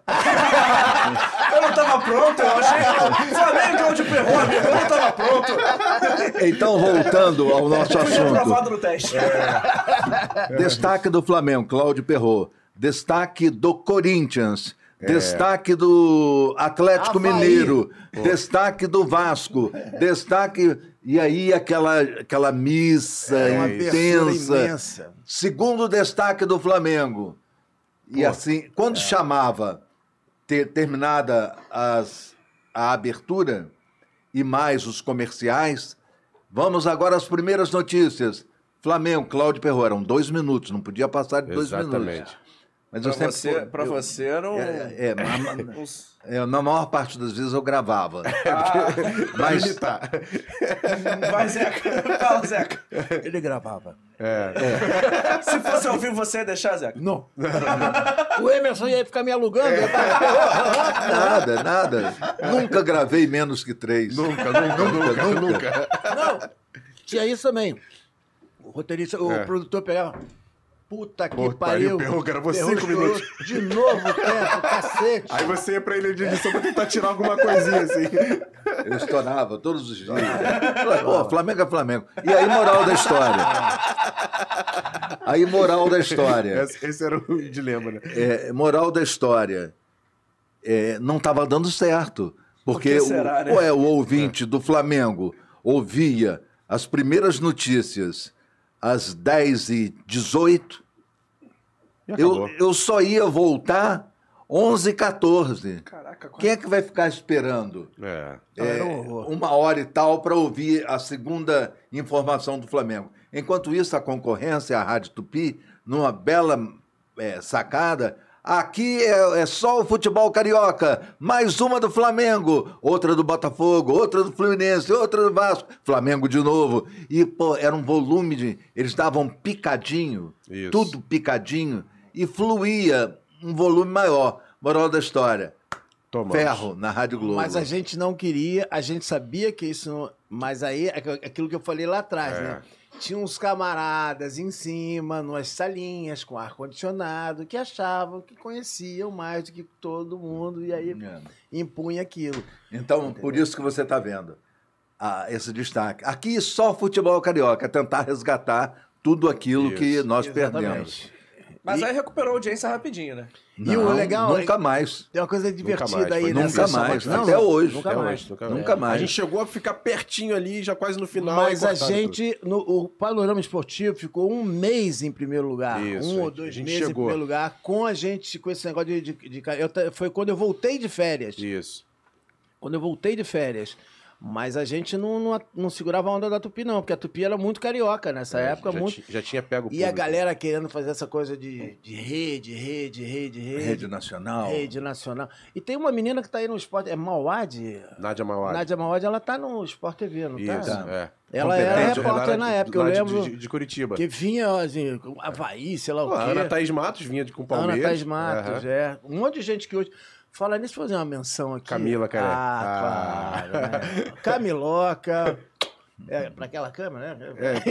Speaker 1: Eu não tava pronto, eu achei... Flamengo, Cláudio Perrot, amigo, eu não tava pronto.
Speaker 4: Então, voltando ao nosso
Speaker 1: Fui
Speaker 4: assunto.
Speaker 1: aprovado no teste.
Speaker 4: Destaque do Flamengo, Cláudio Perrot. Destaque do Corinthians. Destaque do Atlético
Speaker 3: Havaí.
Speaker 4: Mineiro. Destaque do Vasco. Destaque. E aí, aquela, aquela missa
Speaker 3: É uma abertura
Speaker 4: intensa.
Speaker 3: imensa.
Speaker 4: Segundo destaque do Flamengo. E assim, quando chamava, ter, terminada as, a abertura e mais os comerciais, vamos agora às primeiras notícias. Flamengo, Cláudio Perrot, eram dois minutos, não podia passar de dois minutos.
Speaker 2: Exatamente.
Speaker 4: Mas
Speaker 1: Pra
Speaker 4: eu sempre
Speaker 1: você,
Speaker 4: fui-
Speaker 1: pra
Speaker 4: eu-
Speaker 1: você era um...
Speaker 4: É, é, na,
Speaker 1: uns-
Speaker 4: é, na maior parte das vezes eu gravava.
Speaker 2: Pra
Speaker 4: Mas
Speaker 2: militar.
Speaker 1: Vai, Zeca. Fala, Zeca.
Speaker 3: Ele gravava.
Speaker 1: Se fosse ao vivo, você ia deixar, Zeca?
Speaker 3: Não. O Emerson ia ficar me alugando. Ia falar,
Speaker 4: nada, nada. Nunca gravei menos que três.
Speaker 2: Nunca, nunca, nunca, nunca.
Speaker 3: não, tinha isso também. O roteirista, o
Speaker 2: É.
Speaker 3: produtor pegava. Puta que
Speaker 2: Pô,
Speaker 3: pariu.
Speaker 2: pariu, Perro, gravou
Speaker 3: Perro
Speaker 2: cinco
Speaker 3: estourou
Speaker 2: minutos.
Speaker 3: De novo o tempo, cacete.
Speaker 2: Aí você ia pra ilha de edição pra tentar tirar alguma coisinha assim.
Speaker 4: Eu estourava todos os dias. Pô, Flamengo é Flamengo. E aí, moral da história? Aí, moral da história.
Speaker 2: Esse, esse era o dilema, né?
Speaker 4: É, moral da história. É, não estava dando certo. Porque
Speaker 1: Por que será,
Speaker 4: o,
Speaker 1: né?
Speaker 4: ué, o ouvinte do Flamengo ouvia as primeiras notícias às dez e dezoito.
Speaker 2: E
Speaker 4: Eu,
Speaker 2: acabou.
Speaker 4: eu só ia voltar onze e quatorze.
Speaker 1: Caraca, quase.
Speaker 4: Quem é que vai ficar esperando
Speaker 2: É.
Speaker 4: é,
Speaker 3: Era um horror.
Speaker 4: uma hora e tal para ouvir a segunda informação do Flamengo? Enquanto isso, a concorrência, a Rádio Tupi, numa bela é, sacada, aqui é, é só o futebol carioca, mais uma do Flamengo, outra do Botafogo, outra do Fluminense, outra do Vasco, Flamengo de novo. E, pô, era um volume de... Eles davam picadinho,
Speaker 2: Isso.
Speaker 4: tudo picadinho, e fluía um volume maior. Moral da história,
Speaker 2: Tomamos.
Speaker 4: ferro na Rádio Globo.
Speaker 3: Mas a gente não queria, a gente sabia que isso não... Mas aí, é aquilo que eu falei lá atrás,
Speaker 2: É.
Speaker 3: né? Tinha uns camaradas em cima, numas salinhas com ar-condicionado, que achavam que conheciam mais do que todo mundo, e aí
Speaker 4: É.
Speaker 3: impunha aquilo.
Speaker 4: Então, por isso que você está vendo ah, esse destaque. Aqui só futebol carioca, tentar resgatar tudo aquilo que
Speaker 2: Isso.
Speaker 4: nós perdemos.
Speaker 3: Exatamente.
Speaker 1: Mas
Speaker 3: E-
Speaker 1: aí recuperou a audiência rapidinho, né?
Speaker 3: E o
Speaker 4: Não,
Speaker 3: legal-
Speaker 4: Nunca mais.
Speaker 3: Tem uma coisa divertida
Speaker 2: mais,
Speaker 3: aí,
Speaker 2: foi
Speaker 3: né?
Speaker 4: nunca
Speaker 3: Nessa-
Speaker 4: mais,
Speaker 3: Não,
Speaker 4: até
Speaker 3: não,
Speaker 4: hoje.
Speaker 3: Nunca
Speaker 2: Até
Speaker 3: mais.
Speaker 2: hoje, nunca,
Speaker 4: Nunca mais.
Speaker 2: A gente chegou a ficar pertinho ali, já quase no final.
Speaker 3: Mas
Speaker 2: aí
Speaker 3: a
Speaker 2: cortaram
Speaker 3: gente, no, o Panorama Esportivo ficou um mês em primeiro lugar.
Speaker 2: Isso,
Speaker 3: um
Speaker 2: a
Speaker 3: ou
Speaker 2: gente-
Speaker 3: dois
Speaker 2: a gente
Speaker 3: meses em
Speaker 2: chegou.
Speaker 3: primeiro lugar, com a gente, com esse negócio de. de, de- eu ta- foi quando eu voltei de férias.
Speaker 2: tudo. Isso.
Speaker 3: Quando eu voltei de férias. Mas a gente não, não, não segurava a onda da Tupi, não, porque a Tupi era muito carioca nessa época.
Speaker 2: já,
Speaker 3: muito...
Speaker 2: ti- já tinha pego o
Speaker 3: E a
Speaker 2: público.
Speaker 3: galera querendo fazer essa coisa de, de rede, rede, rede, rede.
Speaker 4: Rede Nacional.
Speaker 3: Rede nacional. E tem uma menina que tá aí no esporte. É Mauad?
Speaker 2: Nádia Mauad.
Speaker 3: Nádia Mauad, ela tá no Sport T V, não tá?
Speaker 2: Isso, é.
Speaker 3: Ela era
Speaker 4: Competente.
Speaker 3: repórter
Speaker 2: Ela
Speaker 3: na
Speaker 2: era
Speaker 3: época, eu
Speaker 2: lá de-
Speaker 3: lembro.
Speaker 2: De, de Curitiba.
Speaker 3: Que vinha, assim, com Havaí, sei lá o
Speaker 2: Pô, a
Speaker 3: quê.
Speaker 2: Ana Thaís Matos vinha de, com o
Speaker 3: Ana
Speaker 2: Palmeiras.
Speaker 3: Thaís Matos,
Speaker 2: Aham.
Speaker 3: é. Um monte de gente que hoje... Fala nisso, fazer uma menção aqui.
Speaker 2: Camila, cara.
Speaker 3: Ah,
Speaker 2: Ah.
Speaker 3: claro. Né? Camiloca. É, pra aquela câmera, né?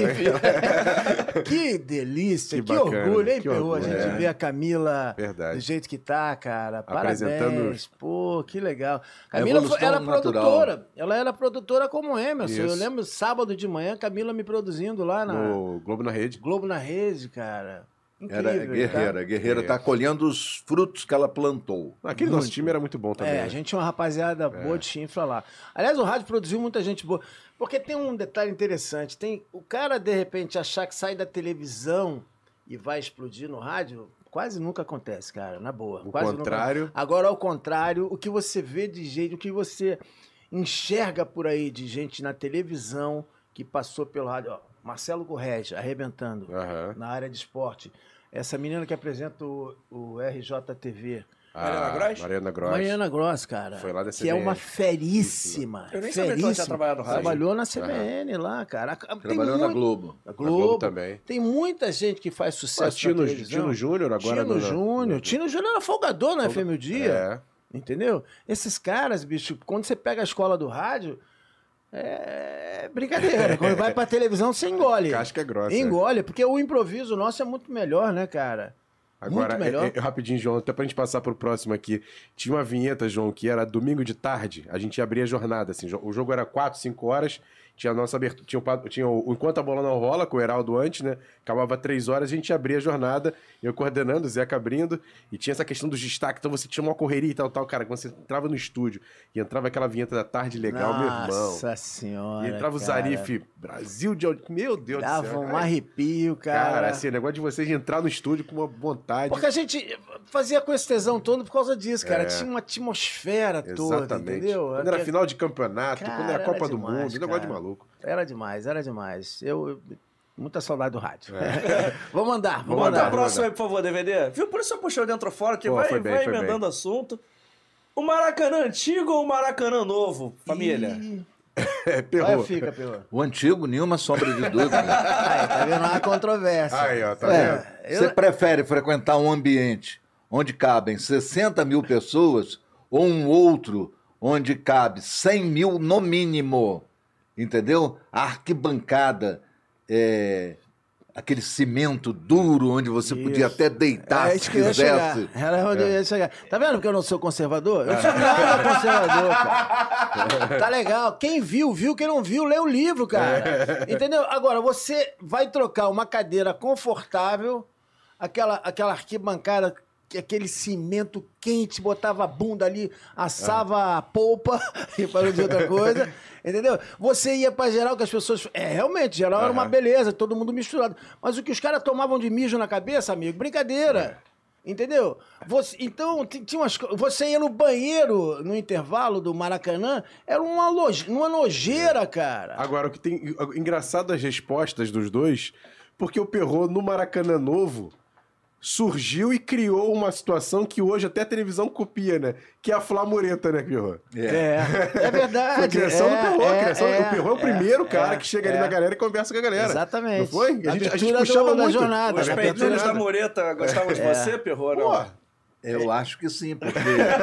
Speaker 2: É,
Speaker 3: Que delícia,
Speaker 2: Que
Speaker 3: que,
Speaker 2: bacana,
Speaker 3: orgulho, hein,
Speaker 2: que
Speaker 3: Perru? A
Speaker 2: orgulho,
Speaker 3: gente
Speaker 2: é.
Speaker 3: ver a Camila
Speaker 2: Verdade.
Speaker 3: do jeito que tá, cara.
Speaker 2: Apresentando-
Speaker 3: Parabéns. Pô, que legal. Camila foi-
Speaker 4: Evolução
Speaker 3: era
Speaker 4: natural.
Speaker 3: produtora. Ela era produtora como o Emerson. Eu
Speaker 2: Isso.
Speaker 3: lembro sábado de manhã, Camila me produzindo lá na
Speaker 2: no Globo na Rede.
Speaker 3: Globo na Rede, cara. Incrível,
Speaker 4: Era guerreira.
Speaker 3: tá?
Speaker 4: Guerreira está colhendo os frutos que ela plantou.
Speaker 2: Aquele nosso time era muito bom também.
Speaker 3: É, a
Speaker 2: né?
Speaker 3: gente tinha uma rapaziada boa de chifra lá. Aliás, o rádio produziu muita gente boa. Porque tem um detalhe interessante. Tem o cara, de repente, achar que sai da televisão e vai explodir no rádio, quase nunca acontece, cara, na boa.
Speaker 2: O
Speaker 3: quase
Speaker 2: contrário.
Speaker 3: Nunca... Agora, ao contrário, o que você vê de jeito, o que você enxerga por aí de gente na televisão que passou pelo rádio. Ó, Marcelo Correge, arrebentando
Speaker 2: Aham.
Speaker 3: na área de esporte. Essa menina que apresenta o, o R J T V.
Speaker 1: Mariana
Speaker 2: Ah,
Speaker 1: Gross?
Speaker 2: Mariana Gross.
Speaker 3: Mariana Gross, cara.
Speaker 2: Foi lá da
Speaker 3: que
Speaker 2: C B
Speaker 3: é
Speaker 2: N.
Speaker 3: uma feríssima.
Speaker 1: Eu nem sabia que ela tinha trabalhado no rádio.
Speaker 3: Trabalhou na C B N lá, cara. Tem
Speaker 4: Trabalhou na
Speaker 3: muito-
Speaker 4: Globo.
Speaker 3: Na
Speaker 2: Na Globo
Speaker 3: Globo.
Speaker 2: também.
Speaker 3: Tem muita gente que faz
Speaker 2: Pô,
Speaker 3: sucesso
Speaker 2: Tino,
Speaker 3: na televisão.
Speaker 2: Tino Júnior agora.
Speaker 3: Tino
Speaker 2: no-
Speaker 3: Júnior. Tino Júnior era folgador na F M o Dia.
Speaker 2: É.
Speaker 3: Entendeu? Esses caras, bicho, quando você pega a escola do rádio, é brincadeira. Quando vai pra televisão, você engole.
Speaker 2: Casca grossa. é.
Speaker 3: Engole, porque o improviso nosso é muito melhor, né, cara?
Speaker 2: Agora,
Speaker 3: muito melhor.
Speaker 2: é- é- rapidinho, João, até pra gente passar pro próximo aqui. Tinha uma vinheta, João, que era domingo de tarde, a gente abria a jornada, assim. O jogo era quatro, cinco horas, tinha a nossa abertura, tinha, o, pa- tinha o Enquanto a Bola Não Rola, com o Heraldo antes, né? Acabava três horas, a gente abria a jornada, eu coordenando, o Zeca abrindo, e tinha essa questão dos destaques, então você tinha uma correria e tal, tal, cara, quando você entrava no estúdio e entrava aquela vinheta da tarde legal, meu irmão.
Speaker 3: Nossa senhora.
Speaker 2: E entrava o
Speaker 3: cara.
Speaker 2: Zarif, Brasil de... audi- Meu Deus do
Speaker 3: Dava
Speaker 2: céu.
Speaker 3: um
Speaker 2: cara.
Speaker 3: arrepio, cara.
Speaker 2: Cara, assim, o negócio de vocês entrar no estúdio com uma vontade.
Speaker 3: Porque a gente fazia com esse tesão todo por causa disso, cara.
Speaker 2: É.
Speaker 3: Tinha uma atmosfera toda,
Speaker 2: Exatamente.
Speaker 3: entendeu?
Speaker 2: Quando era
Speaker 3: Aquele-
Speaker 2: final de campeonato,
Speaker 3: Cara,
Speaker 2: quando era
Speaker 3: era
Speaker 2: Copa do
Speaker 3: demais,
Speaker 2: Mundo, negócio de
Speaker 3: cara.
Speaker 2: maluco.
Speaker 3: Era demais, era demais. Eu, eu- muita saudade do rádio. vamos andar, vamos,
Speaker 2: Vamos
Speaker 1: Manda
Speaker 3: andar.
Speaker 1: a próxima aí, por favor, D V D. Viu? Por isso eu puxei o dentro ou fora, que
Speaker 2: Pô,
Speaker 1: vai,
Speaker 2: foi bem,
Speaker 1: vai
Speaker 2: foi
Speaker 1: emendando assunto. O Maracanã antigo ou o Maracanã novo, família?
Speaker 3: Ih,
Speaker 2: É,
Speaker 3: Vai,
Speaker 2: perrou.
Speaker 3: fica, Perro.
Speaker 4: O antigo, nenhuma sombra de dúvida.
Speaker 3: Aí, tá vendo uma controvérsia.
Speaker 2: Aí, ó, tá
Speaker 4: É,
Speaker 2: vendo?
Speaker 3: eu-
Speaker 4: Você prefere frequentar um ambiente onde cabem sessenta mil pessoas ou um outro onde cabe cem mil no mínimo? Entendeu? A arquibancada é, aquele cimento duro onde você
Speaker 3: Isso.
Speaker 4: podia até deitar
Speaker 3: É
Speaker 4: se
Speaker 3: isso que eu ia chegar.
Speaker 4: quisesse.
Speaker 3: Era onde eu ia chegar. Tá vendo porque eu não sou conservador? Eu não sou nada conservador, cara. Tá legal. Quem viu, viu. Quem não viu, lê o livro, cara. Entendeu? Agora, você vai trocar uma cadeira confortável, aquela, aquela arquibancada, aquele cimento quente, botava a bunda ali, assava a polpa e parou de outra coisa. Entendeu? Você ia pra geral, que as pessoas... É, realmente, geral era uma beleza, todo mundo misturado. Mas o que os caras tomavam de mijo na cabeça, amigo, brincadeira. Entendeu? Você, então, t- tinha umas, co- você ia no banheiro, no intervalo do Maracanã, era uma, loje, uma nojeira, cara.
Speaker 2: Agora, o que tem engraçado as respostas dos dois, porque o Perrot no Maracanã Novo surgiu e criou uma situação que hoje até a televisão copia, né? Que é a Flamureta, né, Perrot?
Speaker 3: É, é verdade.
Speaker 2: Foi a criação
Speaker 3: é,
Speaker 2: do Perrot.
Speaker 3: é,
Speaker 2: a criação,
Speaker 3: é,
Speaker 2: o Perrot é o primeiro
Speaker 3: é,
Speaker 2: cara
Speaker 3: é,
Speaker 2: que chega
Speaker 3: é.
Speaker 2: ali na galera e conversa com a galera.
Speaker 3: Exatamente.
Speaker 2: Não foi? A gente, a gente
Speaker 3: Abertura
Speaker 2: puxava
Speaker 3: do- da
Speaker 2: muito.
Speaker 3: jornada.
Speaker 1: Os
Speaker 3: É,
Speaker 1: peiteiros
Speaker 2: abertura.
Speaker 1: da Mureta gostavam de você, Perrot, não?
Speaker 2: Pô,
Speaker 4: Eu acho que sim, porque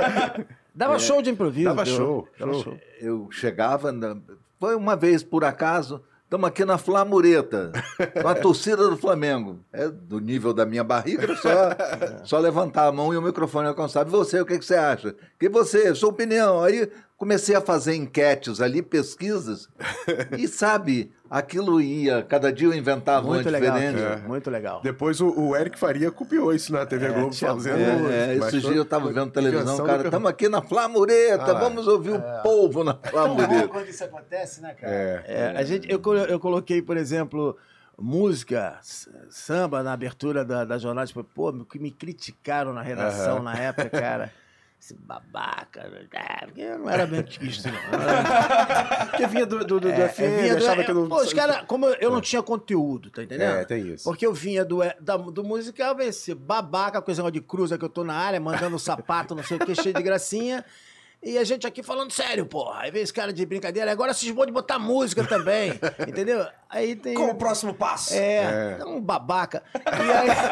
Speaker 3: Dava show de improviso.
Speaker 2: Dava
Speaker 3: deu.
Speaker 2: show,
Speaker 3: Dava
Speaker 2: show.
Speaker 3: show.
Speaker 4: eu chegava... Na... Foi uma vez, por acaso, estamos aqui na Flamureta, com a torcida do Flamengo. É do nível da minha barriga, era só, só levantar a mão e o microfone alcançava. E você, o que, que você acha? Que você, sua opinião. Aí comecei a fazer enquetes ali, pesquisas, e sabe, aquilo ia, cada dia eu inventava
Speaker 3: Muito
Speaker 4: uma
Speaker 3: legal,
Speaker 4: diferente.
Speaker 3: aquilo, muito legal.
Speaker 2: Depois o, o Eric Faria copiou isso na T V Globo,
Speaker 3: tinha
Speaker 2: fazendo...
Speaker 4: É, é,
Speaker 2: mas
Speaker 4: esse
Speaker 2: foi-
Speaker 4: dia eu estava
Speaker 2: foi
Speaker 4: vendo televisão,
Speaker 2: invenção
Speaker 4: cara,
Speaker 2: do
Speaker 4: estamos aqui na Flamureta,
Speaker 2: Ah,
Speaker 4: vamos ouvir o povo na Flamureta.
Speaker 3: Quando isso acontece, né, cara?
Speaker 2: É.
Speaker 3: É, a gente, eu, colo- eu coloquei, por exemplo, música, s- samba na abertura da, da jornada. Tipo, pô, que me criticaram na redação na época, cara. Esse babaca. É, porque eu não era bem isso, não. Eu era-
Speaker 2: Porque vinha do, do, do, do
Speaker 3: É,
Speaker 2: F M,
Speaker 3: vinha do-
Speaker 2: achava
Speaker 3: é,
Speaker 2: que não...
Speaker 3: Pô, os caras, como eu, eu não tinha conteúdo, tá entendendo?
Speaker 2: É, tem isso.
Speaker 3: Porque eu vinha do, é, da- do musical, esse babaca, com esse negócio de cruza que eu tô na área, mandando sapato, não sei o que, cheio de gracinha. E a gente aqui falando sério, porra. Aí vem esse cara de brincadeira, agora cismou de botar música também, entendeu? Aí tem...
Speaker 1: Qual o próximo passo?
Speaker 3: É, é um babaca. E,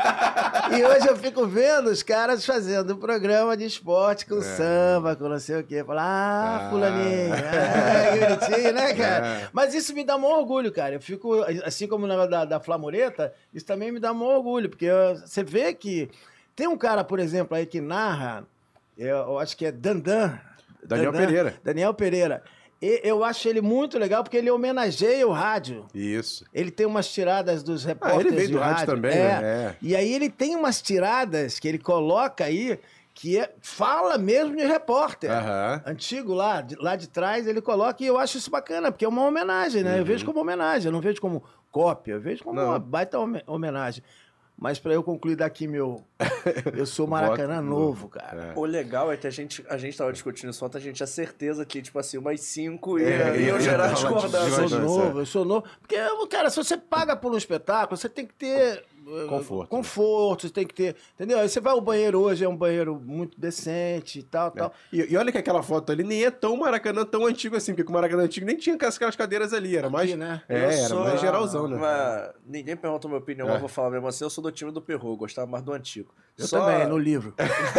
Speaker 3: aí- e hoje eu fico vendo os caras fazendo um programa de esporte com samba, com não sei o quê. Falar, ah,
Speaker 2: Ah.
Speaker 3: fulaninho, ah, que bonitinho, né, cara?
Speaker 2: É.
Speaker 3: Mas isso me dá maior orgulho, cara. Eu fico, assim como na da, da Flamureta, isso também me dá maior orgulho, porque ó, você vê que tem um cara, por exemplo, aí que narra, eu, eu acho que é Dandan.
Speaker 2: Daniel
Speaker 3: Dandan,
Speaker 2: Pereira.
Speaker 3: Daniel Pereira. E eu acho ele muito legal porque ele homenageia o rádio.
Speaker 2: Isso.
Speaker 3: Ele tem umas tiradas dos repórteres
Speaker 2: Ah, ele veio
Speaker 3: de
Speaker 2: do rádio também,
Speaker 3: é.
Speaker 2: né? É.
Speaker 3: E aí ele tem umas tiradas que ele coloca aí que é- fala mesmo de repórter.
Speaker 2: Aham.
Speaker 3: Antigo lá de, lá de trás, ele coloca e eu acho isso bacana, porque é uma homenagem, né? Eu vejo como homenagem, eu não vejo como cópia, eu vejo como
Speaker 2: Não.
Speaker 3: uma baita home- homenagem. Mas para eu concluir daqui, meu... Eu sou Maracanã
Speaker 2: Voto
Speaker 3: novo, cara.
Speaker 2: É.
Speaker 1: O legal é que a gente, a gente tava discutindo isso ontem, a gente tinha certeza que, tipo assim, umas cinco ia,
Speaker 2: É,
Speaker 1: iam
Speaker 2: ia
Speaker 1: gerar
Speaker 2: rolar
Speaker 1: discordância.
Speaker 3: Eu sou
Speaker 2: Discordância,
Speaker 3: novo, eu sou novo. Porque, cara, se você paga por um espetáculo, você tem que ter eh,
Speaker 2: Conforto.
Speaker 3: conforto, você tem que ter. Entendeu? Aí você vai ao banheiro hoje, é um banheiro muito decente e tal, tal.
Speaker 2: E, e olha que aquela foto ali nem é tão Maracanã tão antigo assim, porque o Maracanã antigo nem tinha aquelas cadeiras ali, era mais...
Speaker 3: Aqui, né?
Speaker 2: É,
Speaker 1: Eu
Speaker 2: era
Speaker 1: sou-
Speaker 2: mais geralzão, né?
Speaker 1: uma- Ninguém perguntou minha opinião,
Speaker 2: É.
Speaker 1: mas eu vou falar mesmo assim, eu sou do time do Perrot, gostava mais do antigo.
Speaker 3: Eu
Speaker 1: Só-
Speaker 3: também, no livro.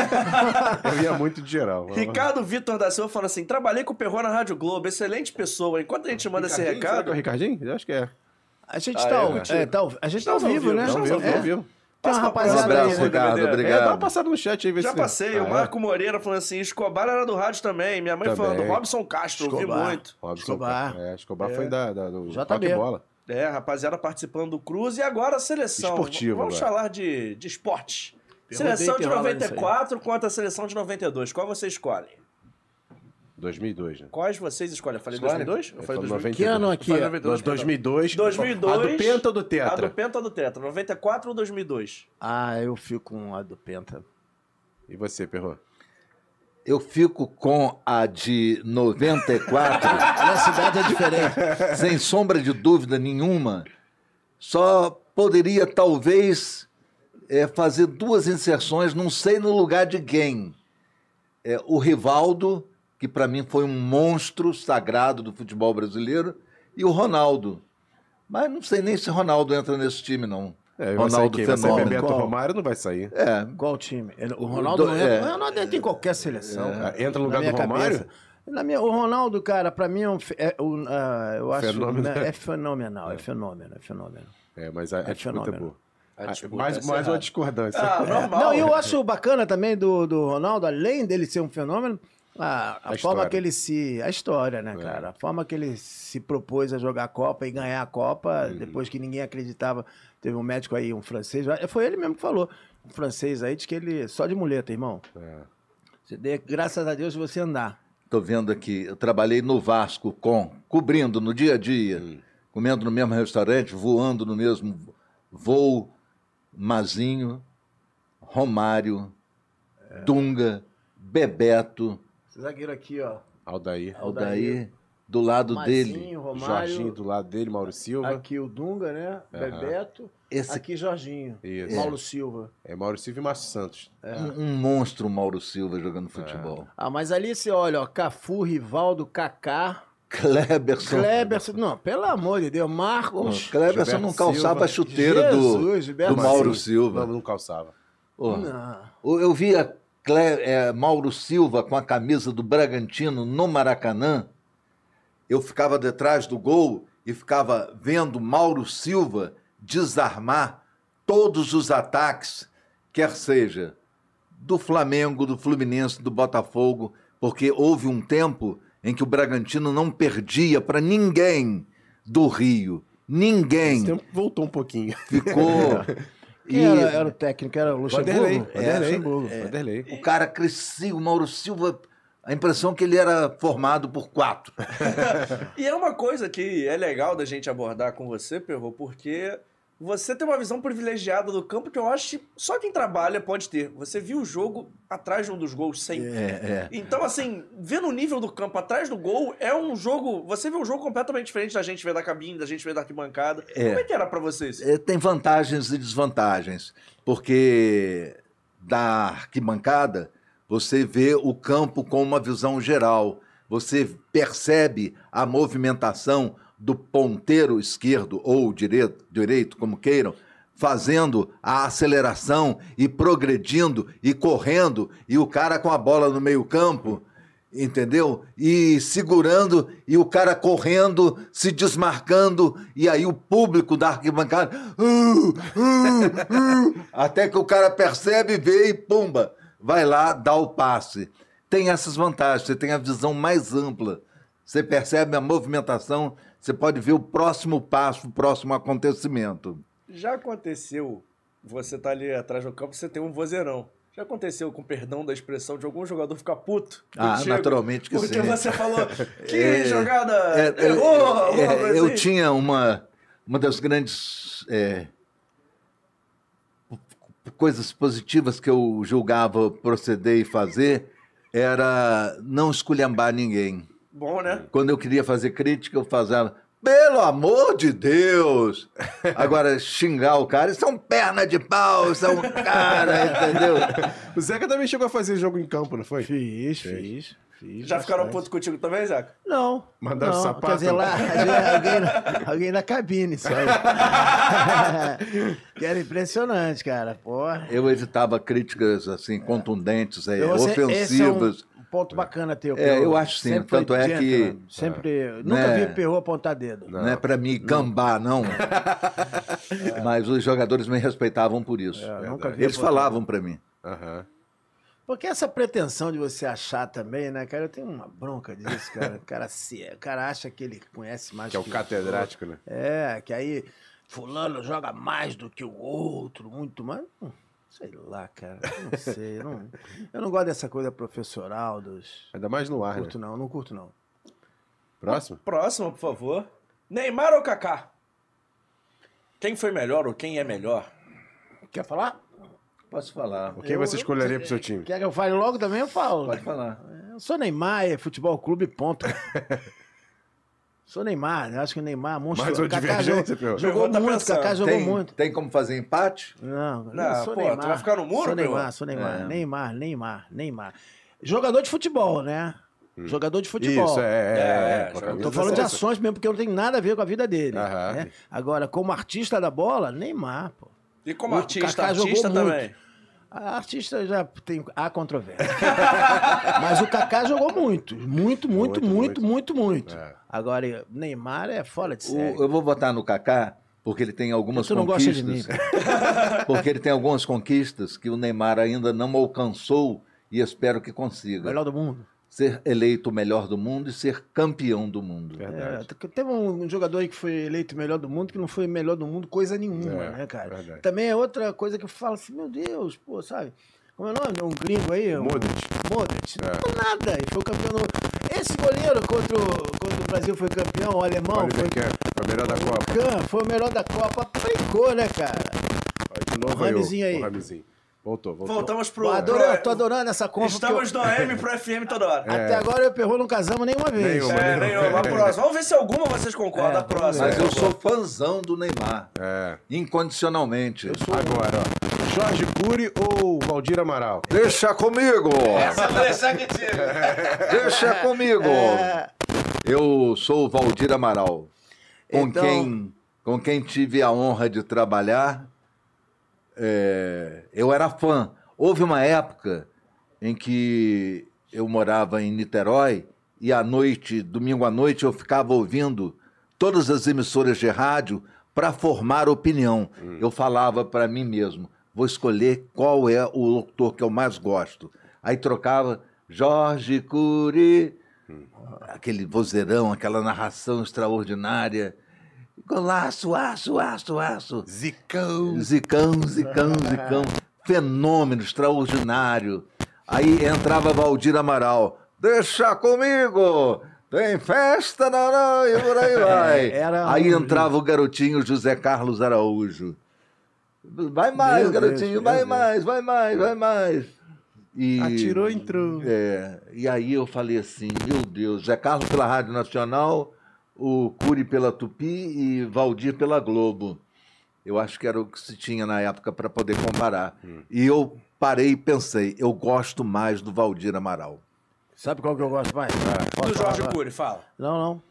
Speaker 2: Eu ia muito de geral.
Speaker 1: Ricardo Vitor da Silva falando assim, trabalhei com o Perrot na Rádio Globo, excelente pessoa. Enquanto a gente manda esse
Speaker 2: Ricardinho, será que
Speaker 1: recado...
Speaker 2: é o Ricardinho? Eu acho que é.
Speaker 3: A gente
Speaker 1: Ah,
Speaker 3: tá,
Speaker 1: é
Speaker 3: ao-
Speaker 1: contigo.
Speaker 3: é, tá ao- a gente tá ao
Speaker 1: Estamos ao
Speaker 3: vivo,
Speaker 1: vivo,
Speaker 3: né?
Speaker 1: estamos
Speaker 2: Não
Speaker 1: ao
Speaker 2: viu,
Speaker 3: É.
Speaker 2: não viu.
Speaker 3: Tem uma
Speaker 1: Passa pra
Speaker 4: Um
Speaker 3: rapaziada
Speaker 1: próxima,
Speaker 3: aí,
Speaker 4: abraço,
Speaker 3: né?
Speaker 4: Ricardo,
Speaker 1: Deveria-
Speaker 2: É, dá
Speaker 4: obrigado.
Speaker 2: uma passada no chat aí, ver
Speaker 1: Já
Speaker 2: se...
Speaker 1: passei,
Speaker 2: Ah,
Speaker 1: o
Speaker 2: é?
Speaker 1: Marco Moreira falando assim, Escobar era do rádio também, minha mãe falando do
Speaker 2: Também.
Speaker 1: Robson Castro, ouvi
Speaker 3: Escobar.
Speaker 1: muito.
Speaker 2: Robson,
Speaker 3: Escobar.
Speaker 2: É, Escobar foi da, da, do
Speaker 3: J B.
Speaker 2: Rock Bola.
Speaker 1: É, rapaziada participando do Cruz e agora a seleção.
Speaker 2: Esportivo
Speaker 1: Vamos
Speaker 2: agora.
Speaker 1: falar de, de esporte.
Speaker 3: Perrudei,
Speaker 1: Seleção de
Speaker 3: perrola
Speaker 1: noventa e
Speaker 3: nisso aí.
Speaker 1: quatro contra a seleção de noventa e dois. Qual você escolhe?
Speaker 2: dois mil e dois, né?
Speaker 1: Quais vocês escolhem? Eu falei
Speaker 4: Escolhe.
Speaker 1: dois mil e dois? Eu
Speaker 2: Eu
Speaker 1: falei
Speaker 2: falo
Speaker 1: dois mil e dois?
Speaker 3: Que ano aqui?
Speaker 1: Eu falei noventa e dois,
Speaker 2: dois mil e dois.
Speaker 1: dois mil e dois.
Speaker 2: A do Penta ou do
Speaker 1: A
Speaker 2: Tetra?
Speaker 1: do Penta ou do Tetra? noventa e quatro ou dois mil e dois?
Speaker 3: Ah, eu fico com a do Penta.
Speaker 2: E você, Perrot?
Speaker 4: Eu fico com a de noventa e quatro,
Speaker 3: A cidade é diferente.
Speaker 4: sem sombra de dúvida nenhuma. Só poderia, talvez, é, fazer duas inserções, não sei no lugar de quem. É, o Rivaldo, que para mim foi um monstro sagrado do futebol brasileiro, e o Ronaldo. Mas não sei nem se o Ronaldo entra nesse time, não.
Speaker 2: É, vai sair
Speaker 4: Ronaldo
Speaker 2: quem? Vai sair
Speaker 4: Fenômeno.
Speaker 2: Bebeto
Speaker 3: Qual?
Speaker 2: Romário, não vai sair.
Speaker 4: É,
Speaker 3: Qual time? Ele- O Ronaldo
Speaker 4: Do-
Speaker 3: não entra.
Speaker 4: é.
Speaker 3: O Ronaldo entra em qualquer seleção. cara.
Speaker 2: Entra no
Speaker 3: Na
Speaker 2: lugar
Speaker 3: minha
Speaker 2: do Romário?
Speaker 3: cabeça. Na minha, o Ronaldo, cara, pra mim é um. fe- É, um, ah, eu acho.
Speaker 2: Fenômeno.
Speaker 3: né, é fenomenal, é fenômeno, é fenômeno.
Speaker 2: É, mas a, a disputa é
Speaker 3: fenômeno.
Speaker 2: boa.
Speaker 1: A disputa
Speaker 2: mais
Speaker 1: é
Speaker 2: mais uma
Speaker 1: acirrada.
Speaker 2: discordância.
Speaker 1: Ah, normal.
Speaker 3: Não, e eu acho bacana também do, do Ronaldo, além dele ser um fenômeno, a, a,
Speaker 2: A
Speaker 3: forma
Speaker 2: história.
Speaker 3: que ele se... A história, né,
Speaker 2: É.
Speaker 3: cara? A forma que ele se propôs a jogar a Copa e ganhar a Copa,
Speaker 2: Uhum.
Speaker 3: depois que ninguém acreditava. Teve um médico aí, um francês, foi ele mesmo que falou. Um francês aí, diz que ele... Só de muleta, irmão.
Speaker 2: É.
Speaker 3: Você dê, graças a Deus, você andar.
Speaker 4: Estou vendo aqui, eu trabalhei no Vasco com, cobrindo no dia a dia, comendo no mesmo restaurante, voando no mesmo voo, Mazinho, Romário, Dunga, Bebeto,
Speaker 3: Esse zagueiro aqui, ó.
Speaker 2: Aldair.
Speaker 4: Aldair, do lado dele.
Speaker 3: Mazinho, Romário.
Speaker 2: Jorginho do lado dele, Mauro Silva.
Speaker 3: Aqui o Dunga, né? Bebeto.
Speaker 4: Esse-
Speaker 3: Aqui Jorginho.
Speaker 2: Isso.
Speaker 3: Paulo Silva.
Speaker 2: É Mauro Silva e Márcio Santos.
Speaker 4: Um, um monstro Mauro Silva jogando futebol.
Speaker 3: Ah, mas ali você olha, ó, Cafu, Rivaldo, Kaká,
Speaker 4: Kleberson.
Speaker 3: Kleberson, não, pelo amor de Deus, Marcos.
Speaker 4: Kleberson
Speaker 2: Gilberto
Speaker 4: não calçava
Speaker 2: Silva.
Speaker 4: a chuteira do,
Speaker 3: Jesus, Gilberto
Speaker 4: do Mauro
Speaker 2: Não,
Speaker 4: Silva.
Speaker 2: não calçava.
Speaker 4: Pô,
Speaker 3: Não.
Speaker 4: eu via Cle- é, Mauro Silva com a camisa do Bragantino no Maracanã. Eu ficava detrás do gol e ficava vendo Mauro Silva desarmar todos os ataques, quer seja do Flamengo, do Fluminense, do Botafogo, porque houve um tempo em que o Bragantino não perdia para ninguém do Rio. Ninguém.
Speaker 2: Esse tempo voltou um pouquinho.
Speaker 4: Ficou.
Speaker 3: Quem era, era o técnico? Era o
Speaker 2: Vanderlei.
Speaker 3: Luxemburgo?
Speaker 2: Vanderlei.
Speaker 3: Luxemburgo.
Speaker 2: É. Vanderlei.
Speaker 4: O cara crescia, o Mauro Silva, a impressão que ele era formado por quatro.
Speaker 1: E é uma coisa que é legal da gente abordar com você, Perro, porque você tem uma visão privilegiada do campo que eu acho que só quem trabalha pode ter. Você viu o jogo atrás de um dos gols sempre.
Speaker 4: É, é.
Speaker 1: Então, assim, vendo o nível do campo atrás do gol, é um jogo... Você vê um jogo completamente diferente da gente ver da cabine, da gente ver da arquibancada.
Speaker 4: É.
Speaker 1: Como é que era pra vocês?
Speaker 4: É, tem vantagens e desvantagens, porque da arquibancada você vê o campo com uma visão geral, você percebe a movimentação do ponteiro esquerdo ou direito, direito, como queiram, fazendo a aceleração e progredindo e correndo, e o cara com a bola no meio-campo, entendeu? E segurando, e o cara correndo, se desmarcando, e aí o público da arquibancada, uh, uh, uh, até que o cara percebe, vê e pumba, vai lá, dá o passe. Tem essas vantagens, você tem a visão mais ampla, você percebe a movimentação, você pode ver o próximo passo, o próximo acontecimento.
Speaker 1: Já aconteceu, você tá ali atrás do campo, você tem um vozeirão. Já aconteceu, com perdão da expressão, de algum jogador ficar puto?
Speaker 4: Ah,
Speaker 1: contigo?
Speaker 4: naturalmente que
Speaker 1: Porque
Speaker 4: sim.
Speaker 1: você falou, que
Speaker 4: É,
Speaker 1: jogada
Speaker 4: É,
Speaker 1: errou,
Speaker 4: é,
Speaker 1: alguma
Speaker 4: é,
Speaker 1: coisa
Speaker 4: eu
Speaker 1: assim?
Speaker 4: tinha uma, uma das grandes é, coisas positivas que eu julgava proceder e fazer era não esculhambar ninguém.
Speaker 1: Bom, né?
Speaker 4: Quando eu queria fazer crítica, eu fazia, pelo amor de Deus! Agora, xingar o cara, isso é um perna de pau, isso é um cara, entendeu?
Speaker 2: O Zeca também chegou a fazer jogo em campo, não foi?
Speaker 3: Fiz, fiz, fiz.
Speaker 1: Já ficaram
Speaker 3: bastante.
Speaker 1: putos contigo também, Zeca?
Speaker 3: Não.
Speaker 2: Mandaram
Speaker 3: não.
Speaker 2: sapato?
Speaker 3: Quer dizer, lá, alguém, na- alguém na cabine só. Que era impressionante, cara. Porra.
Speaker 4: Eu evitava críticas assim, contundentes, é,
Speaker 3: Eu- esse- esse é um
Speaker 4: ofensivas.
Speaker 3: ponto bacana teu.
Speaker 4: É,
Speaker 3: Perro.
Speaker 4: eu acho sim,
Speaker 3: Sempre foi
Speaker 4: tanto é que-
Speaker 3: gentleman, Sempre. Nunca
Speaker 4: Né?
Speaker 3: vi Perro apontar dedo.
Speaker 4: Não é para mim gambar, não. Mas os jogadores me respeitavam por isso.
Speaker 3: É, nunca vi
Speaker 4: Eles
Speaker 3: apontar
Speaker 4: falavam para mim.
Speaker 2: Aham.
Speaker 3: Porque essa pretensão de você achar também, né, cara? Eu tenho uma bronca disso, cara. O cara, se, o cara acha que ele conhece mais
Speaker 2: Que é o
Speaker 3: que
Speaker 2: catedrático, né?
Speaker 3: É, que aí fulano joga mais do que o outro, muito mais. Hum, Sei lá, cara. Eu não sei. Eu não, eu não gosto dessa coisa professoral dos.
Speaker 2: Ainda mais no ar,
Speaker 3: Não curto
Speaker 2: né?
Speaker 3: não, não curto não.
Speaker 2: Próximo?
Speaker 1: Próximo, por favor. Neymar ou Kaká? Quem foi melhor ou quem é melhor?
Speaker 3: Quer falar?
Speaker 4: Posso falar?
Speaker 2: Quem
Speaker 3: Eu-
Speaker 2: você escolheria pro seu time?
Speaker 3: Quer que eu fale logo também? Eu falo.
Speaker 4: Pode falar.
Speaker 3: Eu sou Neymar, é futebol clube, ponto. Sou Neymar, eu acho que o Neymar monstro.
Speaker 2: Mais uma
Speaker 3: Kaká
Speaker 2: divergência,
Speaker 3: jogou,
Speaker 2: Pedro.
Speaker 3: jogou
Speaker 1: Eu vou tá
Speaker 3: muito,
Speaker 1: pensando.
Speaker 3: Kaká jogou
Speaker 4: Tem,
Speaker 3: muito.
Speaker 4: tem como fazer empate?
Speaker 3: Não,
Speaker 1: Não,
Speaker 3: eu sou
Speaker 1: pô,
Speaker 3: Neymar.
Speaker 1: tu vai ficar no muro,
Speaker 3: Sou Neymar,
Speaker 1: meu?
Speaker 3: sou Neymar,
Speaker 4: É.
Speaker 3: Neymar, Neymar, Neymar. Jogador de futebol, né? Jogador de futebol.
Speaker 2: Isso, é. é,
Speaker 1: É,
Speaker 2: é,
Speaker 1: é,
Speaker 2: com a
Speaker 1: eu
Speaker 2: camisa
Speaker 3: Tô
Speaker 2: da
Speaker 3: falando de
Speaker 2: seleção.
Speaker 3: ações mesmo, porque não tem nada a ver com a vida dele.
Speaker 2: Aham.
Speaker 3: né? Agora, como artista da bola, Neymar, pô.
Speaker 1: E como
Speaker 3: O
Speaker 1: artista,
Speaker 3: Kaká jogou
Speaker 1: artista
Speaker 3: muito.
Speaker 1: também.
Speaker 3: A artista já tem a controvérsia. Mas o Kaká jogou muito. Muito, muito,
Speaker 2: Muito,
Speaker 3: muito, muito, muito.
Speaker 2: É.
Speaker 3: Agora, Neymar é fora de
Speaker 4: O-
Speaker 3: série.
Speaker 4: eu vou votar no Kaká Porque ele tem algumas
Speaker 3: Tu não gosta de
Speaker 4: conquistas.
Speaker 3: mim,
Speaker 4: Porque ele tem algumas conquistas que o Neymar ainda não alcançou e espero que consiga.
Speaker 3: Melhor do mundo.
Speaker 4: Ser eleito o melhor do mundo e ser campeão do mundo.
Speaker 2: Verdade.
Speaker 3: É, teve um jogador aí que foi eleito melhor do mundo, que não foi melhor do mundo coisa nenhuma,
Speaker 2: É,
Speaker 3: né, cara?
Speaker 2: verdade.
Speaker 3: Também é outra coisa que eu falo assim, meu Deus, pô, sabe? Como é o nome? Um gringo aí? um-
Speaker 2: Modric.
Speaker 3: Modric.
Speaker 2: É.
Speaker 3: Não, nada. Ele foi campeão do... Esse goleiro contra o, quando o Brasil foi campeão, o alemão,
Speaker 2: Oliver
Speaker 3: foi,
Speaker 2: Kahn, foi o melhor da Copa.
Speaker 3: Kahn, foi o melhor da Copa. Brincou, né, cara?
Speaker 2: De novo
Speaker 3: O
Speaker 2: aí,
Speaker 3: Ramezinho aí.
Speaker 2: o Ramezinho. Voltou, voltou.
Speaker 1: Voltamos pro...
Speaker 3: Tô adorando,
Speaker 1: pro-
Speaker 3: tô adorando essa Copa.
Speaker 1: Estamos
Speaker 3: porque
Speaker 1: do A M pro F M toda hora.
Speaker 3: eu- Até agora eu e o Perrô não casamos nenhuma vez.
Speaker 2: Nenhuma.
Speaker 1: É, nenhuma. A próxima. Vamos ver se alguma vocês concordam.
Speaker 3: É,
Speaker 1: a próxima.
Speaker 4: Mas eu sou fãzão do Neymar.
Speaker 2: É.
Speaker 4: Incondicionalmente.
Speaker 2: Agora, ó. Jorge Cury ou Valdir Amaral?
Speaker 4: Deixa comigo!
Speaker 1: Vou deixar que tira.
Speaker 4: Deixa comigo!
Speaker 3: É,
Speaker 4: Eu sou o Valdir Amaral, com,
Speaker 3: Então-
Speaker 4: quem, com quem tive a honra de trabalhar. É, eu era fã. Houve uma época em que eu morava em Niterói e à noite, domingo à noite, eu ficava ouvindo todas as emissoras de rádio para formar opinião. Eu falava para mim mesmo, vou escolher qual é o locutor que eu mais gosto. Aí trocava Jorge Cury, aquele vozeirão, aquela narração extraordinária. Golaço, aço, aço, aço.
Speaker 2: Zicão.
Speaker 4: Zicão, zicão, zicão. Fenômeno extraordinário. Aí entrava Valdir Amaral. Deixa comigo! Tem festa na aranha, por aí vai.
Speaker 3: Era
Speaker 4: Aí
Speaker 3: um-
Speaker 4: entrava o garotinho José Carlos Araújo. Vai mais,
Speaker 3: Meu
Speaker 4: garotinho,
Speaker 3: Deus,
Speaker 4: vai
Speaker 3: meu
Speaker 4: mais, vai mais, vai mais. E,
Speaker 2: Atirou, entrou.
Speaker 4: É, e aí eu falei assim, meu Deus, Zé Carlos pela Rádio Nacional, o Cury pela Tupi e Valdir pela Globo. Eu acho que era o que se tinha na época para poder comparar. E eu parei e pensei, eu gosto mais do Valdir Amaral.
Speaker 3: Sabe qual que eu gosto mais?
Speaker 1: Do
Speaker 3: Posso
Speaker 1: Jorge
Speaker 3: falar?
Speaker 1: Cury, fala.
Speaker 3: Não, não.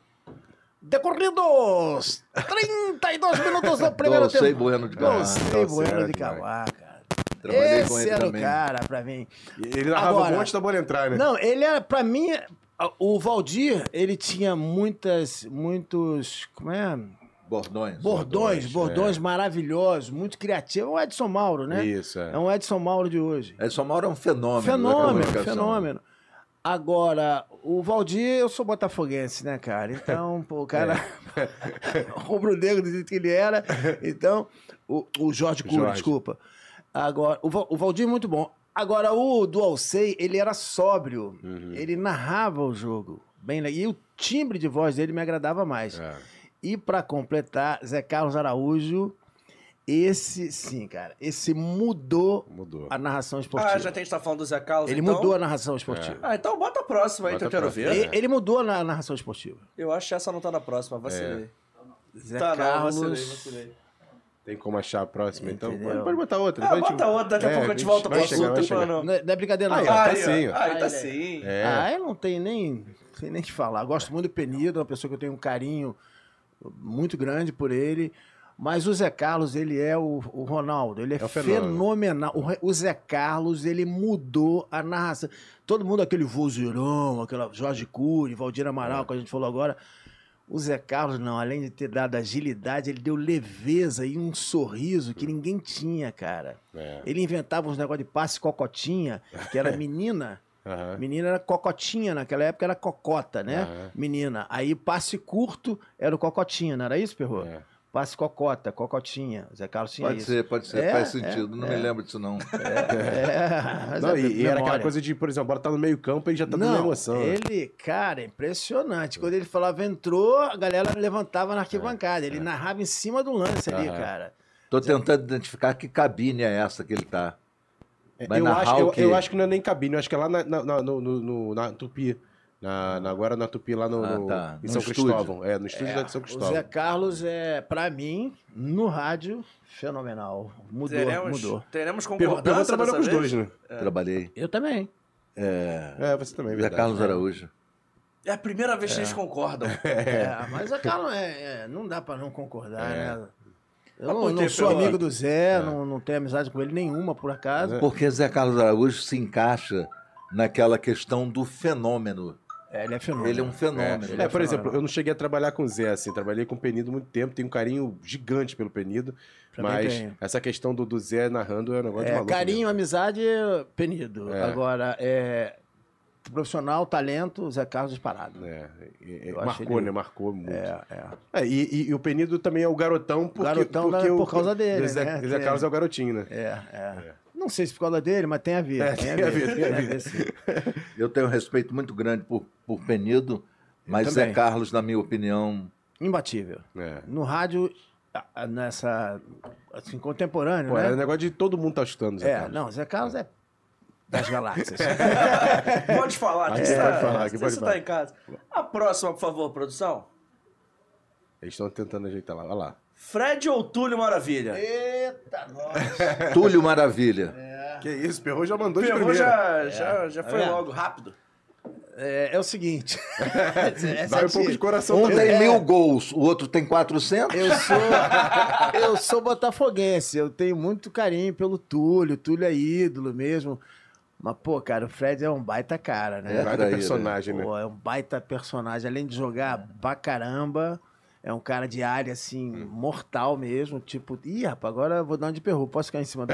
Speaker 3: Decorridos trinta e dois minutos do primeiro
Speaker 4: Dolcei
Speaker 3: tempo.
Speaker 4: Bueno de Cavar.
Speaker 3: Dolcei
Speaker 2: Dolcei
Speaker 3: Bueno
Speaker 2: era
Speaker 3: de
Speaker 2: demais.
Speaker 3: Cavar, cara.
Speaker 4: Trabalhei com
Speaker 3: Esse
Speaker 4: ele
Speaker 3: era
Speaker 4: também.
Speaker 3: o cara pra mim.
Speaker 2: Ele narrava
Speaker 3: Agora-
Speaker 2: um monte da bola entrar, né?
Speaker 3: Não, ele era, pra mim, a- o Valdir, ele tinha muitas, muitos, como é?
Speaker 4: Bordões.
Speaker 3: Bordões, bordões
Speaker 2: é.
Speaker 3: maravilhosos, muito criativos. É o Edson Mauro, né?
Speaker 2: Isso, é.
Speaker 3: É um Edson Mauro de hoje.
Speaker 4: Edson Mauro é um fenômeno. da
Speaker 3: Fenômeno,
Speaker 4: comunicação.
Speaker 3: fenômeno. Agora, o Valdir, eu sou botafoguense, né, cara? Então, pô, o cara. Rubro-negro do jeito que ele era. Então, o, o Jorge Cury,
Speaker 2: Jorge.
Speaker 3: desculpa. Agora, o, Val- o Valdir é muito bom. Agora, o do Alcei, ele era sóbrio.
Speaker 2: Uhum.
Speaker 3: Ele narrava o jogo. Bem, le- e o timbre de voz dele me agradava mais.
Speaker 2: É.
Speaker 3: E pra completar, Zé Carlos Araújo, esse, sim, cara, esse mudou,
Speaker 2: Mudou.
Speaker 3: a narração esportiva.
Speaker 1: Ah, já tem que estar falando do Zé Carlos,
Speaker 3: Ele
Speaker 1: então?
Speaker 3: mudou a narração esportiva.
Speaker 1: Ah, então bota a próxima aí
Speaker 2: Bota
Speaker 1: que eu quero
Speaker 2: a
Speaker 1: ver.
Speaker 2: próxima.
Speaker 3: E- Ele mudou a narração esportiva.
Speaker 1: Eu acho que essa não tá na próxima,
Speaker 2: É.
Speaker 1: vacilei.
Speaker 3: Zé
Speaker 1: Tá, não,
Speaker 3: Carlos.
Speaker 1: vacilei, vacilei.
Speaker 2: Tem como achar a próxima, então?
Speaker 3: Entendeu?
Speaker 2: Pode, pode botar outra.
Speaker 1: Ah,
Speaker 2: depois
Speaker 1: bota outra, daqui a
Speaker 2: É,
Speaker 1: pouco a gente volta
Speaker 2: vai
Speaker 1: pro
Speaker 2: chegar,
Speaker 1: assunto.
Speaker 2: vai chegar.
Speaker 1: Não,
Speaker 3: Não é, não é brincadeira, não.
Speaker 2: Aí, ó, tá
Speaker 1: Aí,
Speaker 2: assim, ó.
Speaker 1: ó. Aí, tá
Speaker 3: Aí,
Speaker 1: sim.
Speaker 2: É.
Speaker 3: Ah, eu não tenho nem, sei nem o que falar. Gosto muito do Penido, é uma pessoa que eu tenho um carinho muito grande por ele. Mas o Zé Carlos, ele é o, o Ronaldo, ele é,
Speaker 2: É o fenômeno.
Speaker 3: fenomenal. O, Re- o Zé Carlos, ele mudou a narração. Todo mundo, aquele vozeirão, aquela Jorge Cury, Valdir Amaral, que a gente falou agora. O Zé Carlos, não, além de ter dado agilidade, ele deu leveza e um sorriso que ninguém tinha, cara.
Speaker 2: É.
Speaker 3: Ele inventava uns negócios de passe cocotinha, que era menina.
Speaker 2: Aham.
Speaker 3: Menina era cocotinha, naquela época era cocota, né?
Speaker 2: Aham.
Speaker 3: Menina. Aí passe curto era o cocotinha, não era isso, Perrô?
Speaker 2: É.
Speaker 3: Passe cocota, cocotinha. Zé Carlos tinha
Speaker 4: Pode
Speaker 3: isso.
Speaker 4: ser, pode ser,
Speaker 3: É,
Speaker 4: faz sentido.
Speaker 3: é,
Speaker 4: não
Speaker 3: é.
Speaker 4: me lembro disso, não.
Speaker 3: É, mas
Speaker 2: Não,
Speaker 3: é
Speaker 2: e, e era aquela
Speaker 3: memória.
Speaker 2: coisa de, por exemplo, a bola tá no meio campo e já tá dando
Speaker 3: Não,
Speaker 2: emoção. né?
Speaker 3: ele, cara, impressionante. Quando ele falava entrou, a galera levantava na arquibancada. Ele narrava em cima do lance ali,
Speaker 2: Aham.
Speaker 3: cara.
Speaker 4: Tô tentando identificar que cabine é essa que ele tá. Vai
Speaker 2: eu,
Speaker 4: narrar
Speaker 2: acho,
Speaker 4: o
Speaker 2: eu,
Speaker 4: quê?
Speaker 2: eu acho que não é nem cabine, eu acho que é lá na, na, na- no, no- no- na Tupi. Na, na- agora na Tupi, lá no,
Speaker 4: Ah,
Speaker 2: no-
Speaker 4: tá.
Speaker 2: em
Speaker 4: No
Speaker 2: São
Speaker 4: estúdio.
Speaker 2: Cristóvão. É, no estúdio da de São
Speaker 3: O
Speaker 2: Cristóvão.
Speaker 3: Zé Carlos é, pra mim, no rádio, fenomenal. Mudou,
Speaker 1: Teremos,
Speaker 3: mudou.
Speaker 1: teremos
Speaker 2: Perro, Perro
Speaker 1: concordância
Speaker 2: trabalhou com
Speaker 1: dessa
Speaker 2: os
Speaker 1: vez?
Speaker 2: dois, né?
Speaker 4: Trabalhei.
Speaker 3: Eu também.
Speaker 2: É, você também,
Speaker 4: Zé
Speaker 2: verdade.
Speaker 4: Carlos Araújo.
Speaker 1: É a primeira vez que eles concordam.
Speaker 3: É, mas a Carlos, é, é, não dá pra não concordar, né? Eu
Speaker 1: Mas
Speaker 3: não,
Speaker 1: por
Speaker 3: não
Speaker 1: quê,
Speaker 3: sou
Speaker 1: Pelé?
Speaker 3: amigo do Zé, não, não tenho amizade com ele nenhuma, por acaso.
Speaker 4: Porque Zé Carlos Araújo se encaixa naquela questão do fenômeno.
Speaker 3: É, ele é fenômeno.
Speaker 4: Ele é um fenômeno.
Speaker 2: É, por exemplo, eu não cheguei a trabalhar com o Zé, assim, trabalhei com o Penido muito tempo, tenho um carinho gigante pelo Penido,
Speaker 3: Também
Speaker 2: mas
Speaker 3: tenho.
Speaker 2: essa questão do, do Zé narrando é um negócio de
Speaker 3: É,
Speaker 2: maluco.
Speaker 3: carinho,
Speaker 2: mesmo.
Speaker 3: amizade, Penido.
Speaker 2: É.
Speaker 3: Agora, é, profissional, talento, Zé Carlos disparado.
Speaker 2: É, é, é,
Speaker 3: Eu acho
Speaker 2: marcou,
Speaker 3: ele-
Speaker 2: né? Marcou muito.
Speaker 3: É, é.
Speaker 2: É, e, e- e o Penido também é o garotão porque,
Speaker 3: Garotão
Speaker 2: porque
Speaker 3: da-
Speaker 2: o,
Speaker 3: por causa dele,
Speaker 2: o Zé,
Speaker 3: né?
Speaker 2: o Zé
Speaker 3: Que-
Speaker 2: Carlos é o garotinho, né?
Speaker 3: É, é. Não sei se por causa dele, mas tem a ver.
Speaker 2: É,
Speaker 3: tem a
Speaker 2: tem a
Speaker 3: ver,
Speaker 2: ver, tem a
Speaker 3: tem a
Speaker 2: ver.
Speaker 3: ver, sim.
Speaker 4: Eu tenho um respeito muito grande por, por Penido, mas
Speaker 3: também.
Speaker 4: Zé Carlos, na minha opinião,
Speaker 3: Imbatível.
Speaker 2: É.
Speaker 3: No rádio, a- a- nessa. Assim, contemporâneo,
Speaker 2: Pô, é um
Speaker 3: né?
Speaker 2: negócio de todo mundo tá chutando, Zé
Speaker 3: É,
Speaker 2: Carlos.
Speaker 3: não, Zé Carlos é das galáxias.
Speaker 1: Pode falar, aqui
Speaker 2: Aqui
Speaker 1: você,
Speaker 2: pode
Speaker 1: tá,
Speaker 2: falar, aqui
Speaker 1: você
Speaker 2: pode
Speaker 1: tá
Speaker 2: falar.
Speaker 1: em casa. A próxima, por favor, produção.
Speaker 2: Eles estão tentando ajeitar lá, olha lá.
Speaker 1: Fred ou Túlio Maravilha?
Speaker 3: Eita, nossa.
Speaker 4: Túlio Maravilha.
Speaker 2: Que isso, Perrot já mandou de
Speaker 1: Perrot
Speaker 2: primeira.
Speaker 1: já, já, já foi
Speaker 3: É.
Speaker 1: logo, rápido.
Speaker 3: É, é o seguinte. Essa
Speaker 2: Vai um pouco
Speaker 3: tia-
Speaker 2: de coração
Speaker 4: Um
Speaker 2: também.
Speaker 4: tem
Speaker 3: É.
Speaker 4: mil gols, o outro tem quatrocentos.
Speaker 3: Eu sou, eu sou botafoguense, eu tenho muito carinho pelo Túlio, o Túlio é ídolo mesmo. Mas, pô, cara, o Fred é um baita cara, né?
Speaker 4: É,
Speaker 2: Vai
Speaker 4: traíra.
Speaker 2: ter personagem, né?
Speaker 3: Pô, é um baita personagem. Além de jogar pra caramba, é um cara de área, assim, mortal mesmo. Tipo, ih, rapaz, agora eu vou dar um de perru. Posso ficar em cima do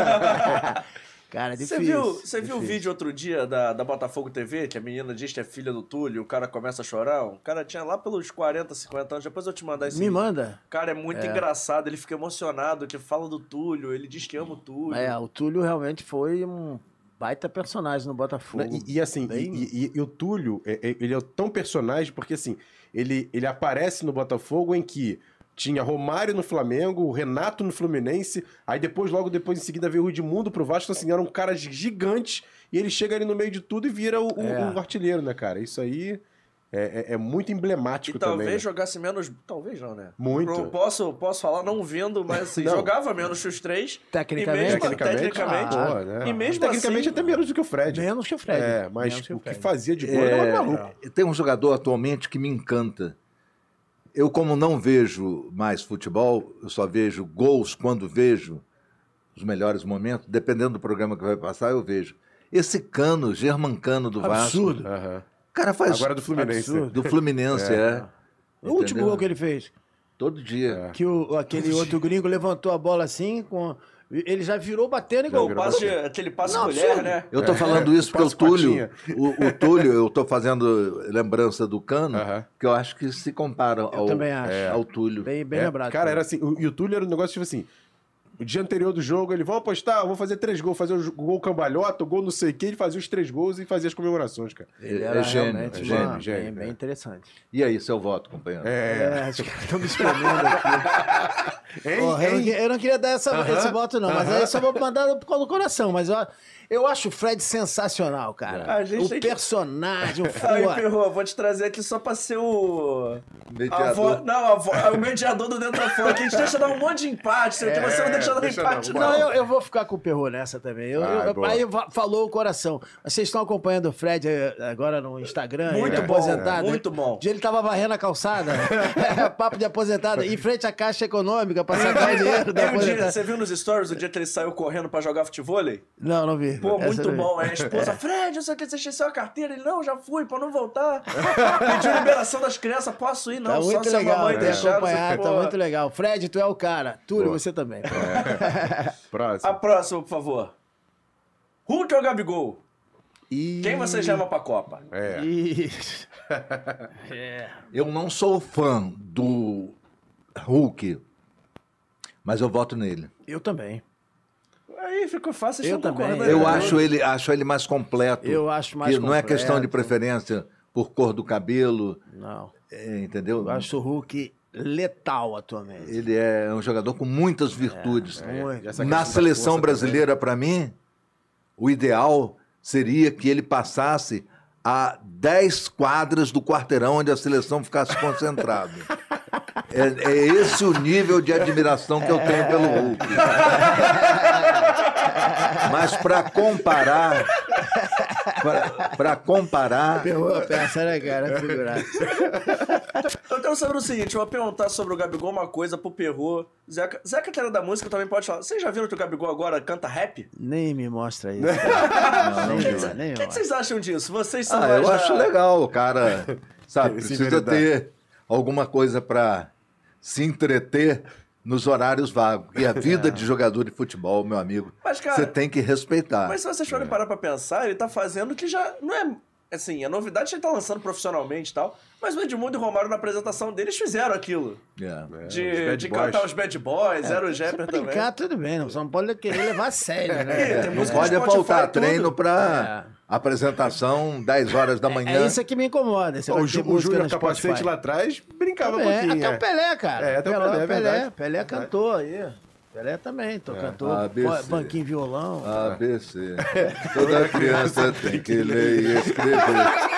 Speaker 3: Cara, é
Speaker 1: Você
Speaker 3: difícil.
Speaker 1: viu, você viu o
Speaker 3: difícil.
Speaker 1: vídeo outro dia da, da Botafogo T V, que a menina diz que é filha do Túlio, o cara começa a chorar? O cara tinha lá pelos quarenta, cinquenta anos, depois eu te mandar esse
Speaker 3: Me
Speaker 1: vídeo.
Speaker 3: manda.
Speaker 1: Cara, é muito engraçado, ele fica emocionado, que fala do Túlio, ele diz que ama o Túlio.
Speaker 3: É, o Túlio realmente foi um baita personagem no Botafogo.
Speaker 2: E, e assim,
Speaker 3: Bem-
Speaker 2: e, e- e o Túlio, é- é- ele é tão personagem porque assim, ele, ele aparece no Botafogo em que tinha Romário no Flamengo, o Renato no Fluminense, aí depois, logo depois, em seguida, veio o Edmundo pro Vasco, assim, eram caras gigantes, e ele chega ali no meio de tudo e vira o, o-
Speaker 3: É.
Speaker 2: o artilheiro, né, cara? Isso aí é, é- é muito emblemático
Speaker 1: E talvez
Speaker 2: também. né?
Speaker 1: jogasse menos. Talvez não, né?
Speaker 2: Muito.
Speaker 1: Eu posso, posso falar, não vendo, mas assim,
Speaker 2: Não.
Speaker 1: jogava menos que os três.
Speaker 3: Tecnicamente?
Speaker 1: E mesmo,
Speaker 2: Tecnicamente,
Speaker 1: tecnicamente.
Speaker 2: ah, né?
Speaker 1: E mesmo
Speaker 2: Tecnicamente
Speaker 1: assim,
Speaker 2: até menos do que o Fred.
Speaker 3: Menos que o Fred.
Speaker 2: É, mas
Speaker 3: Menos que o
Speaker 2: o que
Speaker 3: Fred.
Speaker 2: fazia de gol era
Speaker 4: É,
Speaker 2: maluco.
Speaker 4: tem um jogador atualmente que me encanta. Eu, como não vejo mais futebol, eu só vejo gols quando vejo os melhores momentos. Dependendo do programa que vai passar, eu vejo. Esse Cano, Germancano do
Speaker 3: Absurdo.
Speaker 4: Vasco.
Speaker 2: Aham.
Speaker 4: O cara faz.
Speaker 2: Agora do Fluminense.
Speaker 3: absurdo.
Speaker 4: Do Fluminense, é.
Speaker 3: O último
Speaker 4: Entendeu?
Speaker 3: gol que ele fez,
Speaker 4: Todo dia.
Speaker 3: que o, aquele outro gringo levantou a bola assim, com, ele já virou batendo igual.
Speaker 1: o passe de- aquele passe
Speaker 3: Não,
Speaker 1: mulher,
Speaker 3: absurdo.
Speaker 1: né?
Speaker 4: Eu tô falando isso porque o
Speaker 2: passo
Speaker 4: Túlio, o, o Túlio, eu tô fazendo lembrança do Cano,
Speaker 2: Aham.
Speaker 4: que eu acho que se compara ao,
Speaker 3: também acho.
Speaker 4: ao Túlio.
Speaker 3: Bem, bem
Speaker 2: É,
Speaker 3: lembrado.
Speaker 2: Cara, era assim, o, e o Túlio era um negócio tipo assim. O dia anterior do jogo, ele, vão apostar, eu vou fazer três gols, fazer o jo- gol cambalhota, o gol não sei o que, ele fazia os três gols e fazia as comemorações, cara.
Speaker 3: Ele
Speaker 4: É
Speaker 3: era
Speaker 4: gênio,
Speaker 3: realmente
Speaker 4: é
Speaker 3: uma-
Speaker 2: gênio,
Speaker 3: bem,
Speaker 2: gênio,
Speaker 3: bem
Speaker 2: é.
Speaker 3: interessante.
Speaker 4: E aí, seu voto, companheiro?
Speaker 3: É, acho que estão me espremendo aqui.
Speaker 2: Hein,
Speaker 3: Porra, eu, não,
Speaker 2: hein?
Speaker 3: que- eu não queria dar essa,
Speaker 2: Aham,
Speaker 3: esse voto, não, mas
Speaker 2: aham.
Speaker 3: aí eu só vou mandar por causa do coração. Mas eu, eu acho o Fred sensacional, cara.
Speaker 1: A gente
Speaker 3: o
Speaker 1: tem que-
Speaker 3: personagem, o
Speaker 1: Aí,
Speaker 3: Fua.
Speaker 1: Perrot, vou te trazer aqui só pra ser o. A
Speaker 4: Mediador.
Speaker 1: vo... Não, a vo... o mediador do dentro da fora, que a gente deixa dar um monte de empate. Se você não deixa dar
Speaker 2: deixa
Speaker 1: empate,
Speaker 2: não,
Speaker 1: não.
Speaker 3: Não, eu, eu vou ficar com o Perrot nessa também. Eu,
Speaker 2: Ah,
Speaker 3: eu-
Speaker 2: boa.
Speaker 3: aí va- falou o coração. Vocês estão acompanhando o Fred eh, agora no Instagram?
Speaker 1: Muito
Speaker 3: ele é
Speaker 1: bom,
Speaker 3: aposentado.
Speaker 1: muito bom.
Speaker 3: Um dia ele tava varrendo a calçada, papo de aposentado, em frente à Caixa Econômica pra sacar o dinheiro da
Speaker 1: Tem um dia,
Speaker 3: aposentadoria.
Speaker 1: você viu nos stories o dia que ele saiu correndo pra jogar futevôlei?
Speaker 3: Não, não vi.
Speaker 1: Pô,
Speaker 3: Essa
Speaker 1: muito
Speaker 3: eu não vi.
Speaker 1: bom. Aí a esposa, Fred, isso aqui, você esqueceu a carteira? Ele, não, já fui, pra não voltar. Pediu liberação das crianças, posso ir? Não,
Speaker 3: Tá
Speaker 1: só
Speaker 3: muito
Speaker 1: se a
Speaker 3: legal,
Speaker 1: mamãe
Speaker 3: tem
Speaker 1: deixar. não sei o
Speaker 3: acompanhado,
Speaker 1: quê.
Speaker 3: tá
Speaker 1: Pô.
Speaker 3: muito legal. Fred, tu é o cara. Túlio,
Speaker 2: Boa.
Speaker 3: você também.
Speaker 2: Próximo.
Speaker 1: A próxima, por favor. Hulk ou Gabigol?
Speaker 3: E...
Speaker 1: Quem você chama pra Copa?
Speaker 2: É.
Speaker 3: E...
Speaker 4: Eu não sou fã do Hulk, mas eu voto nele.
Speaker 3: Eu também.
Speaker 1: Aí ficou fácil, vocês
Speaker 3: Eu
Speaker 1: estão
Speaker 3: também.
Speaker 1: concordando.
Speaker 4: Eu
Speaker 3: É.
Speaker 4: acho ele, acho ele mais completo.
Speaker 3: Eu acho mais
Speaker 4: que não é
Speaker 3: completo.
Speaker 4: questão de preferência por cor do cabelo,
Speaker 3: Não.
Speaker 4: é, entendeu?
Speaker 3: Eu acho o Hulk letal atualmente.
Speaker 4: Ele é um jogador com muitas virtudes.
Speaker 3: Muito.
Speaker 2: E essa
Speaker 4: Na
Speaker 2: questão da
Speaker 4: seleção
Speaker 2: força
Speaker 4: brasileira, para mim, o ideal seria que ele passasse a dez quadras do quarteirão onde a seleção ficasse concentrada. É, é esse o nível de admiração que eu tenho pelo Hulk. Mas para comparar, Para comparar...
Speaker 3: Perrou a peça, né, cara? Figurar.
Speaker 1: Eu quero saber o seguinte, eu vou perguntar sobre o Gabigol uma coisa pro Perrô. Zeca, Zeca que era da música, também pode falar. Vocês já viram que o Gabigol agora canta rap?
Speaker 3: Nem me mostra isso. Cara. Não, nem,
Speaker 1: O
Speaker 3: me- nem me
Speaker 1: que, que
Speaker 3: mostra.
Speaker 1: vocês acham disso? Vocês são
Speaker 4: Ah,
Speaker 1: mais
Speaker 4: eu
Speaker 1: da-
Speaker 4: acho legal, o cara, sabe,
Speaker 2: Esse
Speaker 4: precisa
Speaker 2: verdade.
Speaker 4: ter alguma coisa para se entreter nos horários vagos. E a vida de jogador de futebol, meu amigo,
Speaker 1: Mas, cara,
Speaker 4: você tem que respeitar.
Speaker 1: Mas se vocês
Speaker 2: É.
Speaker 1: forem parar pra pensar, ele tá fazendo que já não é... Assim, a novidade é que ele tá lançando profissionalmente e tal, mas o Edmundo e o Romário na apresentação deles fizeram aquilo.
Speaker 4: É.
Speaker 2: os
Speaker 1: De,
Speaker 2: bad
Speaker 1: de
Speaker 2: boys.
Speaker 1: cantar os bad boys, era o
Speaker 3: Se
Speaker 1: Jepper também.
Speaker 3: brincar, tudo bem. Não, só não pode querer levar a sério,
Speaker 1: É,
Speaker 3: né?
Speaker 1: tem
Speaker 4: Não
Speaker 1: música
Speaker 4: pode
Speaker 1: no Spotify,
Speaker 4: faltar
Speaker 1: tudo.
Speaker 4: treino para apresentação dez horas da manhã.
Speaker 3: É isso que me incomoda. Esse
Speaker 2: Ó, o,
Speaker 3: negócio de
Speaker 2: Ju- o
Speaker 3: música
Speaker 2: Júnior
Speaker 3: no
Speaker 2: Capacete
Speaker 3: Spotify.
Speaker 2: lá atrás brincava um
Speaker 3: É,
Speaker 2: pouquinho.
Speaker 3: até
Speaker 2: é.
Speaker 3: o Pelé, cara.
Speaker 2: É, até o
Speaker 3: Pelé,
Speaker 2: Pelé, é
Speaker 3: Pelé,
Speaker 2: verdade.
Speaker 3: Pelé cantou aí. Pelé também, tô, cantou.
Speaker 4: A B C.
Speaker 3: Banquinho violão.
Speaker 4: A B C. Toda criança tem que ler e escrever.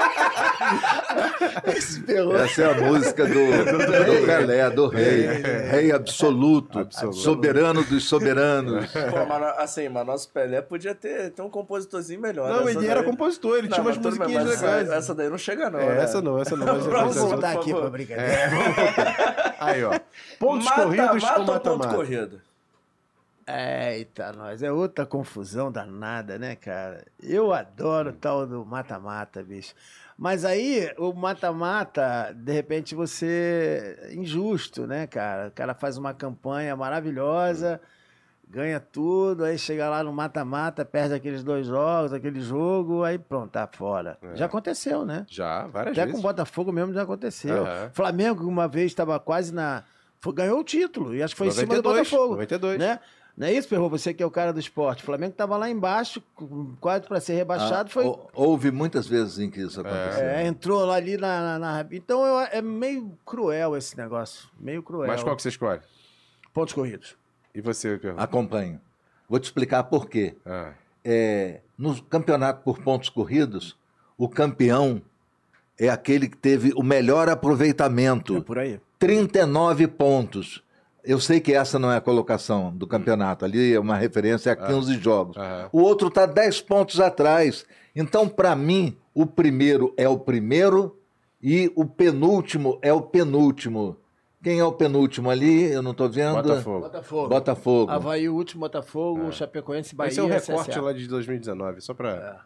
Speaker 3: Esse perrou.
Speaker 4: Essa é a música do, do Pelé, do rei. Rei absoluto,
Speaker 2: Absoluto.
Speaker 4: soberano dos soberanos.
Speaker 1: Pô, mas, assim, mas nosso Pelé podia ter, ter um compositorzinho melhor.
Speaker 2: Não,
Speaker 1: Essa
Speaker 2: ele era
Speaker 1: daí-
Speaker 2: compositor, ele
Speaker 1: Não,
Speaker 2: tinha umas
Speaker 1: mas tudo bem,
Speaker 2: musiquinhas
Speaker 1: mas
Speaker 2: legais.
Speaker 1: Essa, essa daí não chega, não.
Speaker 2: É,
Speaker 1: né?
Speaker 2: essa não, essa não. Mas
Speaker 1: Vamos
Speaker 3: Vamos
Speaker 1: Por
Speaker 3: voltar aqui
Speaker 1: favor.
Speaker 3: pra brincadeira.
Speaker 2: Aí, ó. Pontos
Speaker 1: Mata,
Speaker 2: corridos
Speaker 1: mata
Speaker 2: ou
Speaker 1: ou ponto
Speaker 2: mata-mata?
Speaker 1: corrido?
Speaker 3: Eita, nós. É outra confusão danada, né, cara? Eu adoro o tal do mata-mata, bicho. Mas aí, o mata-mata, de repente, você... é injusto, né, cara? O cara faz uma campanha maravilhosa, ganha tudo, aí chega lá no mata-mata, perde aqueles dois jogos, aquele jogo, aí pronto, tá fora. Já aconteceu, né?
Speaker 2: Já, várias
Speaker 3: Até
Speaker 2: vezes.
Speaker 3: com o Botafogo mesmo já aconteceu.
Speaker 2: Aham.
Speaker 3: Flamengo, uma vez, estava quase na... foi- ganhou o título, e acho que foi em cima do
Speaker 2: noventa e dois,
Speaker 3: Botafogo.
Speaker 2: noventa e dois.
Speaker 3: Né? Não é isso, Perrô? Você que é o cara do esporte. O Flamengo estava lá embaixo, com- quase para ser rebaixado.
Speaker 4: Ah,
Speaker 3: foi,
Speaker 4: hou- Houve muitas vezes em que isso aconteceu.
Speaker 3: é, entrou lá ali na... na, na- Então eu- é meio cruel esse negócio. Meio cruel.
Speaker 2: Mas qual que você escolhe?
Speaker 3: Pontos corridos.
Speaker 2: E você, Perro?
Speaker 4: Acompanho. Vou te explicar por quê.
Speaker 2: Ah,
Speaker 4: É, no campeonato por pontos corridos, o campeão é aquele que teve o melhor
Speaker 3: É
Speaker 4: aproveitamento.
Speaker 3: por aí.
Speaker 4: trinta e nove pontos. Eu sei que essa não é a colocação do campeonato, ali é uma referência a quinze jogos.
Speaker 2: aham.
Speaker 4: O outro está dez pontos atrás. Então, para mim, o primeiro é o primeiro e o penúltimo é o penúltimo. Quem é o penúltimo ali? Eu não estou vendo.
Speaker 2: Botafogo.
Speaker 3: Botafogo.
Speaker 4: Botafogo.
Speaker 3: Havaí, o último Botafogo, Chapecoense, Bahia.
Speaker 2: Esse é o
Speaker 3: C S A.
Speaker 2: recorte lá de dois mil e dezenove, só pra...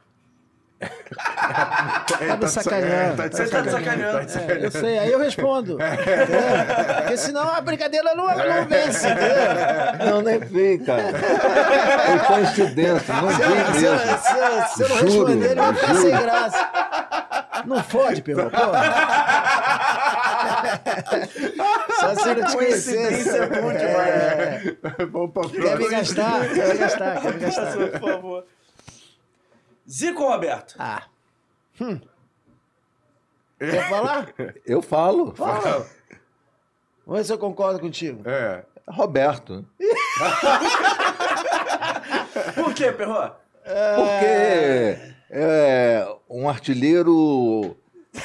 Speaker 3: Tá me sacaneando.
Speaker 2: tá de
Speaker 1: Você tá de sacaneando.
Speaker 3: É, eu sei, aí eu respondo. Entendeu? Porque senão a brincadeira não, não vence, entendeu?
Speaker 4: Não, nem vi, cara. Foi coincidência, não
Speaker 3: Se eu,
Speaker 4: vi
Speaker 3: se eu-
Speaker 4: mesmo.
Speaker 3: se eu- se eu não
Speaker 4: Juro,
Speaker 3: responder, ele vai ficar
Speaker 4: juro.
Speaker 3: sem graça. Não fode, Perrô, pô. Só se eu não te conhecesse.
Speaker 1: Coincidência é bom demais.
Speaker 3: É,
Speaker 2: Vamos pra
Speaker 3: quer me
Speaker 2: próxima.
Speaker 3: gastar? Quer me gastar? Quer me gastar?
Speaker 1: Por favor. Zico ou Roberto?
Speaker 3: Ah. Hum. Quer falar?
Speaker 4: Eu falo.
Speaker 3: Fala. Vamos ver se eu concordo contigo.
Speaker 2: É.
Speaker 4: Roberto.
Speaker 1: Por quê, Perrô?
Speaker 4: Porque é um artilheiro.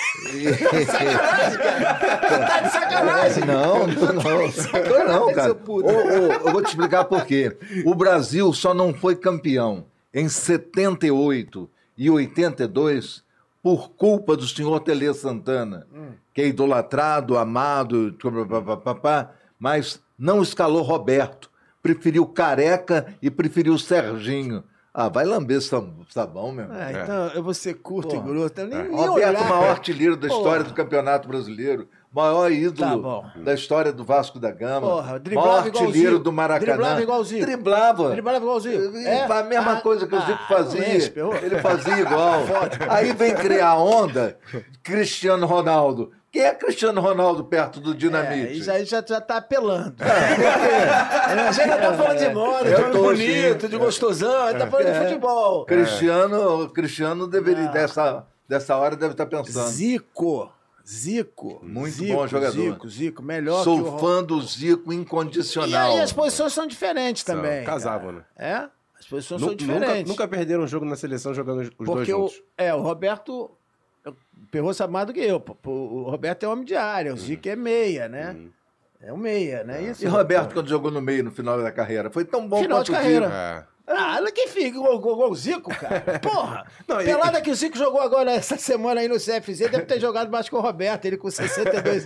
Speaker 3: Tá de sacanagem.
Speaker 4: Não, não, não. Tô não, cara.
Speaker 3: Seu puto.
Speaker 4: Ô, ô, eu vou te explicar por quê. O Brasil só não foi campeão em setenta e oito e oitenta e dois por culpa do senhor Tele Santana, que é idolatrado, amado, papapá, mas não escalou Roberto. Preferiu Careca e preferiu Serginho. Ah, vai lamber esse sabão, meu.
Speaker 3: É, então eu vou ser curto e
Speaker 4: Porra.
Speaker 3: grosso. Eu nem, nem
Speaker 4: Roberto,
Speaker 3: olhar.
Speaker 4: o maior artilheiro da
Speaker 3: Porra.
Speaker 4: história do Campeonato Brasileiro, maior
Speaker 3: Tá
Speaker 4: ídolo
Speaker 3: bom.
Speaker 4: da história do Vasco da Gama,
Speaker 3: Porra, driblava
Speaker 4: maior
Speaker 3: igual o
Speaker 4: artilheiro
Speaker 3: Zico.
Speaker 4: do Maracanã.
Speaker 3: Driblava igual o Zico.
Speaker 4: Driblava.
Speaker 3: Driblava igualzinho.
Speaker 4: É, a mesma
Speaker 3: Ah,
Speaker 4: coisa que o Zico
Speaker 3: ah,
Speaker 4: fazia.
Speaker 3: não enche, Perrô.
Speaker 4: Ele fazia igual. Aí vem criar a onda, Cristiano Ronaldo. Quem é Cristiano Ronaldo perto do
Speaker 3: É,
Speaker 4: Dinamite?
Speaker 3: aí já, já, já tá apelando. A gente já tá falando de moda,
Speaker 4: Eu
Speaker 3: de
Speaker 4: tô,
Speaker 3: bonito,
Speaker 4: sim.
Speaker 3: de gostosão, a gente tá falando de futebol.
Speaker 4: Cristiano, Cristiano deveria,
Speaker 3: Ah.
Speaker 4: dessa, dessa hora, deve estar pensando.
Speaker 3: Zico. Zico.
Speaker 4: Muito
Speaker 3: Zico,
Speaker 4: bom jogador.
Speaker 3: Zico, Zico. Melhor
Speaker 4: Sou
Speaker 3: que o...
Speaker 4: fã do Zico
Speaker 3: E
Speaker 4: incondicional.
Speaker 3: aí as posições são diferentes
Speaker 2: São,
Speaker 3: também.
Speaker 2: casavam,
Speaker 3: cara.
Speaker 2: né?
Speaker 3: É? As posições
Speaker 2: Nu-
Speaker 3: são
Speaker 2: Nunca,
Speaker 3: diferentes.
Speaker 2: nunca perderam um jogo na seleção jogando os os dois
Speaker 3: Porque o,
Speaker 2: juntos.
Speaker 3: é, o Roberto... O Perrô sabe mais do que eu. pô. O Roberto é homem de área, o Zico é meia, né? É um meia, né? Isso,
Speaker 4: E Roberto, quando jogou no meio, no final da carreira, foi tão bom
Speaker 3: Final
Speaker 4: quanto
Speaker 3: de
Speaker 4: o
Speaker 3: carreira.
Speaker 4: Zico.
Speaker 2: É.
Speaker 3: Ah, quem fica igual, igual, igual o Zico, cara? Porra!
Speaker 2: Não,
Speaker 3: Pelada
Speaker 2: e-
Speaker 3: que o Zico jogou agora essa semana aí no C F Z, deve ter jogado mais que o Roberto, ele com sessenta e dois.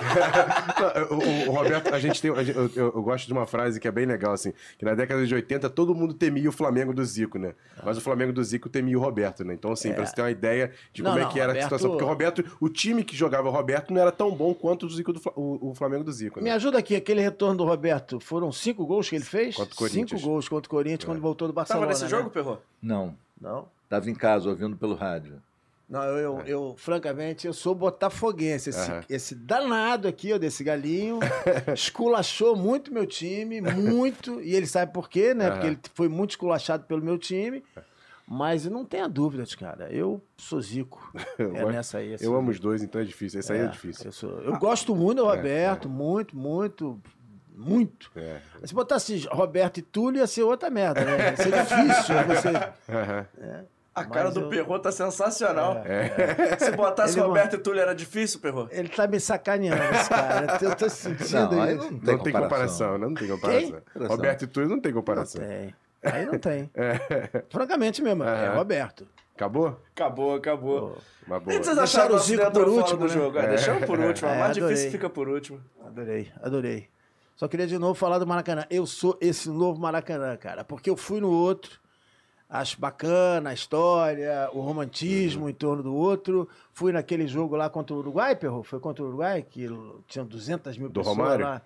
Speaker 2: Não, o, o Roberto, a gente tem. a gente- eu, eu- eu gosto de uma frase que é bem legal, assim, que na década de oitenta todo mundo temia o Flamengo do Zico, né? Mas o Flamengo do Zico temia o Roberto, né? Então, assim, pra você ter uma ideia de
Speaker 3: Não,
Speaker 2: como
Speaker 3: não,
Speaker 2: é que era
Speaker 3: Roberto-
Speaker 2: a situação. Porque o Roberto, o time que jogava o Roberto não era tão bom quanto o, Zico do, Fla- o, o Flamengo do Zico,
Speaker 3: Me
Speaker 2: né?
Speaker 3: ajuda aqui, aquele retorno do Roberto, foram cinco gols que ele fez?
Speaker 2: Contra o Corinthians.
Speaker 3: Cinco gols contra o Corinthians quando voltou do Barcelona.
Speaker 1: Tava nesse
Speaker 3: né?
Speaker 1: jogo, Perro?
Speaker 4: Não,
Speaker 3: Não.
Speaker 4: estava em casa ouvindo pelo rádio.
Speaker 3: Não, eu, eu, eu, francamente, eu sou botafoguense. Esse,
Speaker 2: Aham.
Speaker 3: esse danado aqui, ó, desse galinho, esculachou muito meu time, muito. E ele sabe por quê, né?
Speaker 2: Aham.
Speaker 3: Porque ele foi muito esculachado pelo meu time. Mas não tenha dúvidas, cara. Eu sou Zico.
Speaker 2: Eu
Speaker 3: É
Speaker 2: gosto-
Speaker 3: nessa aí. assim.
Speaker 2: Eu amo os dois, então é difícil. Esse aí é difícil.
Speaker 3: Eu, sou- eu gosto muito do Roberto, muito, muito, muito.
Speaker 2: É.
Speaker 3: Se botasse Roberto e Túlio, ia ser outra merda, né? Ia ser difícil. Você...
Speaker 2: Aham.
Speaker 1: A cara
Speaker 3: Mas
Speaker 1: do
Speaker 3: eu-
Speaker 1: Perro tá sensacional.
Speaker 2: É.
Speaker 1: Se botasse
Speaker 3: Ele-
Speaker 1: Roberto e Túlio era difícil, Perro?
Speaker 3: Ele tá me sacaneando, esse cara. Eu tô sentindo
Speaker 4: Não, aí
Speaker 3: isso.
Speaker 4: não tem
Speaker 2: Não tem comparação, não tem comparação.
Speaker 4: Quem?
Speaker 2: Roberto e Túlio não tem
Speaker 3: Não
Speaker 2: comparação.
Speaker 3: tem. Aí não tem. Francamente mesmo, é
Speaker 2: Aham.
Speaker 3: Roberto.
Speaker 2: Acabou?
Speaker 1: Acabou, acabou.
Speaker 2: Uma
Speaker 1: E
Speaker 2: boa.
Speaker 1: vocês
Speaker 3: Deixaram
Speaker 1: acharam
Speaker 3: o
Speaker 1: o
Speaker 3: Zico
Speaker 1: Zico
Speaker 3: por
Speaker 1: por
Speaker 3: último,
Speaker 1: último do
Speaker 3: né?
Speaker 1: jogo? É, deixamos por último.
Speaker 3: É,
Speaker 1: A mais
Speaker 3: adorei.
Speaker 1: difícil fica por último.
Speaker 3: Adorei, adorei. Só queria de novo falar do Maracanã. Eu sou esse novo Maracanã, cara, porque eu fui no outro, acho bacana a história, o romantismo em torno do outro. Fui naquele jogo lá contra o Uruguai, Perro? Foi contra o Uruguai, que tinham duzentas mil
Speaker 2: Do
Speaker 3: pessoas
Speaker 2: Romário?
Speaker 3: lá.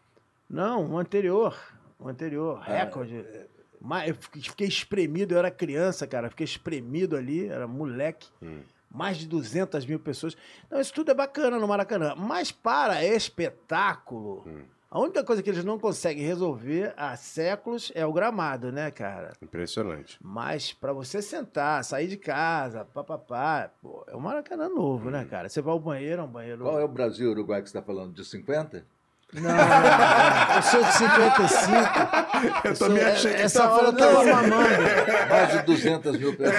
Speaker 3: Não, o anterior. O anterior, recorde. Mas eu fiquei- fiquei espremido, eu era criança, cara, fiquei espremido ali, era moleque. Mais de duzentas mil pessoas. Então, isso tudo é bacana no Maracanã. Mas para espetáculo, a única coisa que eles não conseguem resolver há séculos é o gramado, né, cara?
Speaker 2: Impressionante.
Speaker 3: Mas para você sentar, sair de casa, papapá, pô, é um Maracanã novo, né, cara? Você vai ao banheiro, é um banheiro...
Speaker 4: Qual é o Brasil e Uruguai que você está falando? De cinquenta?
Speaker 3: Não, não, não. Eu sou de cinquenta e cinco.
Speaker 2: Eu também
Speaker 3: sou-
Speaker 2: achei que
Speaker 3: essa
Speaker 2: tava
Speaker 3: hora eu
Speaker 2: falando
Speaker 3: tava
Speaker 2: isso.
Speaker 3: mamando.
Speaker 4: Mais de duzentas mil pessoas.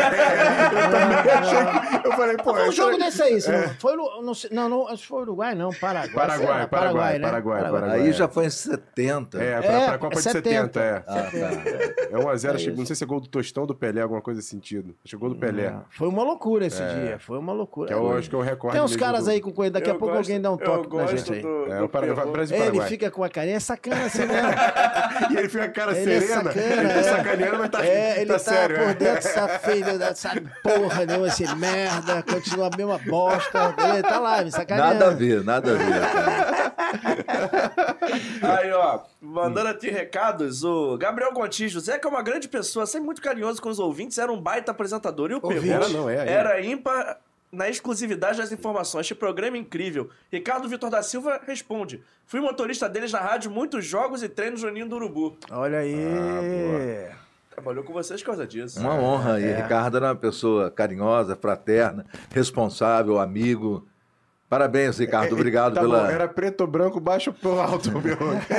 Speaker 2: Eu falei, pô,
Speaker 3: Foi um
Speaker 2: essa-
Speaker 3: jogo desse aí, se não foi no, não, sei- não, não, acho que foi Uruguai, não, Paraguai.
Speaker 2: Paraguai,
Speaker 3: sei lá,
Speaker 2: Paraguai,
Speaker 3: né?
Speaker 2: Paraguai, Paraguai.
Speaker 4: Aí já foi em setenta.
Speaker 2: É, pra,
Speaker 3: É,
Speaker 2: pra Copa
Speaker 3: é
Speaker 2: de setenta, é.
Speaker 4: Ah, tá.
Speaker 2: É um a zero,
Speaker 3: É
Speaker 2: acho que-
Speaker 3: isso.
Speaker 2: não sei se é gol do Tostão, do Pelé, alguma coisa nesse sentido. Acho que é gol do Pelé.
Speaker 3: É, foi uma loucura esse dia, foi uma loucura.
Speaker 2: Que é o, acho que é o recorde.
Speaker 3: Tem uns
Speaker 2: mesmo
Speaker 3: caras
Speaker 2: do-
Speaker 3: aí com coisa, daqui a
Speaker 1: Eu
Speaker 3: pouco
Speaker 1: gosto-
Speaker 3: alguém dá um
Speaker 1: eu
Speaker 3: toque pra
Speaker 1: gosto
Speaker 3: gente aí.
Speaker 1: do-
Speaker 2: É,
Speaker 1: do
Speaker 2: o Paraguai,
Speaker 1: Perro.
Speaker 2: Brasil e
Speaker 3: Ele
Speaker 2: Paraguai.
Speaker 3: fica com a carinha, é sacana assim mesmo.
Speaker 2: E ele fica com a cara
Speaker 3: Ele é
Speaker 2: serena.
Speaker 3: sacana,
Speaker 2: ele tá
Speaker 3: é.
Speaker 2: sacaneando, mas tá,
Speaker 3: É, ele
Speaker 2: tá
Speaker 3: tá,
Speaker 2: sério.
Speaker 3: por
Speaker 2: é.
Speaker 3: dentro, essa filha, da- sabe, porra nenhuma, esse merda, continua a mesma bosta. Ele tá lá, me sacaneando.
Speaker 4: Nada a ver, nada a ver. cara.
Speaker 1: Aí, ó, mandando aqui recados, o Gabriel Gontijo, Zé que é uma grande pessoa, sempre muito carinhoso com os ouvintes, era um baita apresentador. E o
Speaker 3: Ouvinte.
Speaker 1: Perro
Speaker 2: Era não, é, é.
Speaker 1: era ímpar na exclusividade das informações. Este programa é incrível. Ricardo Vitor da Silva responde: fui motorista deles na rádio, muitos jogos e treinos no Ninho do Urubu.
Speaker 3: Olha aí.
Speaker 1: Trabalhou com vocês por causa disso.
Speaker 4: Uma honra. E Ricardo era uma pessoa carinhosa, fraterna, responsável, amigo. Parabéns, Ricardo. Obrigado
Speaker 2: Tá
Speaker 4: pela.
Speaker 2: bom, era preto ou branco, baixo ou alto, meu.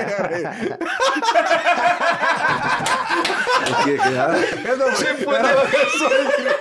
Speaker 4: O que que é?
Speaker 2: Eu não tipo, era uma pessoa incrível.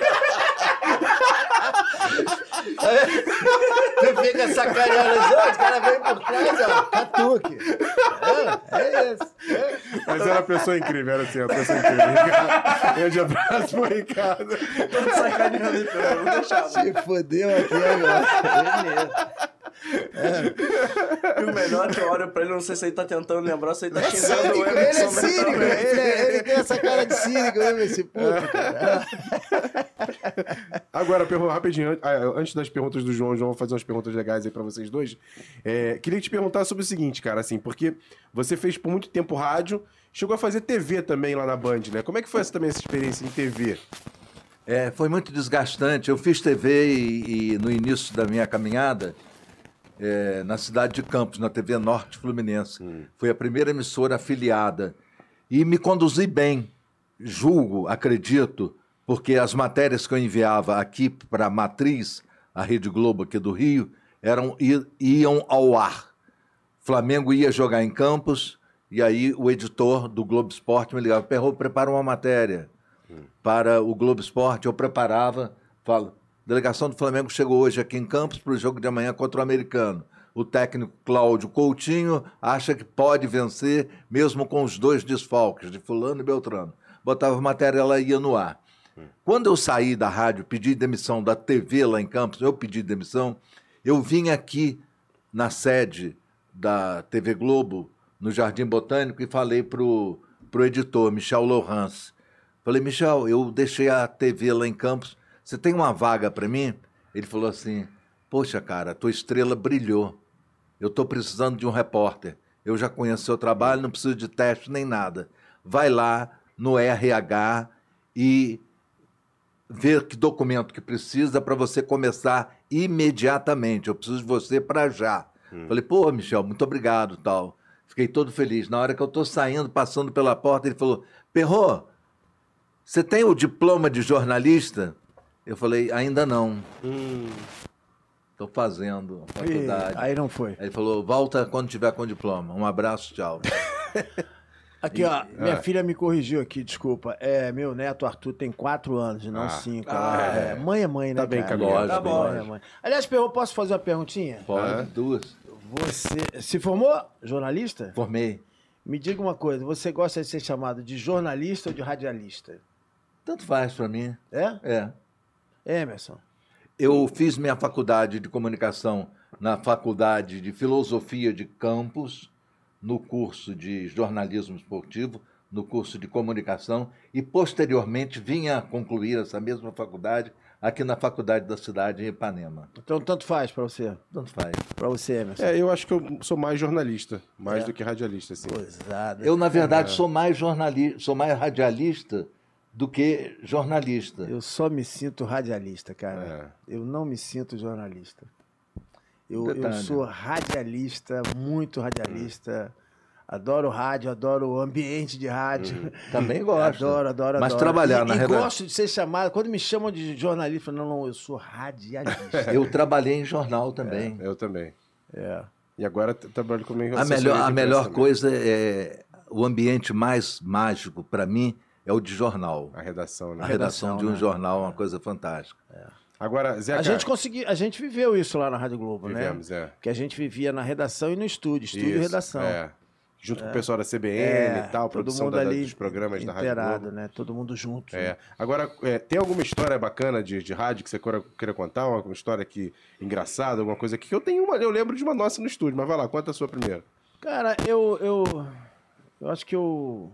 Speaker 3: Você fica sacaneando os outros, o cara vem por trás, ó, catuque. É, é isso. É.
Speaker 2: Mas era uma pessoa incrível, era assim, uma pessoa incrível. Ricardo, grande abraço pro Ricardo.
Speaker 1: Tô sacaneando aí, Perro, vou deixar.
Speaker 3: Se fodeu aqui agora. Beleza.
Speaker 1: E o melhor é que eu olho pra ele, não sei se ele tá tentando lembrar, se ele tá
Speaker 3: É
Speaker 1: xingando
Speaker 3: cínico,
Speaker 1: o
Speaker 3: ele é
Speaker 1: Emerson
Speaker 3: cínico,
Speaker 1: mentalmente.
Speaker 3: ele, é- ele tem essa cara de cínico mesmo, esse puto, cara.
Speaker 2: Agora, Perro, rapidinho, an- ah, antes das perguntas do João, João, vou fazer umas perguntas legais aí pra vocês dois. É, queria te perguntar sobre o seguinte, cara, assim, porque você fez por muito tempo rádio, chegou a fazer T V também lá na Band, né? Como é que foi essa, também essa experiência em T V?
Speaker 4: É, foi muito desgastante. Eu fiz T V e, e no início da minha caminhada, é, na cidade de Campos, na T V Norte Fluminense. Foi a primeira emissora afiliada. E me conduzi bem, julgo, acredito, porque as matérias que eu enviava aqui para a Matriz, a Rede Globo aqui do Rio, eram, i- iam ao ar. Flamengo ia jogar em Campos, e aí o editor do Globo Esporte me ligava: Perro, prepara uma matéria para o Globo Esporte. Eu preparava, falo, delegação do Flamengo chegou hoje aqui em Campos para o jogo de amanhã contra o Americano. O técnico Cláudio Coutinho acha que pode vencer mesmo com os dois desfalques, de fulano e Beltrano. botava matéria, ela ia no ar. Quando eu saí da rádio, pedi demissão da T V lá em Campos, eu pedi demissão, eu vim aqui na sede da T V Globo, no Jardim Botânico, e falei pro, pro editor, Michel Laurence. Falei, Michel, eu deixei a T V lá em Campos, você tem uma vaga para mim? Ele falou assim, poxa, cara, tua estrela brilhou. Eu estou precisando de um repórter. Eu já conheço seu trabalho, não preciso de teste nem nada. Vai lá no R H e vê que documento que precisa para você começar imediatamente. Eu preciso de você para já. Hum. Falei, pô, Michel, muito obrigado, tal. Fiquei todo feliz. Na hora que eu estou saindo, passando pela porta, ele falou, Perrô, você tem o diploma de jornalista? Eu falei, ainda não. Hum. Estou fazendo a faculdade.
Speaker 3: E aí não foi.
Speaker 4: Aí ele falou, volta quando tiver com diploma. Um abraço, tchau.
Speaker 3: Aqui, ó, e, minha é. filha me corrigiu aqui, desculpa. É, meu neto Arthur tem quatro anos, não ah. cinco. Ah, é. É. Mãe é mãe, né,
Speaker 2: tá bem,
Speaker 3: cara?
Speaker 2: Lógico,
Speaker 3: tá bom. Mãe é mãe. Aliás, Perrô, posso fazer uma perguntinha?
Speaker 4: Pode, ah. duas.
Speaker 3: Você se formou jornalista?
Speaker 4: Formei.
Speaker 3: Me diga uma coisa, você gosta de ser chamado de jornalista ou de radialista?
Speaker 4: Tanto faz para mim.
Speaker 3: É?
Speaker 4: É.
Speaker 3: Emerson.
Speaker 4: Eu fiz minha faculdade de comunicação na Faculdade de Filosofia de Campos, no curso de jornalismo esportivo, no curso de comunicação, e posteriormente vinha concluir essa mesma faculdade aqui na Faculdade da Cidade, em Ipanema.
Speaker 3: Então, tanto faz para você?
Speaker 4: Tanto faz.
Speaker 3: Para você, Emerson?
Speaker 2: É, eu acho que eu sou mais jornalista, mais é. do que radialista, assim.
Speaker 3: Coisada.
Speaker 4: Eu, na verdade, é. sou mais jornalista, sou mais radialista do que jornalista.
Speaker 3: Eu só me sinto radialista, cara. É. Eu não me sinto jornalista. Eu, eu sou radialista, muito radialista. Hum. Adoro rádio, adoro o ambiente de rádio.
Speaker 4: Hum. Também gosto.
Speaker 3: Adoro, adoro,
Speaker 4: Mas
Speaker 3: adoro.
Speaker 4: trabalhar
Speaker 3: e,
Speaker 4: na
Speaker 3: e
Speaker 4: redação.
Speaker 3: gosto de ser chamado. Quando me chamam de jornalista, eu falo, não, não, eu sou radialista.
Speaker 4: Eu trabalhei em jornal também.
Speaker 2: É, eu também.
Speaker 3: É.
Speaker 2: E agora trabalho como
Speaker 4: A melhor, a melhor coisa é o ambiente mais mágico para mim é o de jornal.
Speaker 2: A redação, né?
Speaker 4: A redação, redação de um
Speaker 3: né?
Speaker 4: jornal é uma coisa fantástica.
Speaker 3: É.
Speaker 2: Agora, Zeca...
Speaker 3: A gente conseguiu, a gente viveu isso lá na Rádio Globo,
Speaker 2: Vivemos,
Speaker 3: né?
Speaker 2: é.
Speaker 3: Que a gente vivia na redação e no estúdio, estúdio
Speaker 2: isso,
Speaker 3: e redação.
Speaker 2: É. Junto
Speaker 3: é.
Speaker 2: com o pessoal da C B N
Speaker 3: é,
Speaker 2: e tal,
Speaker 3: todo
Speaker 2: produção
Speaker 3: mundo
Speaker 2: da,
Speaker 3: ali
Speaker 2: dos programas da Rádio Globo.
Speaker 3: né? Todo mundo junto.
Speaker 2: É.
Speaker 3: Né?
Speaker 2: Agora, é, tem alguma história bacana de, de rádio que você queira, queira contar? Uma, uma história que, engraçada, alguma coisa aqui? Que eu tenho uma, eu lembro de uma nossa no estúdio, mas vai lá, conta a sua primeiro.
Speaker 3: Cara, eu, eu, eu acho que eu...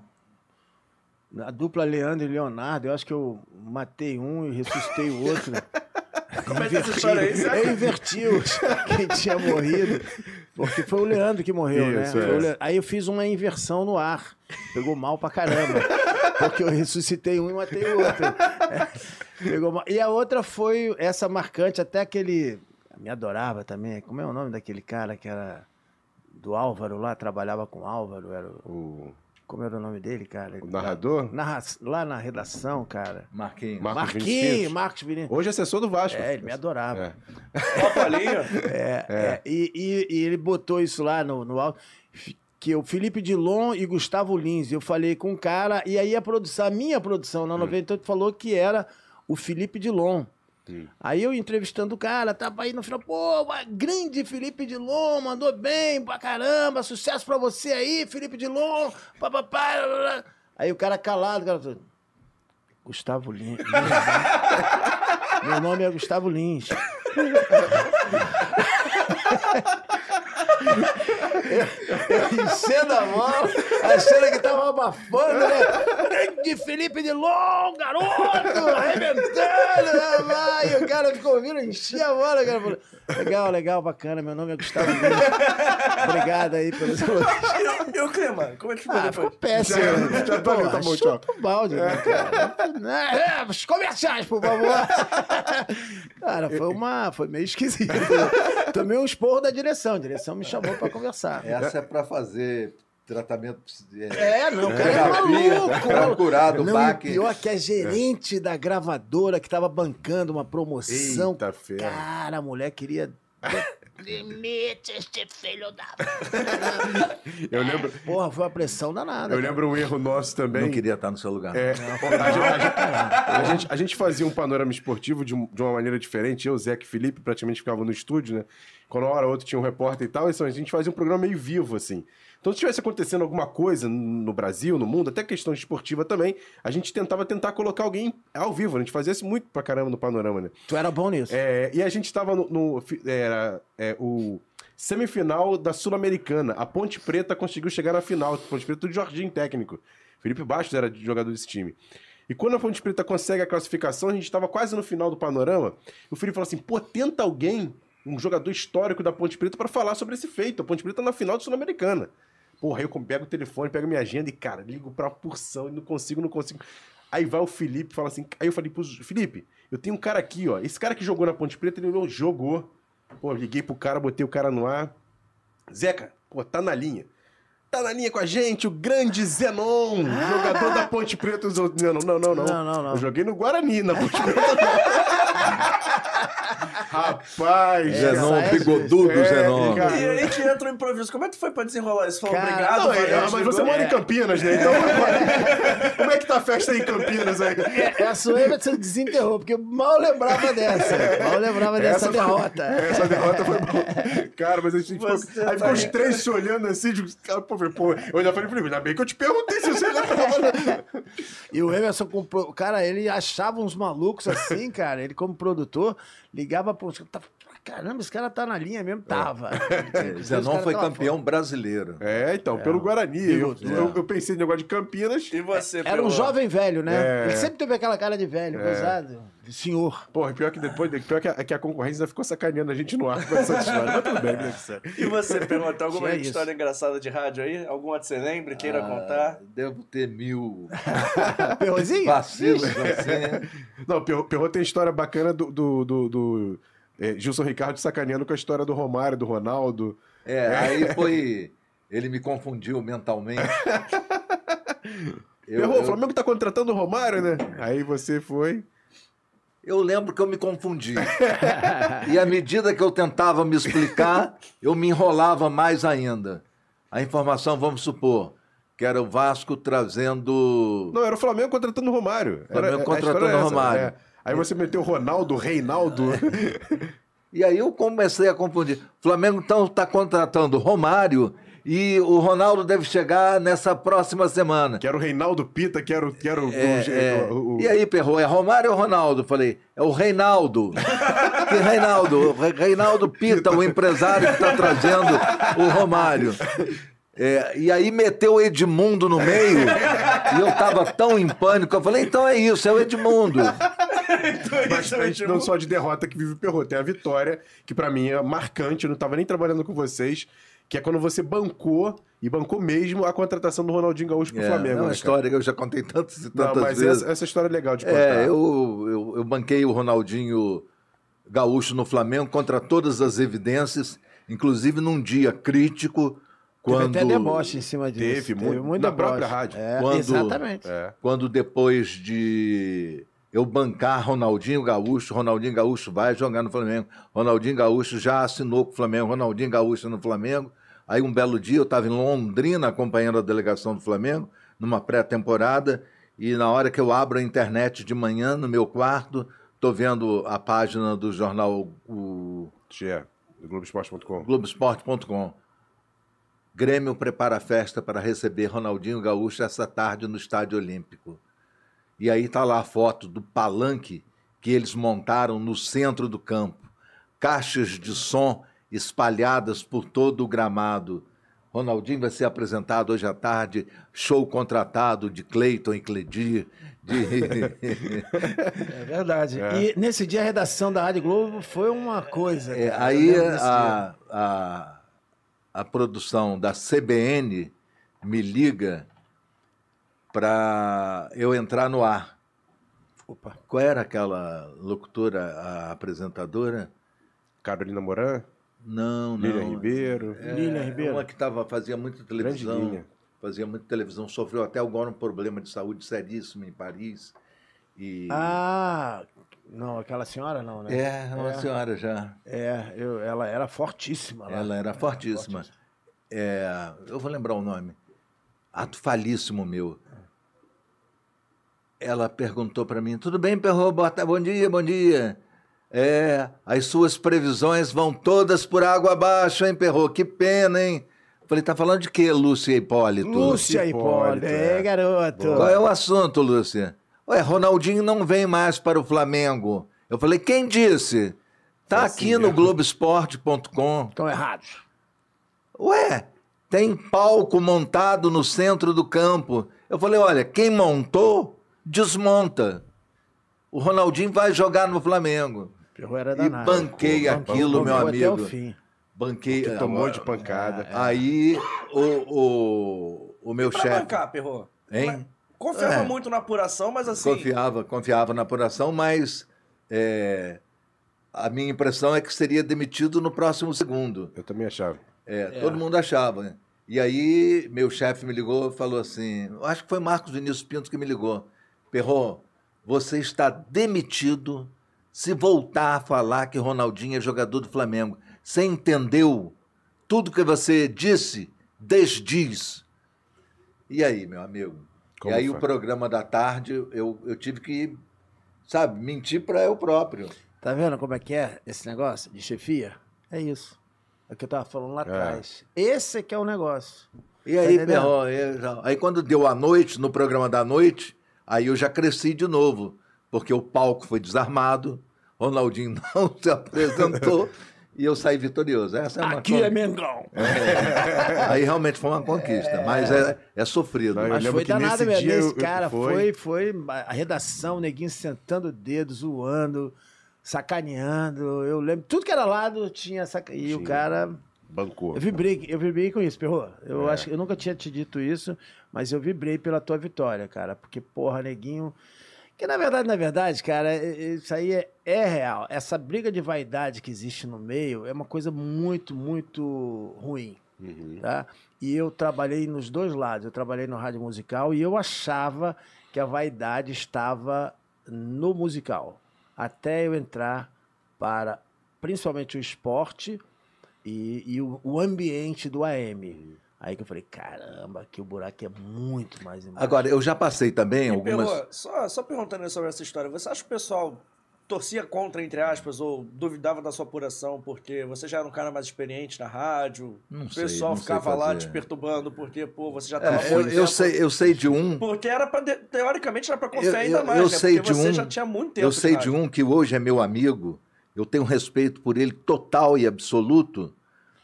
Speaker 3: A dupla Leandro e Leonardo, eu acho que eu matei um e ressuscitei o outro.
Speaker 1: Como é que essa história aí, Zeca?
Speaker 3: Eu inverti os, quem tinha morrido, porque foi o Leandro que morreu,
Speaker 2: Isso,
Speaker 3: né?
Speaker 2: é.
Speaker 3: Foi o Le... Aí eu fiz uma inversão no ar. Pegou mal pra caramba. Porque eu ressuscitei um e matei o outro. É. Pegou mal. E a outra foi essa marcante, até aquele... Me adorava também. Como é o nome daquele cara que era do Álvaro lá? Trabalhava com o Álvaro. Era o...
Speaker 2: O...
Speaker 3: Como era o nome dele, cara?
Speaker 2: O narrador?
Speaker 3: Narra... Lá na redação, cara.
Speaker 4: Marquinhos.
Speaker 2: Marcos
Speaker 3: Marquinhos, Marcos Vinícius.
Speaker 2: Hoje é assessor do Vasco.
Speaker 3: É, ele me adorava.
Speaker 2: É.
Speaker 1: Ó, Paulinho.
Speaker 3: É, é. é. E, e, e ele botou isso lá no, no áudio, que o Felipe Dilon e Gustavo Lins. Eu falei com o cara, e aí a produção, a minha produção na noventa e oito falou que era o Felipe Dilon. Hum. Aí eu entrevistando o cara, tava aí no final, pô, grande Felipe Dilon, mandou bem pra caramba, sucesso pra você aí, Felipe Dilon, papapá. Aí o cara calado, o cara falou, Gustavo Lins. Meu nome é Gustavo Lins. eu, eu enchendo a mão, achando que tava abafando, né? Grande Felipe Dilon, garoto, arrebentando, vai. E o cara ficou ouvindo, enchia a bola, cara falou, legal, legal, bacana, meu nome é Gustavo Lins. Obrigado aí pelos elogios.
Speaker 1: E o clima? Como é que ficou
Speaker 3: Ah,
Speaker 1: depois?
Speaker 3: ficou péssimo.
Speaker 2: Já,
Speaker 3: né?
Speaker 2: já tá,
Speaker 3: Pô,
Speaker 2: tá bom, tchau.
Speaker 3: chupa o balde, né, cara? É, os comerciais, por favor. Cara, foi uma... Foi meio esquisito. Tomei um esporro da direção. A direção me chamou pra conversar.
Speaker 4: Essa é pra fazer tratamento...
Speaker 3: É, não, o cara é maluco.
Speaker 4: Pra curar do
Speaker 3: não,
Speaker 4: baque.
Speaker 3: E pior que a gerente da gravadora que tava bancando uma promoção.
Speaker 2: Eita, feira.
Speaker 3: Cara, a mulher queria... Limite este filho da...
Speaker 2: Eu lembro...
Speaker 3: Porra, foi uma pressão danada.
Speaker 2: Eu
Speaker 3: cara.
Speaker 2: lembro um erro nosso também.
Speaker 4: Não queria estar no seu lugar.
Speaker 2: É,
Speaker 3: Não,
Speaker 2: a, gente, a, gente, a, gente, a gente fazia um panorama esportivo de, um, de uma maneira diferente. Eu, Zeca e Felipe praticamente ficavam no estúdio, né? Quando uma hora ou outra tinha um repórter e tal, e a gente fazia um programa meio vivo, assim. Então, se tivesse acontecendo alguma coisa no Brasil, no mundo, até questão esportiva também, a gente tentava tentar colocar alguém ao vivo. A gente fazia isso muito pra caramba no Panorama, né?
Speaker 3: Tu era bom nisso.
Speaker 2: É, e a gente tava no... no era é, o semifinal da Sul-Americana. A Ponte Preta conseguiu chegar na final. A Ponte Preta do Jorginho, técnico. Felipe Bastos era jogador desse time. E quando a Ponte Preta consegue a classificação, a gente estava quase no final do Panorama, o Felipe falou assim, pô, tenta alguém, um jogador histórico da Ponte Preta, para falar sobre esse feito. A Ponte Preta na final da Sul-Americana. Porra, aí eu pego o telefone, pego a minha agenda e, cara, ligo pra uma porção e não consigo, não consigo. Aí vai o Felipe e fala assim, aí eu falei pro Felipe, eu tenho um cara aqui, ó, esse cara que jogou na Ponte Preta, ele jogou. Pô, liguei pro cara, botei o cara no ar. Zeca, pô, tá na linha. Tá na linha com a gente, o grande Zenon, jogador da Ponte Preta. Não, não, não, não.
Speaker 3: Não, não, não.
Speaker 2: Eu joguei no Guarani, na Ponte Preta. Rapaz,
Speaker 4: Zenon,
Speaker 3: é,
Speaker 4: bigodudo,
Speaker 2: é,
Speaker 4: Zenon.
Speaker 2: cara.
Speaker 1: E aí que entra o improviso. Como é que foi pra desenrolar isso? Falou,
Speaker 3: Cara,
Speaker 1: obrigado,
Speaker 2: Não, é,
Speaker 1: valeu,
Speaker 2: mas você
Speaker 1: chegou.
Speaker 2: mora em Campinas, né? Então, como é que tá a festa aí em Campinas? Aí?
Speaker 3: A Suela você desenterrou, porque eu mal lembrava dessa. Mal lembrava dessa
Speaker 2: Essa foi-
Speaker 3: derrota.
Speaker 2: Essa derrota foi boa. Cara, mas a gente ficou,
Speaker 1: Você
Speaker 2: aí
Speaker 1: tá
Speaker 2: ficou os
Speaker 1: aí.
Speaker 2: três se olhando assim, tipo, cara, pô, pô, eu ainda falei, Felipe, ainda bem que eu te perguntei se você lembrava.
Speaker 3: E o Emerson, comprou, cara, ele achava uns malucos assim, cara. Ele, como produtor, ligava para os. Caramba, esse cara tá na linha mesmo. Tava.
Speaker 4: É, Zenon foi campeão brasileiro.
Speaker 2: É, então, pelo Guarani. Eu,
Speaker 3: Bigodudo.
Speaker 2: eu, eu pensei no negócio de Campinas.
Speaker 1: E você,
Speaker 3: Era um
Speaker 1: Pelô?
Speaker 3: jovem velho, né?
Speaker 2: É.
Speaker 3: Ele sempre teve aquela cara de velho, gozado. De senhor.
Speaker 2: Porra, pior que depois, pior que a, que a concorrência ainda ficou sacaneando a gente no ar com essa história. Mas tudo bem, né? Sério.
Speaker 1: E você, Pelô, tem alguma
Speaker 3: Tinha isso.
Speaker 1: história engraçada de rádio aí? Alguma que você lembre, queira
Speaker 4: Ah,
Speaker 1: contar?
Speaker 4: Devo ter mil
Speaker 3: Perrozinho?
Speaker 4: vacilos assim.
Speaker 2: Não, o Perro, Perro tem história bacana do, do, do, do é, Gilson Ricardo sacaneando com a história do Romário, do Ronaldo.
Speaker 4: É, aí foi. Ele me confundiu mentalmente. Eu,
Speaker 2: Perro, o
Speaker 4: eu,
Speaker 2: Flamengo tá contratando o Romário, né? Aí você foi.
Speaker 4: eu lembro que eu me confundi. E à medida que eu tentava me explicar, eu me enrolava mais ainda. A informação, vamos supor, que era o Vasco trazendo.
Speaker 2: Não, era o Flamengo contratando o Romário. Era,
Speaker 4: Flamengo
Speaker 2: a
Speaker 4: contratando
Speaker 2: história é
Speaker 4: o
Speaker 2: essa,
Speaker 4: Romário.
Speaker 2: é. Aí você meteu o Ronaldo, o Reinaldo.
Speaker 4: E aí eu comecei a confundir. O Flamengo então está contratando o Romário e o Ronaldo deve chegar nessa próxima semana.
Speaker 2: Que era o Reinaldo Pita, que era o. Que era o,
Speaker 4: É,
Speaker 2: o-
Speaker 4: é.
Speaker 2: o- o-
Speaker 4: E aí, Perrou, é Romário ou Ronaldo? Falei, é o Reinaldo. Que Reinaldo? O Re- Reinaldo Pita, o empresário que está trazendo o Romário. É, e aí meteu o Edmundo no meio e eu tava tão em pânico. Eu falei, então é isso, é o Edmundo.
Speaker 2: Mas a gente não só de derrota que vive o Perro, tem a vitória, que pra mim é marcante, eu não tava nem trabalhando com vocês, que é quando você bancou, e bancou mesmo, a contratação do Ronaldinho Gaúcho pro
Speaker 4: É,
Speaker 2: Flamengo.
Speaker 4: é uma
Speaker 2: né, cara?
Speaker 4: história que eu já contei tantas e
Speaker 2: Não,
Speaker 4: tantas
Speaker 2: mas
Speaker 4: vezes.
Speaker 2: essa, essa história é legal de contar.
Speaker 4: É, eu, eu, eu banquei o Ronaldinho Gaúcho no Flamengo contra todas as evidências, inclusive num dia crítico, quando,
Speaker 3: Teve até deboche em cima disso.
Speaker 2: Teve, muito,
Speaker 3: muito
Speaker 2: na
Speaker 3: deboche.
Speaker 2: própria rádio.
Speaker 3: É,
Speaker 4: Quando-
Speaker 3: exatamente.
Speaker 2: É.
Speaker 4: quando depois de eu bancar Ronaldinho Gaúcho, Ronaldinho Gaúcho vai jogar no Flamengo, Ronaldinho Gaúcho já assinou com o Flamengo, Ronaldinho Gaúcho no Flamengo. Aí um belo dia eu estava em Londrina acompanhando a delegação do Flamengo, numa pré-temporada, e na hora que eu abro a internet de manhã no meu quarto, estou vendo a página do jornal o
Speaker 2: É, do Globoesporte ponto com.
Speaker 4: Globoesporte ponto com. Grêmio prepara a festa para receber Ronaldinho Gaúcho essa tarde no Estádio Olímpico. E aí está lá a foto do palanque que eles montaram no centro do campo. Caixas de som espalhadas por todo o gramado. Ronaldinho vai ser apresentado hoje à tarde, show contratado de Cleiton e Cledir. De...
Speaker 3: É verdade. E nesse dia a redação da Rádio Globo foi uma coisa.
Speaker 4: É,
Speaker 3: cara.
Speaker 4: aí
Speaker 3: Eu lembro desse dia.
Speaker 4: a, a, a produção da C B N me liga para eu entrar no ar.
Speaker 3: Opa.
Speaker 4: Qual era aquela locutora, a apresentadora?
Speaker 2: Carolina Moran,
Speaker 4: Não, não.
Speaker 2: Lilian Ribeiro.
Speaker 4: É,
Speaker 3: Lilian Ribeiro.
Speaker 4: Uma que tava, fazia muita televisão.
Speaker 2: Lilian.
Speaker 4: Fazia muita televisão, sofreu até agora um problema de saúde seríssimo em Paris. E...
Speaker 3: Ah, não, aquela senhora não, né?
Speaker 4: é, uma
Speaker 3: é.
Speaker 4: senhora já.
Speaker 3: É, eu, ela era fortíssima lá.
Speaker 4: Ela era fortíssima. É, eu vou lembrar o nome. Ato falíssimo meu. Ela perguntou para mim, tudo bem, Perrô? Bota, bom dia, bom dia. É, as suas previsões vão todas por água abaixo, hein, Perrô? Que pena, hein? Falei, tá falando de quê, Lúcia Hipólito?
Speaker 3: Lúcia Hipólito, é,
Speaker 2: é.
Speaker 3: garoto.
Speaker 4: Qual é o assunto, Lúcia? Ué, Ronaldinho não vem mais para o Flamengo. Eu falei, quem disse? Tá
Speaker 2: assim
Speaker 4: aqui no
Speaker 2: mesmo.
Speaker 4: Globo Esporte ponto com.
Speaker 3: Estão errados.
Speaker 4: Ué, tem palco montado no centro do campo. Eu falei, olha, quem montou, desmonta. O Ronaldinho vai jogar no Flamengo.
Speaker 3: Perro era
Speaker 4: E
Speaker 3: danado.
Speaker 4: banquei
Speaker 3: Bancou,
Speaker 4: aquilo, meu
Speaker 3: bancou até o
Speaker 4: amigo.
Speaker 3: fim.
Speaker 4: Banquei.
Speaker 2: Que tomou de pancada.
Speaker 4: Aí o, o, o meu
Speaker 1: Pra
Speaker 4: chefe.
Speaker 1: bancar, Perro.
Speaker 4: Hein?
Speaker 1: Confiava
Speaker 4: É.
Speaker 1: muito na apuração, mas assim...
Speaker 4: Confiava, confiava na apuração, mas é, a minha impressão é que seria demitido no próximo segundo.
Speaker 2: Eu também achava.
Speaker 4: É, todo mundo achava. Né? E aí, meu chefe me ligou e falou assim: acho que foi Marcos Vinícius Pinto que me ligou. Perrô, você está demitido se voltar a falar que Ronaldinho é jogador do Flamengo. Você entendeu? Tudo que você disse, desdiz. E aí, meu amigo?
Speaker 2: Como
Speaker 4: e aí,
Speaker 2: foi?
Speaker 4: o programa da tarde, eu, eu tive que, sabe, mentir para eu próprio.
Speaker 3: Tá vendo como é que é esse negócio de chefia? É isso. É o que eu tava falando lá atrás. Esse é que é o negócio.
Speaker 4: E
Speaker 3: Tá
Speaker 4: aí,
Speaker 3: entendendo?
Speaker 4: Perró, eu já- aí quando deu a noite, no programa da noite, aí eu já cresci de novo, porque o palco foi desarmado, Ronaldinho não se apresentou e eu saí vitorioso. Essa é uma
Speaker 3: Aqui
Speaker 4: con-
Speaker 3: é Mengão.
Speaker 4: Aí realmente foi uma conquista, mas é, é sofrido.
Speaker 2: Não, eu
Speaker 3: Mas
Speaker 2: lembro
Speaker 3: foi
Speaker 2: que
Speaker 3: danado
Speaker 2: nesse
Speaker 3: mesmo.
Speaker 2: dia
Speaker 3: Esse
Speaker 2: eu-
Speaker 3: cara
Speaker 2: foi-
Speaker 3: foi... foi, a redação, o neguinho sentando o dedo, zoando, sacaneando. Eu lembro, tudo que era lado tinha saca... E o
Speaker 2: Tinha.
Speaker 3: cara.
Speaker 2: Bancou.
Speaker 3: Eu vibrei, eu vibrei com isso, Perrô. Eu
Speaker 2: É.
Speaker 3: acho que eu nunca tinha te dito isso, mas eu vibrei pela tua vitória, cara. Porque, porra, neguinho. Que na verdade, na verdade, cara, é- é- isso aí é, é real. Essa briga de vaidade que existe no meio é uma coisa muito, muito ruim.
Speaker 2: Uhum.
Speaker 3: Tá? E eu trabalhei nos dois lados. Eu trabalhei no rádio musical e eu achava que a vaidade estava no musical. Até eu entrar para, principalmente, o esporte e, e o, o ambiente do A M. Aí que eu falei, caramba, que o buraco é muito mais embaixo.
Speaker 4: Agora, eu já passei também
Speaker 1: E,
Speaker 4: algumas...
Speaker 1: Perrô, só, só perguntando sobre essa história, você acha que o pessoal torcia contra, entre aspas, ou duvidava da sua apuração porque você já era um cara mais experiente na rádio?
Speaker 4: Não
Speaker 1: o
Speaker 4: sei,
Speaker 1: pessoal
Speaker 4: não sei
Speaker 1: ficava lá
Speaker 4: fazer.
Speaker 1: te perturbando porque, pô, você já estava
Speaker 4: É, eu, eu sei, eu sei de um...
Speaker 1: Porque era pra, de- teoricamente era pra
Speaker 4: Eu,
Speaker 1: confiar ainda
Speaker 4: eu-
Speaker 1: mais,
Speaker 4: eu
Speaker 1: né?
Speaker 4: sei
Speaker 1: Porque
Speaker 4: de
Speaker 1: você
Speaker 4: um,
Speaker 1: já tinha muito tempo
Speaker 4: eu sei de
Speaker 1: rádio.
Speaker 4: um que hoje é meu amigo, eu tenho um respeito por ele total e absoluto,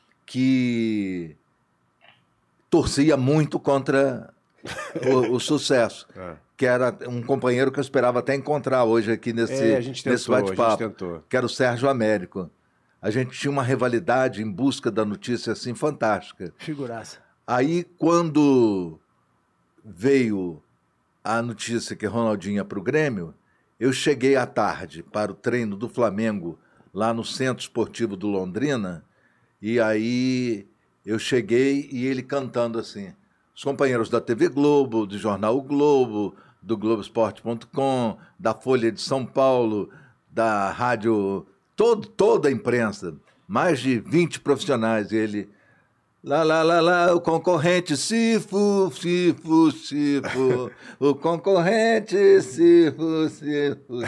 Speaker 4: que torcia muito contra o, o sucesso,
Speaker 2: É.
Speaker 4: que era um companheiro que eu esperava até encontrar hoje aqui nesse,
Speaker 2: É, a gente
Speaker 4: nesse
Speaker 2: tentou, a gente
Speaker 4: bate-papo,
Speaker 2: tentou.
Speaker 4: que era o Sérgio Américo. A gente tinha uma rivalidade em busca da notícia assim fantástica.
Speaker 3: Figuraça.
Speaker 4: Aí, quando veio a notícia que Ronaldinho ia para o Grêmio, eu cheguei à tarde para o treino do Flamengo lá no Centro Esportivo do Londrina, e aí eu cheguei e ele cantando assim, os companheiros da T V Globo, do Jornal O Globo, do Globo Esporte ponto com, da Folha de São Paulo, da rádio, todo, toda a imprensa, mais de vinte profissionais, e ele... Lá, lá, lá, lá, o concorrente, Sifo, Sifo, Sifo, o concorrente, Sifo, Sifo,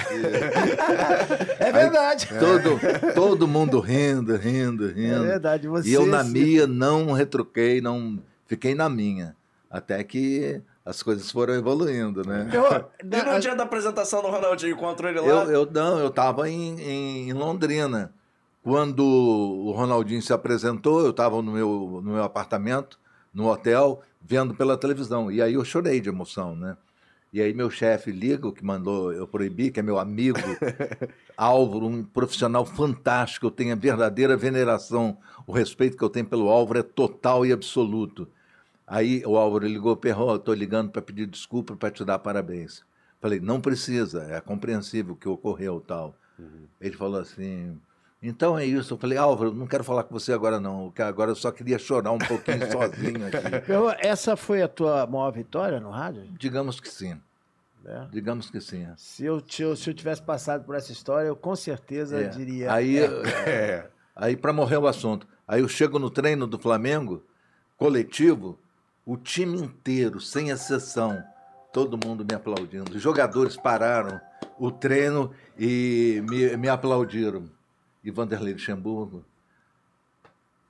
Speaker 4: Sifo.
Speaker 3: É verdade.
Speaker 4: Todo, todo mundo rindo, rindo, rindo.
Speaker 3: É verdade. Você,
Speaker 4: E eu na
Speaker 3: se-
Speaker 4: minha não retruquei, não fiquei na minha. Até que as coisas foram evoluindo, né?
Speaker 3: Perrô,
Speaker 1: E no dia da apresentação do Ronaldinho, encontrou ele lá?
Speaker 4: Eu, eu não, eu estava em, em, em Londrina. Quando o Ronaldinho se apresentou, eu estava no meu, no meu apartamento, no hotel, vendo pela televisão. E aí eu chorei de emoção, né? E aí meu chefe liga, o que mandou eu proibir, que é meu amigo, Álvaro, um profissional fantástico, eu tenho a verdadeira veneração, o respeito que eu tenho pelo Álvaro é total e absoluto. Aí o Álvaro ligou, Perró, eu estou ligando para pedir desculpa, para te dar parabéns. Falei, não precisa, é compreensível o que ocorreu tal. Uhum. Ele falou assim... Então é isso. Eu falei, Álvaro, não quero falar com você agora não, porque agora eu só queria chorar um pouquinho sozinho aqui.
Speaker 3: Perrô, essa foi a tua maior vitória no rádio?
Speaker 4: Digamos que sim.
Speaker 3: É.
Speaker 4: Digamos que sim.
Speaker 3: Se eu, se eu, se eu tivesse passado por essa história, eu com certeza
Speaker 4: É.
Speaker 3: diria...
Speaker 4: Aí,
Speaker 2: É.
Speaker 4: aí para morrer o assunto, aí eu chego no treino do Flamengo, coletivo, o time inteiro, sem exceção, todo mundo me aplaudindo. Os jogadores pararam o treino e me, me aplaudiram. E Vanderlei Luxemburgo.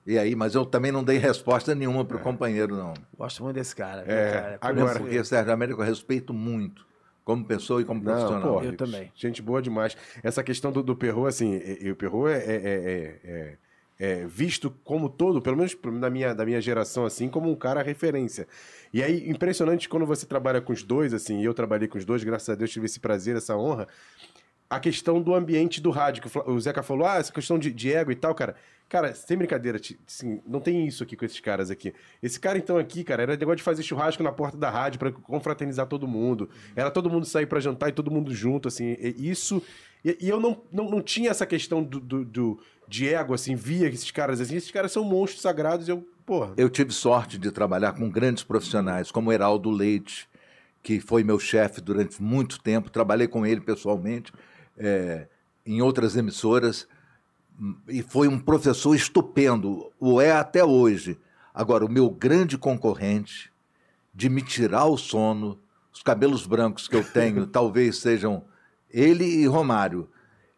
Speaker 4: E aí, mas eu também não dei resposta nenhuma pro companheiro, não.
Speaker 3: Gosto muito desse cara. viu,
Speaker 2: É,
Speaker 3: cara? Por
Speaker 2: agora-
Speaker 3: isso-
Speaker 4: Porque Sérgio Américo eu respeito muito, como pessoa e como
Speaker 2: Não,
Speaker 4: profissional.
Speaker 2: pô,
Speaker 3: Eu também.
Speaker 2: Gente boa demais. Essa questão do, do Perrot, assim, e, e o Perrot é, é, é- é- é visto como todo, pelo menos na minha, da minha geração, assim, como um cara referência. E aí, impressionante quando você trabalha com os dois, assim, e eu trabalhei com os dois, graças a Deus tive esse prazer, essa honra, a questão do ambiente do rádio, que o Fla- o Zeca falou, ah, essa questão de, de ego e tal, cara. Cara, sem brincadeira, ti- assim, não tem isso aqui com esses caras aqui. Esse cara, então, aqui, cara, era negócio de fazer churrasco na porta da rádio pra confraternizar todo mundo. Era todo mundo sair pra jantar e todo mundo junto, assim. E isso... E, e eu não, não, não tinha essa questão do, do, do- de ego, assim, via esses caras, assim. Esses caras são monstros sagrados e eu, porra...
Speaker 4: Eu tive sorte de trabalhar com grandes profissionais, como Heraldo Leite, que foi meu chefe durante muito tempo. Trabalhei com ele pessoalmente é, em outras emissoras e foi um professor estupendo, o é até hoje. Agora, o meu grande concorrente de me tirar o sono, os cabelos brancos que eu tenho, talvez sejam ele e Romário,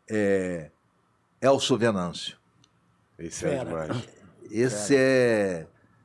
Speaker 4: é Elcio Venâncio.
Speaker 2: Esse é
Speaker 3: Fera.
Speaker 2: demais.
Speaker 4: Esse é...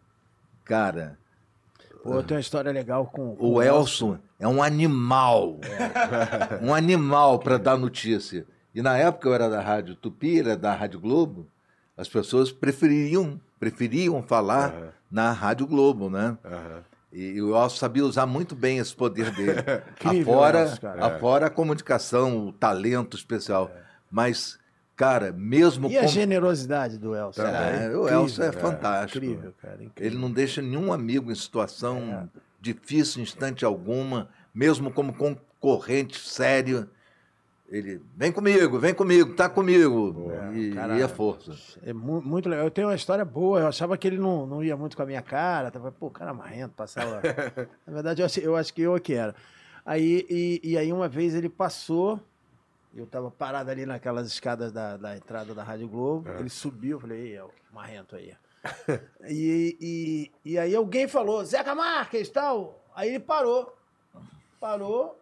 Speaker 4: Cara...
Speaker 3: Pô, eu tenho uma história legal com, com
Speaker 4: O Elson é um animal. Um animal para dar notícia. E na época eu era da Rádio Tupi, era da Rádio Globo, as pessoas preferiam, preferiam falar
Speaker 2: Aham.
Speaker 4: na Rádio Globo, né?
Speaker 2: Aham.
Speaker 4: E o Elson sabia usar muito bem esse poder dele.
Speaker 3: Incrível,
Speaker 4: afora,
Speaker 3: Elcio, cara.
Speaker 4: afora a comunicação, o talento especial. Mas, cara, mesmo
Speaker 3: E a
Speaker 4: com...
Speaker 3: generosidade do Elcio?
Speaker 4: É,
Speaker 3: cara,
Speaker 4: o
Speaker 3: incrível,
Speaker 4: Elcio é
Speaker 3: cara.
Speaker 4: fantástico.
Speaker 3: Incrível, cara. Incrível.
Speaker 4: Ele não deixa nenhum amigo em situação difícil, em instante alguma, mesmo como concorrente sério. Ele, vem comigo, vem comigo, tá comigo. E,
Speaker 3: cara,
Speaker 4: e é força.
Speaker 3: É mu- muito legal. Eu tenho uma história boa. Eu achava que ele não, não ia muito com a minha cara. Tava, pô, cara marrento, passava. Na verdade, eu, achei- eu acho que eu que era. Aí, e, e aí, uma vez ele passou. Eu tava parado ali naquelas escadas da, da entrada da Rádio Globo. Ele subiu. Eu falei, ei, é o marrento aí. e, e, e aí alguém falou, Zeca Marques e tal. Aí ele parou. Parou.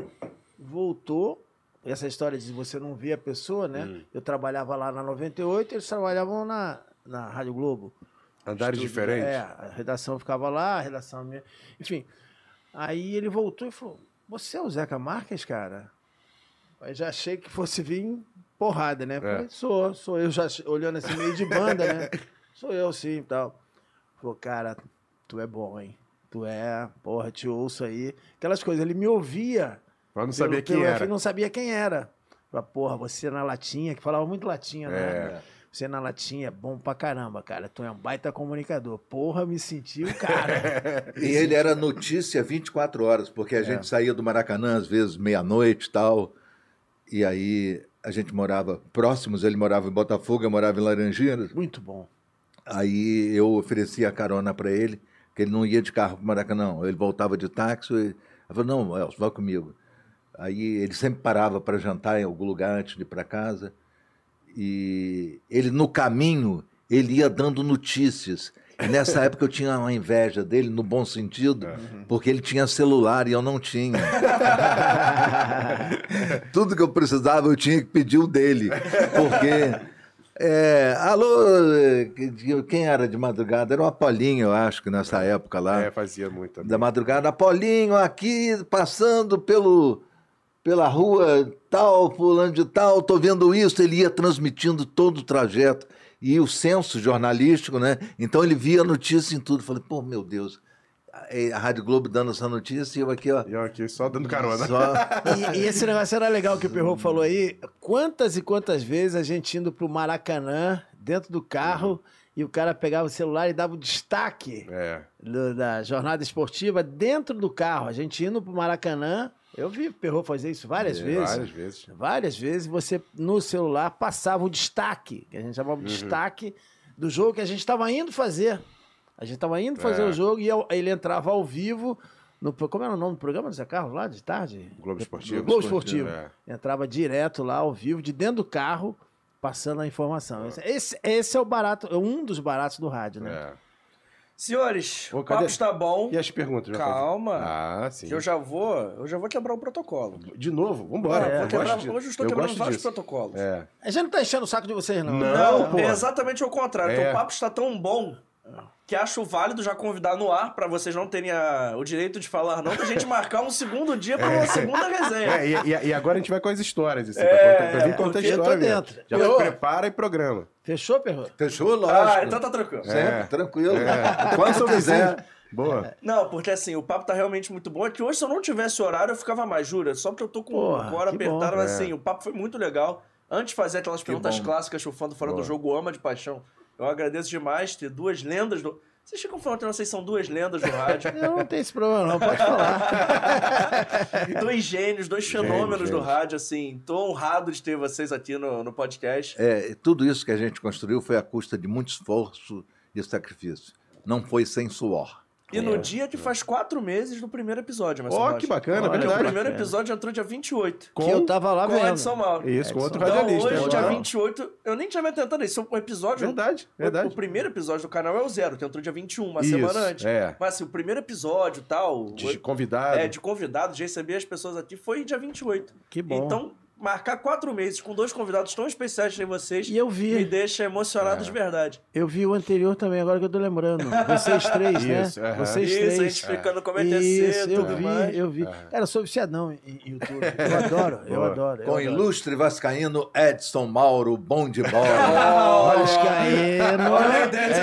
Speaker 3: Voltou. Essa história de você não ver a pessoa, né? Eu trabalhava lá na noventa e oito, eles trabalhavam na, na Rádio Globo.
Speaker 2: Andares
Speaker 3: Estúdio,
Speaker 2: diferentes?
Speaker 3: É, a redação ficava lá, a redação minha. Enfim. Aí ele voltou e falou: Você é o Zeca Marques, cara? Aí já achei que fosse vir porrada, né? Falei, sou, sou eu, já olhando assim, meio de banda, né? Sou eu, sim e tal. Falou, cara, tu é bom, hein? Tu é, porra, te ouço aí. Aquelas coisas, ele me ouvia.
Speaker 2: Mas não sabia
Speaker 3: pelo-
Speaker 2: quem
Speaker 3: pelo
Speaker 2: era.
Speaker 3: F M, não sabia quem era. Falei, porra, você na latinha, que falava muito latinha, né?
Speaker 2: É.
Speaker 3: Você na latinha é bom pra caramba, cara. Tu é um baita comunicador. Porra, me senti o cara.
Speaker 4: E ele era notícia vinte e quatro horas, porque a gente saía do Maracanã, às vezes, meia-noite e tal. E aí a gente morava próximos, ele morava em Botafogo, eu morava em Laranjeiras.
Speaker 3: Muito bom.
Speaker 4: Aí eu oferecia a carona para ele, que ele não ia de carro para o Maracanã, não. Ele voltava de táxi. Ele falou, não, Elcio, vai comigo. Aí ele sempre parava para jantar em algum lugar antes de ir para casa. E ele, no caminho, ele ia dando notícias. E nessa época eu tinha uma inveja dele, no bom sentido, porque ele tinha celular e eu não tinha. Tudo que eu precisava eu tinha que pedir o dele. Porque... É, alô, quem era de madrugada? Era o Apolinho, eu acho que nessa época lá.
Speaker 2: É, fazia muito também.
Speaker 4: Da madrugada, Apolinho aqui passando pelo, pela rua tal, fulano de tal, tô vendo isso. Ele ia transmitindo todo o trajeto. E o censo jornalístico, né? Então ele via a notícia em tudo. Falei, pô, meu Deus, a Rádio Globo dando essa notícia e eu aqui, ó.
Speaker 2: E eu aqui só dando carona.
Speaker 4: Só...
Speaker 3: E, e esse negócio era legal que o Perrot falou aí. Quantas e quantas vezes a gente indo pro Maracanã, dentro do carro, e o cara pegava o celular e dava o destaque
Speaker 2: É.
Speaker 3: do- da jornada esportiva dentro do carro. A gente indo pro Maracanã. Eu vi o Perrot fazer isso várias
Speaker 2: É,
Speaker 3: vezes.
Speaker 2: várias vezes.
Speaker 3: Várias vezes você, no celular, passava o destaque, que a gente chamava de destaque do jogo que a gente estava indo fazer. A gente estava indo fazer
Speaker 2: É.
Speaker 3: o jogo e eu- ele entrava ao vivo. No, como era o nome do programa do Zé Carlos lá de tarde?
Speaker 2: Globo Esportivo.
Speaker 3: Globo Esportivo.
Speaker 2: É.
Speaker 3: Entrava direto lá ao vivo, de dentro do carro, passando a informação. Esse, esse é o barato, é um dos baratos do rádio, né?
Speaker 2: É.
Speaker 1: Senhores,
Speaker 2: Ô,
Speaker 1: o
Speaker 2: cadê?
Speaker 1: papo está bom.
Speaker 2: E as perguntas? Já
Speaker 1: Calma.
Speaker 2: fazem? Ah, sim.
Speaker 1: Que eu já vou, eu já vou quebrar o protocolo.
Speaker 2: De novo? Vambora.
Speaker 1: Ah,
Speaker 2: eu
Speaker 1: vou quebrar-
Speaker 2: gosto de-
Speaker 1: hoje eu estou
Speaker 2: eu
Speaker 1: quebrando
Speaker 2: gosto
Speaker 1: vários
Speaker 2: disso.
Speaker 1: protocolos.
Speaker 2: É.
Speaker 3: A gente não tá enchendo o saco de vocês, não.
Speaker 2: Não.
Speaker 1: Não,
Speaker 2: pô.
Speaker 1: é exatamente o contrário.
Speaker 2: É.
Speaker 1: Então, o papo está tão bom que acho válido já convidar no ar, pra vocês não terem a- o direito de falar não, pra gente marcar um segundo dia pra uma segunda resenha.
Speaker 2: É, e, e- e agora a gente vai com as histórias, assim,
Speaker 1: É,
Speaker 2: pra contar, pra vir contar
Speaker 1: porque
Speaker 2: a
Speaker 3: eu tô
Speaker 2: história mesmo.
Speaker 3: dentro.
Speaker 2: Já
Speaker 3: Eu-
Speaker 2: prepara e programa.
Speaker 3: Fechou, Perro?
Speaker 4: Fechou? Lógico.
Speaker 1: Ah, então tá tranquilo.
Speaker 4: Sempre,
Speaker 2: É.
Speaker 4: tranquilo.
Speaker 2: É.
Speaker 4: Quando
Speaker 2: Sou
Speaker 4: quiser.
Speaker 2: vizinho. Boa.
Speaker 1: Não, porque assim, o papo tá realmente muito bom. É que hoje, se eu não tivesse horário, eu ficava mais, jura. Só porque eu tô com
Speaker 3: Porra,
Speaker 1: o hora
Speaker 3: que
Speaker 1: apertada,
Speaker 3: bom.
Speaker 1: mas assim, o papo foi muito legal. Antes de fazer aquelas perguntas
Speaker 4: bom.
Speaker 1: clássicas que o fã do Fora
Speaker 2: Boa.
Speaker 1: do Jogo ama de paixão, eu agradeço demais ter duas lendas do... Vocês ficam falando que vocês são duas lendas do rádio.
Speaker 3: Eu não tenho esse problema, não. Pode falar.
Speaker 1: Dois gênios, dois fenômenos
Speaker 2: Gênios,
Speaker 1: do
Speaker 2: gênios.
Speaker 1: rádio, assim. Tô honrado de ter vocês aqui no, no podcast.
Speaker 4: É, tudo isso que a gente construiu foi à custa de muito esforço e sacrifício. Não foi sem suor.
Speaker 1: E no dia que faz quatro meses do primeiro episódio, mas
Speaker 2: Ó, que bacana,
Speaker 1: Porque
Speaker 2: verdade.
Speaker 1: o primeiro
Speaker 3: bacana.
Speaker 1: episódio entrou dia vinte e oito.
Speaker 2: Com-
Speaker 3: Que eu tava lá
Speaker 1: Com o
Speaker 3: vendo.
Speaker 1: Edson Mauro.
Speaker 2: Isso, com outro
Speaker 1: Então
Speaker 2: radialista.
Speaker 1: hoje,
Speaker 2: né?
Speaker 1: dia
Speaker 2: Agora.
Speaker 1: vinte e oito, eu nem tinha me atentado nisso. O episódio...
Speaker 2: Verdade,
Speaker 1: o-
Speaker 2: verdade.
Speaker 1: O, primeiro episódio do canal é o zero, que entrou dia vinte e um, uma
Speaker 2: Isso,
Speaker 1: semana antes.
Speaker 2: é.
Speaker 1: Mas assim, o primeiro episódio e tal...
Speaker 2: De
Speaker 1: o-
Speaker 2: convidado.
Speaker 1: É, de convidado, de receber as pessoas aqui, foi dia vinte e oito.
Speaker 3: Que bom.
Speaker 1: Então, marcar quatro meses com dois convidados tão especiais que vocês
Speaker 3: E eu vi.
Speaker 1: me deixa emocionado de verdade.
Speaker 3: Eu vi o anterior também, agora que eu tô lembrando. Vocês três, né?
Speaker 2: Isso, aham.
Speaker 3: Vocês
Speaker 1: Isso,
Speaker 3: três.
Speaker 1: a gente explicando como é que é
Speaker 3: Isso,
Speaker 1: ser,
Speaker 3: eu
Speaker 1: tudo
Speaker 3: vi,
Speaker 1: mais.
Speaker 3: eu vi. Cara, eu sou viciadão em em YouTube. Eu adoro, eu
Speaker 2: Boa.
Speaker 3: adoro. eu
Speaker 4: Com o
Speaker 3: adoro.
Speaker 4: ilustre vascaíno Edson Mauro, bom de bola.
Speaker 3: Vascaíno.
Speaker 1: Olha a ideia que você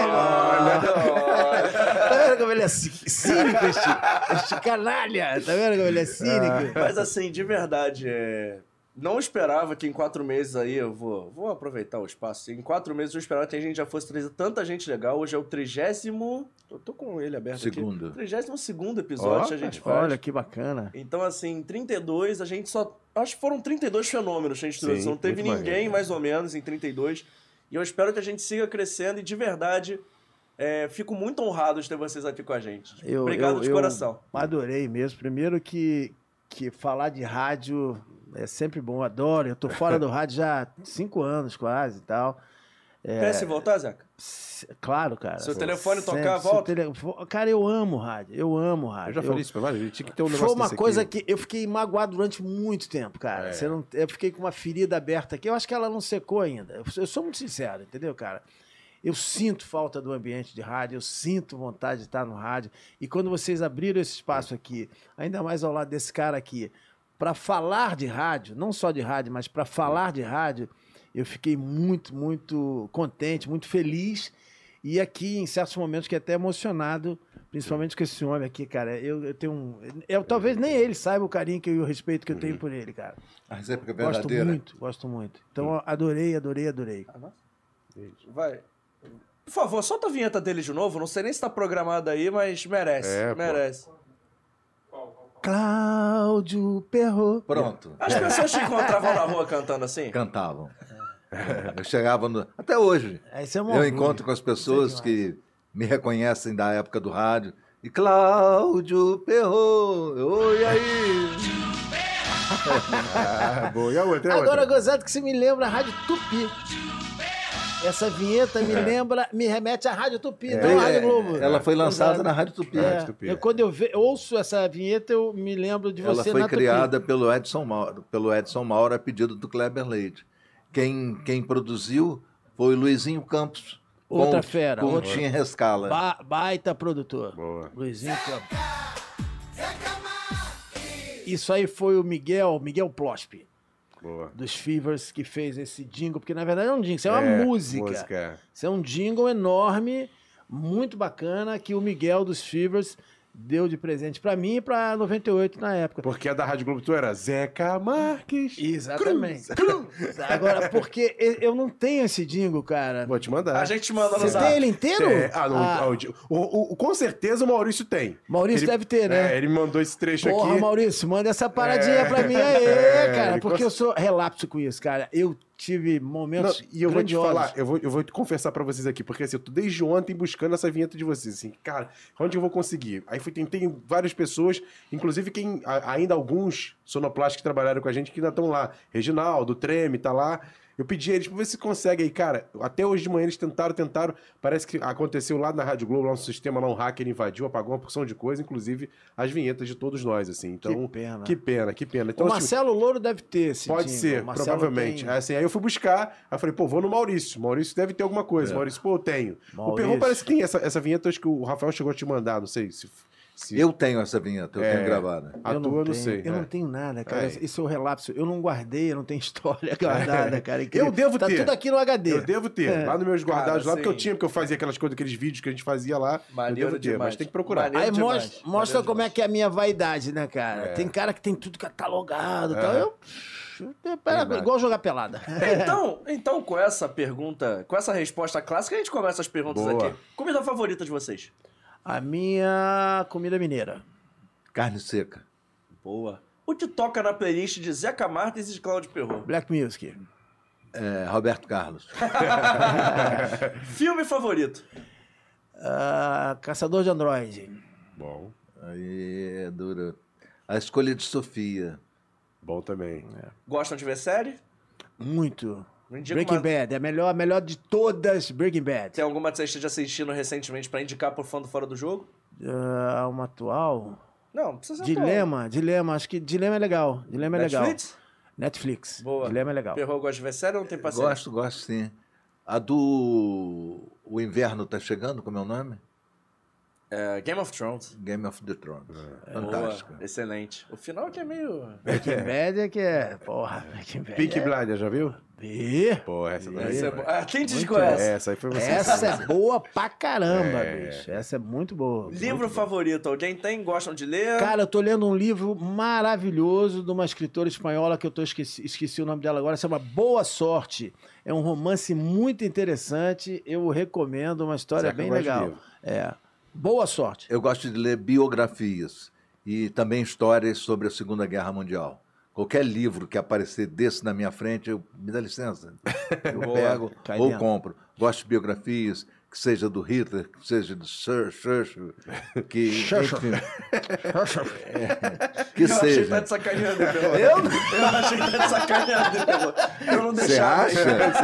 Speaker 1: tava, olha.
Speaker 3: Tá vendo como ele é cí- cínico, este, este canalha? Tá vendo como ele é cínico?
Speaker 1: Mas assim, de verdade, é... não esperava que em quatro meses aí, eu vou, vou aproveitar o espaço, em quatro meses eu esperava que a gente já fosse trazer tanta gente legal. Hoje é o trigésimo... Eu tô com ele aberto
Speaker 4: Segundo.
Speaker 1: aqui. trigésimo segundo episódio
Speaker 2: Ó,
Speaker 1: que a gente faz.
Speaker 3: Olha que bacana.
Speaker 1: Então, assim, em trinta e dois, a gente só... Acho que foram trinta e dois fenômenos que a gente trouxe.
Speaker 2: Sim,
Speaker 1: Não teve
Speaker 2: muito
Speaker 1: ninguém,
Speaker 2: maneiro.
Speaker 1: mais ou menos, em trinta e dois. E eu espero que a gente siga crescendo e, de verdade, é, fico muito honrado de ter vocês aqui com a gente.
Speaker 3: Eu,
Speaker 1: Obrigado
Speaker 3: eu,
Speaker 1: de
Speaker 3: eu
Speaker 1: coração.
Speaker 3: Adorei mesmo. Primeiro que, que falar de rádio é sempre bom, adoro. Eu tô fora do rádio já há cinco anos quase e tal.
Speaker 1: Quer se voltar, Zeca?
Speaker 3: S- Claro, cara.
Speaker 1: Se o telefone
Speaker 3: Sempre,
Speaker 1: tocar,
Speaker 3: se o
Speaker 1: volta.
Speaker 3: tele- vo- Cara, eu amo rádio. Eu amo rádio.
Speaker 2: Eu já falei isso pra vários, tinha que ter um negócio
Speaker 3: Foi uma
Speaker 2: desse
Speaker 3: coisa
Speaker 2: aqui.
Speaker 3: que eu fiquei magoado durante muito tempo, cara.
Speaker 2: É.
Speaker 3: Você não, eu fiquei com uma ferida aberta aqui. Eu acho que ela não secou ainda. Eu, eu sou muito sincero, entendeu, cara? Eu sinto falta do ambiente de rádio, eu sinto vontade de estar no rádio. E quando vocês abriram esse espaço aqui, ainda mais ao lado desse cara aqui, para falar de rádio, não só de rádio, mas para falar de rádio, eu fiquei muito, muito contente, muito feliz. E aqui, em certos momentos, que até emocionado, principalmente com esse homem aqui, cara. Eu, eu tenho um. Eu, talvez nem ele saiba o carinho que eu, e o respeito que eu tenho por ele, cara.
Speaker 4: A réplica
Speaker 3: Gosto
Speaker 4: verdadeira.
Speaker 3: muito, gosto muito. Então, adorei, adorei, adorei.
Speaker 1: Vai. Por favor, solta a vinheta dele de novo. Não sei nem se tá programada aí, mas merece.
Speaker 2: É, pô.
Speaker 1: merece.
Speaker 3: Cláudio Perro.
Speaker 4: Pronto.
Speaker 1: As pessoas te encontravam na rua cantando assim?
Speaker 4: Cantavam. Eu chegava no... Até hoje.
Speaker 3: Esse é um
Speaker 4: Eu
Speaker 3: orgulho.
Speaker 4: encontro com as pessoas que me reconhecem da época do rádio. E Cláudio Perro, oi aí.
Speaker 2: Ah, boa. E a outra? E a
Speaker 3: Agora,
Speaker 2: outra?
Speaker 3: gozado que você me lembra a Rádio Tupi. Essa vinheta me lembra, me remete à Rádio Tupi, não à Rádio Globo.
Speaker 4: Ela foi lançada
Speaker 3: Exato.
Speaker 4: na Rádio Tupi.
Speaker 3: É,
Speaker 2: Rádio Tupi.
Speaker 3: eu, quando eu ve- ouço essa vinheta, eu me lembro de
Speaker 4: Ela
Speaker 3: você
Speaker 4: foi
Speaker 3: na Tupi.
Speaker 4: criada pelo Edson Mauro, pelo Edson Mauro a pedido do Kleber Leite. Quem, quem produziu foi Luizinho Campos.
Speaker 3: Outra
Speaker 4: com,
Speaker 3: fera,
Speaker 4: Com
Speaker 3: outra-
Speaker 4: Tim Rescala.
Speaker 3: Ba- baita produtor.
Speaker 2: Boa.
Speaker 3: Luizinho Campos. Isso aí foi o Miguel, Miguel Plospe,
Speaker 2: Boa.
Speaker 3: dos Fevers, que fez esse jingle, porque na verdade é um jingle, isso é uma
Speaker 2: É,
Speaker 3: música.
Speaker 2: música, é.
Speaker 3: Isso é um jingle enorme, muito bacana, que o Miguel dos Fevers deu de presente pra mim e pra noventa e oito na época.
Speaker 2: Porque a da Rádio Globo tu era Zeca Marques.
Speaker 3: Exatamente. Agora, porque eu não tenho esse jingle, cara.
Speaker 2: Vou te mandar.
Speaker 1: A gente manda no
Speaker 3: Você
Speaker 1: zap.
Speaker 3: tem ele inteiro?
Speaker 2: É, ah, não,
Speaker 3: Ah,
Speaker 2: ah, o, o- o- com certeza o Maurício tem.
Speaker 3: Maurício
Speaker 2: Ele-
Speaker 3: deve ter, né?
Speaker 2: É, ele me mandou esse trecho
Speaker 3: Porra,
Speaker 2: aqui.
Speaker 3: Maurício, manda essa paradinha
Speaker 2: É.
Speaker 3: pra mim aí,
Speaker 2: É,
Speaker 3: cara.
Speaker 2: ele
Speaker 3: Porque
Speaker 2: cons-
Speaker 3: eu sou relapso com isso, cara. Eu tive
Speaker 2: Não,
Speaker 3: momentos
Speaker 2: e eu vou te
Speaker 3: grandiosos.
Speaker 2: falar, eu vou, eu vou te confessar pra vocês aqui, porque assim, eu tô desde ontem buscando essa vinheta de vocês, assim, cara, onde eu vou conseguir? Aí fui, tentei várias pessoas, inclusive quem, a- ainda alguns sonoplásticos que trabalharam com a gente que ainda estão lá. Reginaldo, Treme, tá lá. Eu pedi a eles pra ver se consegue aí, cara. Até hoje de manhã eles tentaram, tentaram. Parece que aconteceu lá na Rádio Globo, lá um sistema, lá um hacker invadiu, apagou uma porção de coisa, inclusive as vinhetas de todos nós, assim. Então,
Speaker 3: Que pena.
Speaker 2: Que pena, que pena. Então,
Speaker 3: O
Speaker 2: assim,
Speaker 3: Marcelo Louro deve ter esse
Speaker 2: pode
Speaker 3: jingle.
Speaker 2: ser,
Speaker 3: O Marcelo
Speaker 2: provavelmente.
Speaker 3: tem-
Speaker 2: Assim, aí eu fui buscar, aí eu falei, pô, vou no Maurício. Maurício deve ter alguma coisa. Maurício, pô, eu tenho. O
Speaker 3: Maurício.
Speaker 2: Perrot parece que tem essa, essa vinheta, acho que o Rafael chegou a te mandar, não sei se... se
Speaker 4: Eu tenho essa vinheta, eu
Speaker 2: É.
Speaker 4: tenho gravada.
Speaker 2: a
Speaker 3: Eu
Speaker 2: tua, eu não
Speaker 3: tenho,
Speaker 2: sei.
Speaker 3: Eu
Speaker 2: é.
Speaker 3: não tenho nada, cara.
Speaker 2: É.
Speaker 3: Isso é o relapso. Eu não guardei, eu não tenho história guardada, cara. Incrível.
Speaker 2: Eu devo
Speaker 3: tá
Speaker 2: ter.
Speaker 3: tudo aqui no H D.
Speaker 2: Eu devo ter.
Speaker 3: É.
Speaker 2: Lá nos meus guardados,
Speaker 1: Cara,
Speaker 2: lá, porque eu
Speaker 1: assim-
Speaker 2: tinha, porque eu fazia aquelas coisas, aqueles vídeos que a gente fazia lá.
Speaker 1: Maneiro
Speaker 2: eu devo ter,
Speaker 1: demais.
Speaker 2: mas tem que procurar.
Speaker 1: Maneiro
Speaker 3: Aí
Speaker 1: demais,
Speaker 3: mostra, mostra
Speaker 1: maneiro
Speaker 3: como é
Speaker 1: demais.
Speaker 3: que é a minha vaidade, né, cara? Tem cara que tem tudo catalogado e tal. Eu. É igual jogar pelada.
Speaker 1: Então, então, com essa pergunta, com essa resposta clássica, a gente começa as perguntas
Speaker 2: Boa.
Speaker 1: aqui. Comida favorita de vocês?
Speaker 3: A minha comida mineira.
Speaker 4: Carne seca.
Speaker 1: Boa. O que toca na playlist de Zeca Martins e de Cláudio Perrot?
Speaker 3: Black Music.
Speaker 4: É, Roberto Carlos.
Speaker 1: Filme favorito?
Speaker 3: Ah, Caçador de Android.
Speaker 2: Bom,
Speaker 4: Aí é dura. A escolha de Sofia.
Speaker 2: bom também.
Speaker 1: Gostam de ver série?
Speaker 3: Muito.
Speaker 1: Me indica
Speaker 3: Breaking
Speaker 1: uma-
Speaker 3: Bad. É a melhor, a melhor de todas, Breaking Bad.
Speaker 1: Tem alguma que você esteja assistindo recentemente pra indicar pro fã do Fora do Jogo?
Speaker 3: Ah, uma atual.
Speaker 1: Não, não precisa ser
Speaker 3: Dilema, Dilema. Acho que Dilema é legal. Dilema é legal.
Speaker 1: Netflix?
Speaker 3: Netflix.
Speaker 1: Boa.
Speaker 3: Dilema é legal.
Speaker 1: Perrot gosta de ver série ou não tem paciência?
Speaker 4: Gosto, gosto sim. A do O Inverno Tá Chegando, como é o nome?
Speaker 1: É, Game of Thrones.
Speaker 4: Game of the Thrones.
Speaker 1: Boa,
Speaker 4: Fantástica.
Speaker 1: excelente. O final que é meio...
Speaker 3: Breaking Bad é que é. Porra, Breaking Bad.
Speaker 2: Pink
Speaker 3: é...
Speaker 2: Blinder, já viu?
Speaker 3: Ih,
Speaker 2: Pô, essa daí.
Speaker 1: Essa é
Speaker 2: foi-
Speaker 1: bo- Ah, quem te
Speaker 3: Muito
Speaker 1: conhece?
Speaker 2: Essa aí foi você.
Speaker 3: essa é boa pra caramba,
Speaker 2: É.
Speaker 3: bicho. Essa é muito boa.
Speaker 1: Livro
Speaker 3: muito boa.
Speaker 1: favorito? Alguém tem? Gostam de ler?
Speaker 3: Cara, eu tô lendo um livro maravilhoso de uma escritora espanhola que eu tô esqueci, esqueci o nome dela agora, chama Boa Sorte. É um romance muito interessante, eu recomendo, uma história
Speaker 2: Zeca
Speaker 3: bem
Speaker 2: gosta de
Speaker 3: legal.
Speaker 2: livro.
Speaker 3: É. Boa Sorte.
Speaker 4: Eu gosto de ler biografias e também histórias sobre a Segunda Guerra Mundial. Qualquer livro que aparecer desse na minha frente, eu me dá licença. Eu pego
Speaker 3: Cai
Speaker 4: ou
Speaker 3: dentro.
Speaker 4: compro. Gosto de biografias, que seja do Hitler, que seja do Sir Churchill, que,
Speaker 3: Churchill.
Speaker 4: enfim, é, que
Speaker 1: Eu achei que
Speaker 4: seja.
Speaker 1: tá de sacaneando, Perrot. Eu? Eu achei que tá de sacaneando, Perrot. Eu não
Speaker 4: Você
Speaker 1: deixava.
Speaker 4: acha?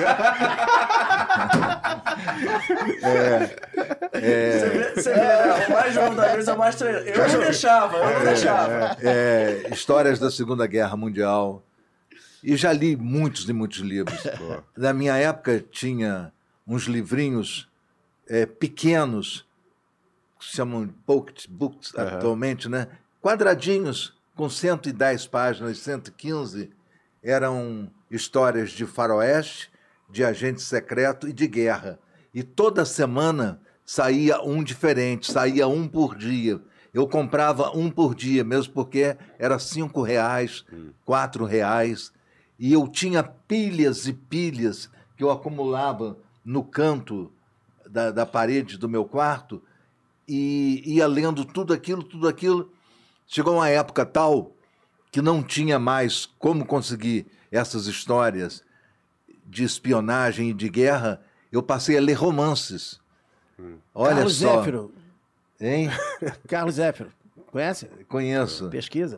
Speaker 1: Você vê, você vê, né? O mais João da vez é o mais treinado. Eu não deixava, eu não deixava.
Speaker 4: É, histórias da Segunda Guerra Mundial. E já li muitos e muitos livros. Na minha época tinha uns livrinhos é, pequenos, que se chamam pocket books atualmente, né? Quadradinhos, com cento e dez páginas, cento e quinze. Eram histórias de faroeste, de agente secreto e de guerra. E toda semana saía um diferente, saía um por dia. Eu comprava um por dia, mesmo porque era cinco reais, quatro reais. E eu tinha pilhas e pilhas que eu acumulava no canto da, da parede do meu quarto e ia lendo tudo aquilo, tudo aquilo. Chegou uma época tal que não tinha mais como conseguir essas histórias de espionagem e de guerra. Eu passei a ler romances. Olha
Speaker 3: Carlos
Speaker 4: só.
Speaker 3: Zéfiro.
Speaker 4: Hein?
Speaker 3: Carlos Zéfiro. Conhece?
Speaker 4: Conheço.
Speaker 3: Pesquisa.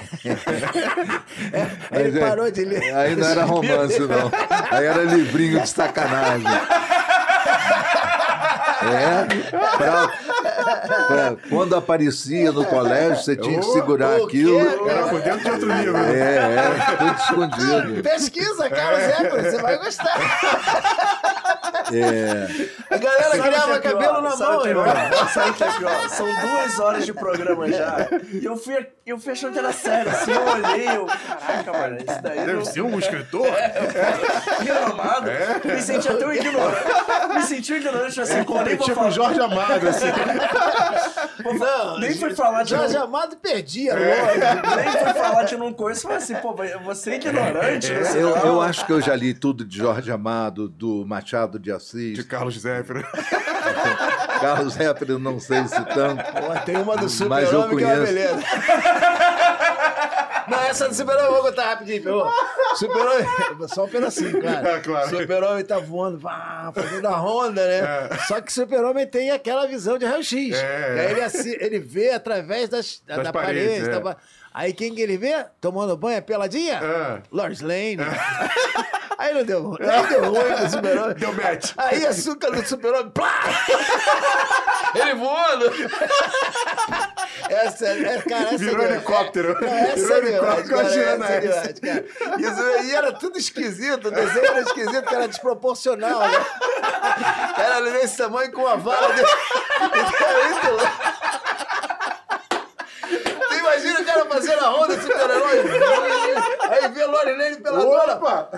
Speaker 4: Mas
Speaker 3: Ele
Speaker 4: é-
Speaker 3: parou de ler.
Speaker 4: Aí não era romance, não. Aí era livrinho de sacanagem. É, pra, pra- quando aparecia no colégio, você tinha que segurar
Speaker 3: o quê?
Speaker 4: aquilo.
Speaker 2: Era por dentro de outro livro. né?
Speaker 4: É, é, tudo escondido.
Speaker 3: Pesquisa, Carlos Zéfiro, você vai gostar.
Speaker 4: É,
Speaker 3: A galera
Speaker 1: Sabe o que
Speaker 3: criava
Speaker 1: é pior?
Speaker 3: cabelo na
Speaker 1: Sabe o
Speaker 3: mão,
Speaker 1: que é
Speaker 3: irmão.
Speaker 1: pior? Sabe o que é pior? São duas horas de programa já. E eu fui, eu fui achando que era sério. Assim, eu olhei, eu. Caraca, mano, isso daí.
Speaker 2: Deve
Speaker 1: não...
Speaker 2: ser um escritor?
Speaker 1: Renomado. Me senti até um ignorante. Me senti um ignorante assim, como nem vou
Speaker 2: Tipo
Speaker 1: falar.
Speaker 2: o Jorge Amado, assim.
Speaker 3: Não,
Speaker 1: Nem fui falar de
Speaker 3: Jorge
Speaker 1: não,
Speaker 3: Amado perdia,
Speaker 2: É.
Speaker 3: lógico.
Speaker 1: nem fui falar de não conheço. Falei assim, pô, você é ignorante. Você
Speaker 4: eu,
Speaker 1: não.
Speaker 4: eu acho que eu já li tudo de Jorge Amado, do Machado de Assis.
Speaker 2: De Carlos Zéfiro.
Speaker 4: Carlos Zéfiro, não sei se tanto.
Speaker 3: Pô, tem uma do
Speaker 4: Mas eu
Speaker 3: Super-Homem que é uma
Speaker 4: conheço.
Speaker 3: beleza. Não, essa do Super-Homem eu vou contar rapidinho, pô. Super-Homem, só um pedacinho, claro.
Speaker 2: É, claro.
Speaker 3: Super-Homem tá voando, vá, fazendo a ronda, né? Só que Super-Homem tem aquela visão de raio-x.
Speaker 2: É.
Speaker 3: E aí ele, assi- ele vê através das, da,
Speaker 2: Das
Speaker 3: da
Speaker 2: paredes,
Speaker 3: parede.
Speaker 2: é.
Speaker 3: da- Aí quem que ele vê? Tomando banho, a peladinha?
Speaker 2: É.
Speaker 3: Lois Lane. Aí não deu ruim. Aí deu ruim pro super-homem.
Speaker 2: Deu match.
Speaker 3: Aí açúcar do super-homem, plá! Ele voando. Essa é, cara, essa
Speaker 2: Virou
Speaker 3: é
Speaker 2: helicóptero.
Speaker 3: Não, essa
Speaker 2: Virou
Speaker 3: é demais,
Speaker 2: helicóptero,
Speaker 3: cara,
Speaker 2: imaginando
Speaker 3: essa é
Speaker 2: essa.
Speaker 3: demais, cara. Isso, e era tudo esquisito, o desenho era esquisito, que era desproporcional, né? Era desse tamanho com uma vara dele. Era muito louco. Você imagina o cara fazendo a ronda super-herói? Aí vê a Lorilene pela dona.
Speaker 2: Opa!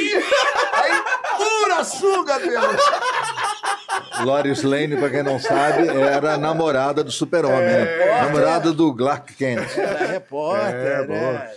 Speaker 3: Aí pura açúcar, Pedro.
Speaker 4: Lois Lane, pra quem não sabe, era a namorada do Super-Homem. né? Namorada do Clark Kent.
Speaker 3: Era repórter,
Speaker 2: É,
Speaker 3: né?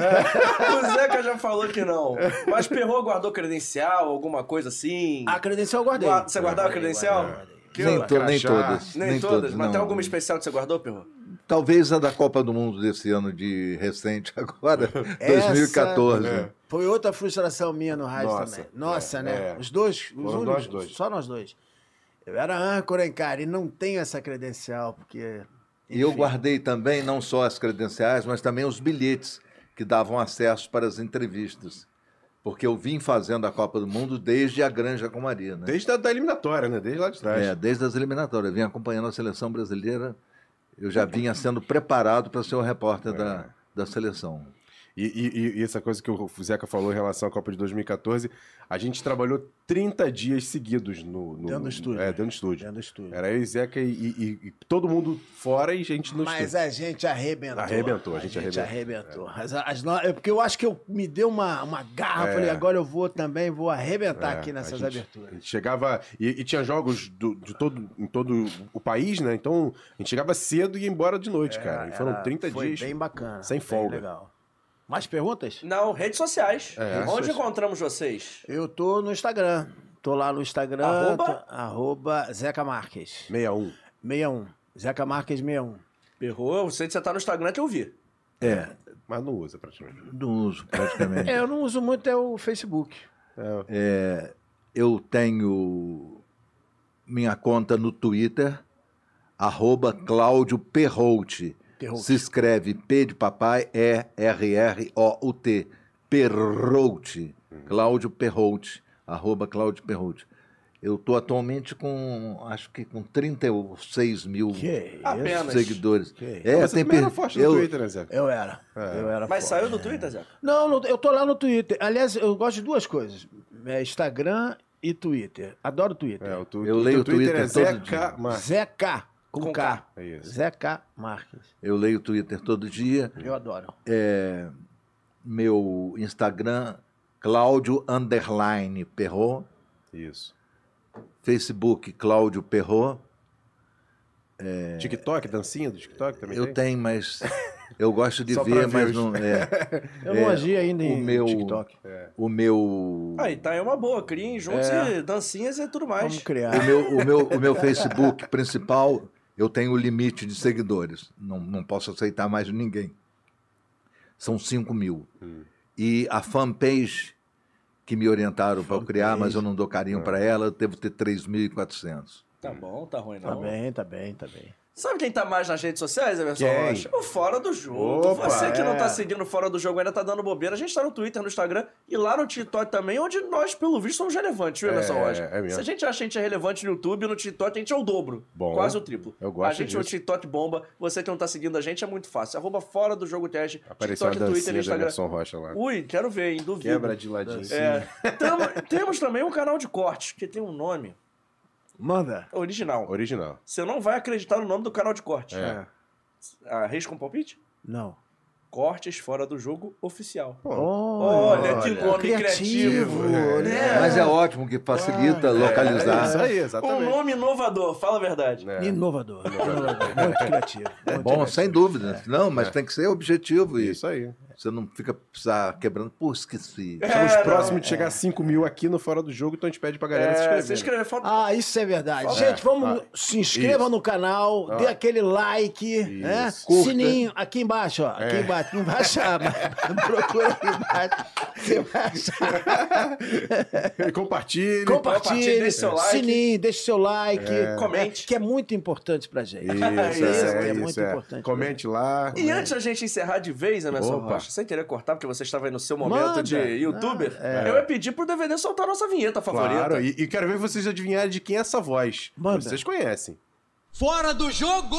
Speaker 1: O Zeca já falou que não. Mas Perrot guardou credencial, alguma coisa assim?
Speaker 3: A credencial eu guardei.
Speaker 1: Gua- Você guardava a
Speaker 3: Guardei,
Speaker 1: credencial?
Speaker 3: guardei.
Speaker 1: Que
Speaker 4: Nem,
Speaker 1: eu-
Speaker 4: to- nem
Speaker 2: crachá.
Speaker 4: todas.
Speaker 1: Nem, todas, mas
Speaker 4: não.
Speaker 1: tem alguma especial que você guardou, Perrot?
Speaker 4: Talvez a da Copa do Mundo desse ano de recente agora,
Speaker 3: Essa-
Speaker 4: dois mil e quatorze.
Speaker 2: É.
Speaker 3: Foi outra frustração minha no rádio
Speaker 2: Nossa,
Speaker 3: também. Nossa,
Speaker 2: é,
Speaker 3: né?
Speaker 2: é.
Speaker 3: Os dois, os
Speaker 2: Foram
Speaker 3: únicos,
Speaker 2: nós dois.
Speaker 3: só nós dois. Eu era âncora, hein, cara, e não tenho essa credencial, porque...
Speaker 4: E eu
Speaker 3: enfim.
Speaker 4: guardei também não só as credenciais, mas também os bilhetes que davam acesso para as entrevistas. Porque eu vim fazendo a Copa do Mundo desde a Granja Comari, né?
Speaker 2: Desde a da eliminatória, né? Desde lá de trás.
Speaker 4: É, desde as eliminatórias. Eu vim acompanhando a seleção brasileira, eu já vinha sendo preparado para ser o repórter da, da seleção.
Speaker 2: E, e- e essa coisa que o Zeca falou em relação à Copa de dois mil e quatorze, a gente trabalhou trinta dias seguidos no, no-
Speaker 3: Dentro do estúdio.
Speaker 2: É, dentro do estúdio.
Speaker 3: Dentro do estúdio.
Speaker 2: Era eu e Zeca e, e- e todo mundo fora e gente no
Speaker 3: Mas
Speaker 2: estúdio.
Speaker 3: a gente arrebentou.
Speaker 2: Arrebentou, a gente arrebentou.
Speaker 3: arrebentou. As- as no- é porque eu acho que eu me deu uma, uma garra,
Speaker 2: É.
Speaker 3: falei, agora eu vou também, vou arrebentar
Speaker 2: É,
Speaker 3: aqui
Speaker 2: a
Speaker 3: nessas
Speaker 2: gente-
Speaker 3: aberturas.
Speaker 2: A gente chegava. E, e tinha jogos do- de todo, em todo o país, né? Então a gente chegava cedo e ia embora de noite, cara. E foram
Speaker 3: Era-
Speaker 2: trinta
Speaker 3: foi
Speaker 2: dias.
Speaker 3: bem bacana.
Speaker 2: sem
Speaker 3: bem
Speaker 2: folga.
Speaker 3: legal. Mais perguntas?
Speaker 1: Não, redes sociais.
Speaker 2: É.
Speaker 1: Onde encontramos vocês?
Speaker 3: Eu tô no Instagram. Tô lá no Instagram.
Speaker 1: Arroba?
Speaker 3: tô- arroba Zeca Marques.
Speaker 2: sessenta e um.
Speaker 3: sessenta e um. Zeca Marques sessenta e um.
Speaker 1: Perrot, eu sei que você tá no Instagram que eu vi.
Speaker 4: É,
Speaker 2: Mas não usa praticamente.
Speaker 4: não uso praticamente.
Speaker 3: É, eu não uso muito é o Facebook.
Speaker 4: É, eu tenho minha conta no Twitter, arroba Cláudio Perrout.
Speaker 3: Perrout.
Speaker 4: Se escreve P de papai, E R R O U T. Perrout. Cláudio Perrout. Arroba Cláudio Perrout. Eu estou atualmente com, acho que com trinta e seis mil
Speaker 3: Que isso?
Speaker 1: Apenas.
Speaker 4: seguidores.
Speaker 3: Que
Speaker 4: É,
Speaker 2: Mas você
Speaker 4: tem
Speaker 2: também era
Speaker 4: per-
Speaker 2: forte no
Speaker 4: eu,
Speaker 2: Twitter, né, Zeca?
Speaker 3: Eu era.
Speaker 2: É.
Speaker 3: Eu era
Speaker 1: Mas
Speaker 3: forte.
Speaker 1: saiu do Twitter, Zeca?
Speaker 3: Não, não, eu tô lá no Twitter. Aliás, eu gosto de duas coisas. É Instagram e Twitter. Adoro Twitter.
Speaker 2: É, o tu,
Speaker 4: Eu
Speaker 2: o
Speaker 4: leio
Speaker 2: teu Twitter,
Speaker 4: Twitter
Speaker 2: é
Speaker 4: todo
Speaker 2: Zeca
Speaker 4: dia.
Speaker 2: Marques.
Speaker 3: Zeca, com,
Speaker 1: Com
Speaker 3: K.
Speaker 1: K.
Speaker 2: É isso.
Speaker 3: Zeca Marques.
Speaker 4: eu leio o Twitter todo dia.
Speaker 3: Eu adoro.
Speaker 4: É, meu Instagram, Cláudio Underline Perrot.
Speaker 2: Isso.
Speaker 4: Facebook, Cláudio Perrot.
Speaker 2: TikTok, dancinha do TikTok também
Speaker 4: Eu
Speaker 2: tem?
Speaker 4: tenho, mas eu gosto de
Speaker 2: Só pra
Speaker 4: ver,
Speaker 2: ver
Speaker 4: mas
Speaker 2: os-
Speaker 4: não. É,
Speaker 3: Eu não
Speaker 4: É,
Speaker 3: agi ainda
Speaker 4: o
Speaker 3: em
Speaker 4: meu-
Speaker 3: TikTok.
Speaker 4: o meu.
Speaker 1: Aí, tá aí uma boa. Criem juntos
Speaker 3: É.
Speaker 1: e dancinhas e tudo mais.
Speaker 3: Vamos criar.
Speaker 4: O meu, o, meu, o meu Facebook principal, eu tenho o limite de seguidores. Não, não posso aceitar mais de ninguém. São cinco mil. E a fanpage que me orientaram para eu criar, mas eu não dou carinho para ela, eu devo ter três mil e quatrocentos.
Speaker 1: Tá bom, tá ruim
Speaker 3: Tá
Speaker 1: não.
Speaker 3: bem, tá bem, tá bem.
Speaker 1: Sabe quem tá mais nas redes sociais, Emerson
Speaker 2: Quem?
Speaker 1: Rocha? O Fora do Jogo.
Speaker 2: Opa,
Speaker 1: Você que não
Speaker 3: é.
Speaker 1: tá seguindo o Fora do Jogo ainda tá dando bobeira. A gente tá no Twitter, no Instagram e lá no TikTok também, onde nós, pelo visto, somos relevantes, viu, Emerson
Speaker 2: É,
Speaker 1: Rocha?
Speaker 2: é mesmo.
Speaker 1: Se a gente acha que a gente é relevante no YouTube, no TikTok, a gente é o dobro.
Speaker 2: Bom,
Speaker 1: Quase o triplo.
Speaker 2: eu gosto
Speaker 1: A gente no
Speaker 2: disso.
Speaker 1: TikTok bomba. Você que não tá seguindo a gente é muito fácil. Arroba Fora do Jogo Teste.
Speaker 2: Apareceu a
Speaker 1: TikTok, Twitter e
Speaker 2: dancinha do
Speaker 1: Instagram.
Speaker 2: Emerson Rocha lá.
Speaker 1: Ui, quero ver, hein? Duvido.
Speaker 2: Quebra de ladinho.
Speaker 1: É. Tamo- temos também um canal de cortes, que tem um nome
Speaker 3: Manda.
Speaker 1: original.
Speaker 2: Original.
Speaker 1: Você não vai acreditar no nome do canal de cortes.
Speaker 2: É.
Speaker 1: Arrisca um palpite?
Speaker 3: Não.
Speaker 1: Cortes Fora do Jogo Oficial.
Speaker 3: Olha,
Speaker 1: que nome criativo.
Speaker 3: né?
Speaker 4: Mas é ótimo que facilita localizar.
Speaker 2: É isso aí,
Speaker 1: Um
Speaker 2: exatamente.
Speaker 1: nome inovador, fala a verdade.
Speaker 2: É.
Speaker 3: Inovador. Inovador. Muito criativo.
Speaker 4: É
Speaker 3: muito
Speaker 4: bom,
Speaker 3: criativo.
Speaker 4: sem dúvida. Não, mas tem que ser objetivo e
Speaker 2: Isso aí.
Speaker 4: você não fica precisar quebrando. Pô, esqueci.
Speaker 2: Estamos
Speaker 1: É,
Speaker 2: próximos
Speaker 1: não,
Speaker 2: de chegar a cinco mil aqui no Fora do Jogo, então a gente pede pra galera se
Speaker 1: É,
Speaker 2: inscrever.
Speaker 1: se inscrever. Falta...
Speaker 3: Ah, isso é verdade.
Speaker 1: Fala.
Speaker 3: Gente, vamos,
Speaker 2: Ah,
Speaker 3: se inscreva
Speaker 2: isso.
Speaker 3: no canal, dê aquele like, né?
Speaker 2: Curta.
Speaker 3: Sininho, aqui embaixo, ó. Aqui
Speaker 2: É.
Speaker 3: embaixo, não vai achar, mas procura aqui embaixo. Você vai achar.
Speaker 2: Compartilhe.
Speaker 3: Compartilhe,
Speaker 1: deixe seu like.
Speaker 3: sininho, deixe seu like.
Speaker 1: Comente.
Speaker 3: É, que é muito importante pra gente.
Speaker 2: Isso,
Speaker 3: Isso,
Speaker 2: é,
Speaker 3: que é
Speaker 2: isso,
Speaker 3: muito
Speaker 2: é.
Speaker 3: importante.
Speaker 2: Comente lá.
Speaker 1: E antes da gente encerrar de vez, Emerson
Speaker 2: Opa.
Speaker 1: Rocha, Rocha, sem querer cortar, porque você estava aí no seu momento
Speaker 3: Manda.
Speaker 1: de youtuber,
Speaker 3: Ah, é.
Speaker 1: eu ia pedir pro D V D soltar a nossa vinheta favorita.
Speaker 2: Claro, e, e quero ver vocês adivinharem de quem é essa voz.
Speaker 3: Manda.
Speaker 2: Vocês conhecem.
Speaker 5: Fora do jogo!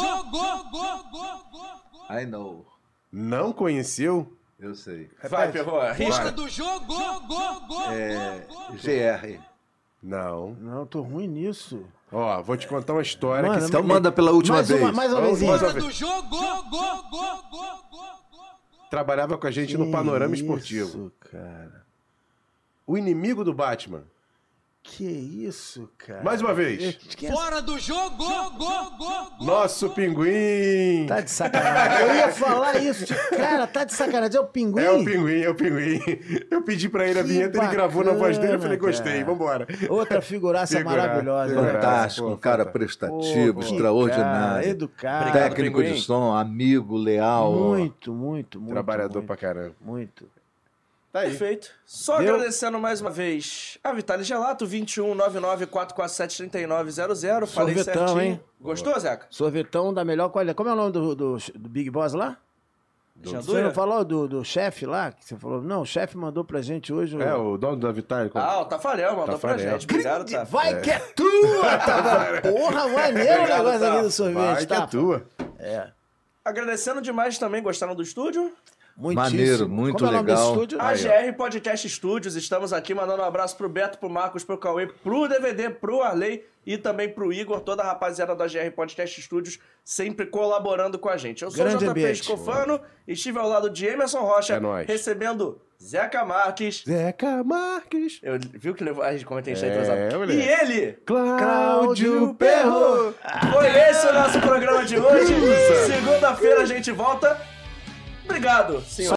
Speaker 4: I know.
Speaker 2: Não conheceu?
Speaker 4: Eu sei.
Speaker 1: Vai, Perro, arrisca.
Speaker 5: Fora do jogo!
Speaker 4: É G R.
Speaker 2: Não.
Speaker 3: Não, tô ruim nisso.
Speaker 2: Ó, vou te contar uma história
Speaker 3: Mano,
Speaker 2: que...
Speaker 4: Então manda pela última
Speaker 3: mais
Speaker 4: vez.
Speaker 3: Uma, mais uma
Speaker 2: Vamos,
Speaker 3: vezinha.
Speaker 2: mais uma
Speaker 5: Fora
Speaker 2: vez.
Speaker 5: do jogo!
Speaker 2: Trabalhava com a gente no Panorama
Speaker 3: Que
Speaker 2: Esportivo.
Speaker 3: Isso, cara.
Speaker 2: O inimigo do Batman.
Speaker 3: Que isso, cara.
Speaker 2: Mais uma vez.
Speaker 3: Quem é
Speaker 5: Fora do jogo!
Speaker 2: Nosso pinguim.
Speaker 3: Tá de sacanagem. Eu ia falar isso. Tipo, cara, tá de sacanagem. É o pinguim?
Speaker 2: É o pinguim, é o pinguim. Eu pedi pra ele a
Speaker 3: Que
Speaker 2: vinheta, ele gravou na voz dele, eu falei,
Speaker 3: bacana,
Speaker 2: gostei,
Speaker 3: cara.
Speaker 2: vambora.
Speaker 3: Outra figuraça
Speaker 2: Figura-
Speaker 3: maravilhosa.
Speaker 2: figura-
Speaker 3: né?
Speaker 4: Fantástico,
Speaker 2: Pô,
Speaker 4: um cara
Speaker 2: fantástico.
Speaker 4: prestativo,
Speaker 3: Pô, que
Speaker 4: extraordinário.
Speaker 3: cara, educado.
Speaker 1: Obrigado,
Speaker 4: Técnico
Speaker 1: Pinguim.
Speaker 4: de som, amigo, leal.
Speaker 3: Muito, muito, muito.
Speaker 2: Trabalhador
Speaker 3: muito,
Speaker 2: pra caramba.
Speaker 3: Muito.
Speaker 2: Tá aí.
Speaker 1: Perfeito. Só
Speaker 3: Deu?
Speaker 1: agradecendo mais uma vez a Vitale Gelato, vinte e um, nove nove, quatro quatro sete, três nove zero zero. Falei
Speaker 3: Sorvetão,
Speaker 1: certinho.
Speaker 3: hein?
Speaker 1: Gostou, Zeca?
Speaker 3: Sorvetão da melhor qualidade. Como é o nome do, do, do Big Boss lá?
Speaker 1: Tinha
Speaker 3: Você
Speaker 1: dúvida?
Speaker 3: não falou do, do chefe lá? Que você falou, não, o chefe mandou pra gente hoje. o-
Speaker 2: É, o dono da Vitale.
Speaker 1: Ah, o Tafarel mandou pra
Speaker 2: Tafarel.
Speaker 1: gente. Obrigado, Tafarel.
Speaker 3: Vai que é tua, tá? Porra, maneiro o
Speaker 1: Obrigado,
Speaker 3: negócio
Speaker 1: tá.
Speaker 3: ali do sorvete,
Speaker 2: Vai que
Speaker 3: tá?
Speaker 2: é tua.
Speaker 3: É.
Speaker 1: Agradecendo demais também, gostaram do estúdio?
Speaker 3: Muitíssimo.
Speaker 4: Maneiro, muito
Speaker 3: Como é o nome desse
Speaker 4: legal.
Speaker 3: estúdio?
Speaker 1: A
Speaker 4: Aí,
Speaker 1: G R Podcast Studios, estamos aqui mandando um abraço pro Beto, pro Marcos, pro Cauê, pro D V D, pro Arley e também pro Igor, toda a rapaziada da G R Podcast Studios, sempre colaborando com a gente. Eu sou
Speaker 3: Grande
Speaker 1: o J P
Speaker 3: ambiente.
Speaker 1: Escofano, estive ao lado de Emerson Rocha,
Speaker 2: É nóis.
Speaker 1: recebendo Zeca Marques.
Speaker 2: Zeca Marques.
Speaker 1: Eu viu que levou. Ai, como é que tem jeito,
Speaker 2: É,
Speaker 1: exato.
Speaker 2: moleque.
Speaker 1: E ele,
Speaker 2: Cláudio Perro.
Speaker 1: foi esse o nosso programa de hoje. Segunda-feira a gente volta. Obrigado, senhor.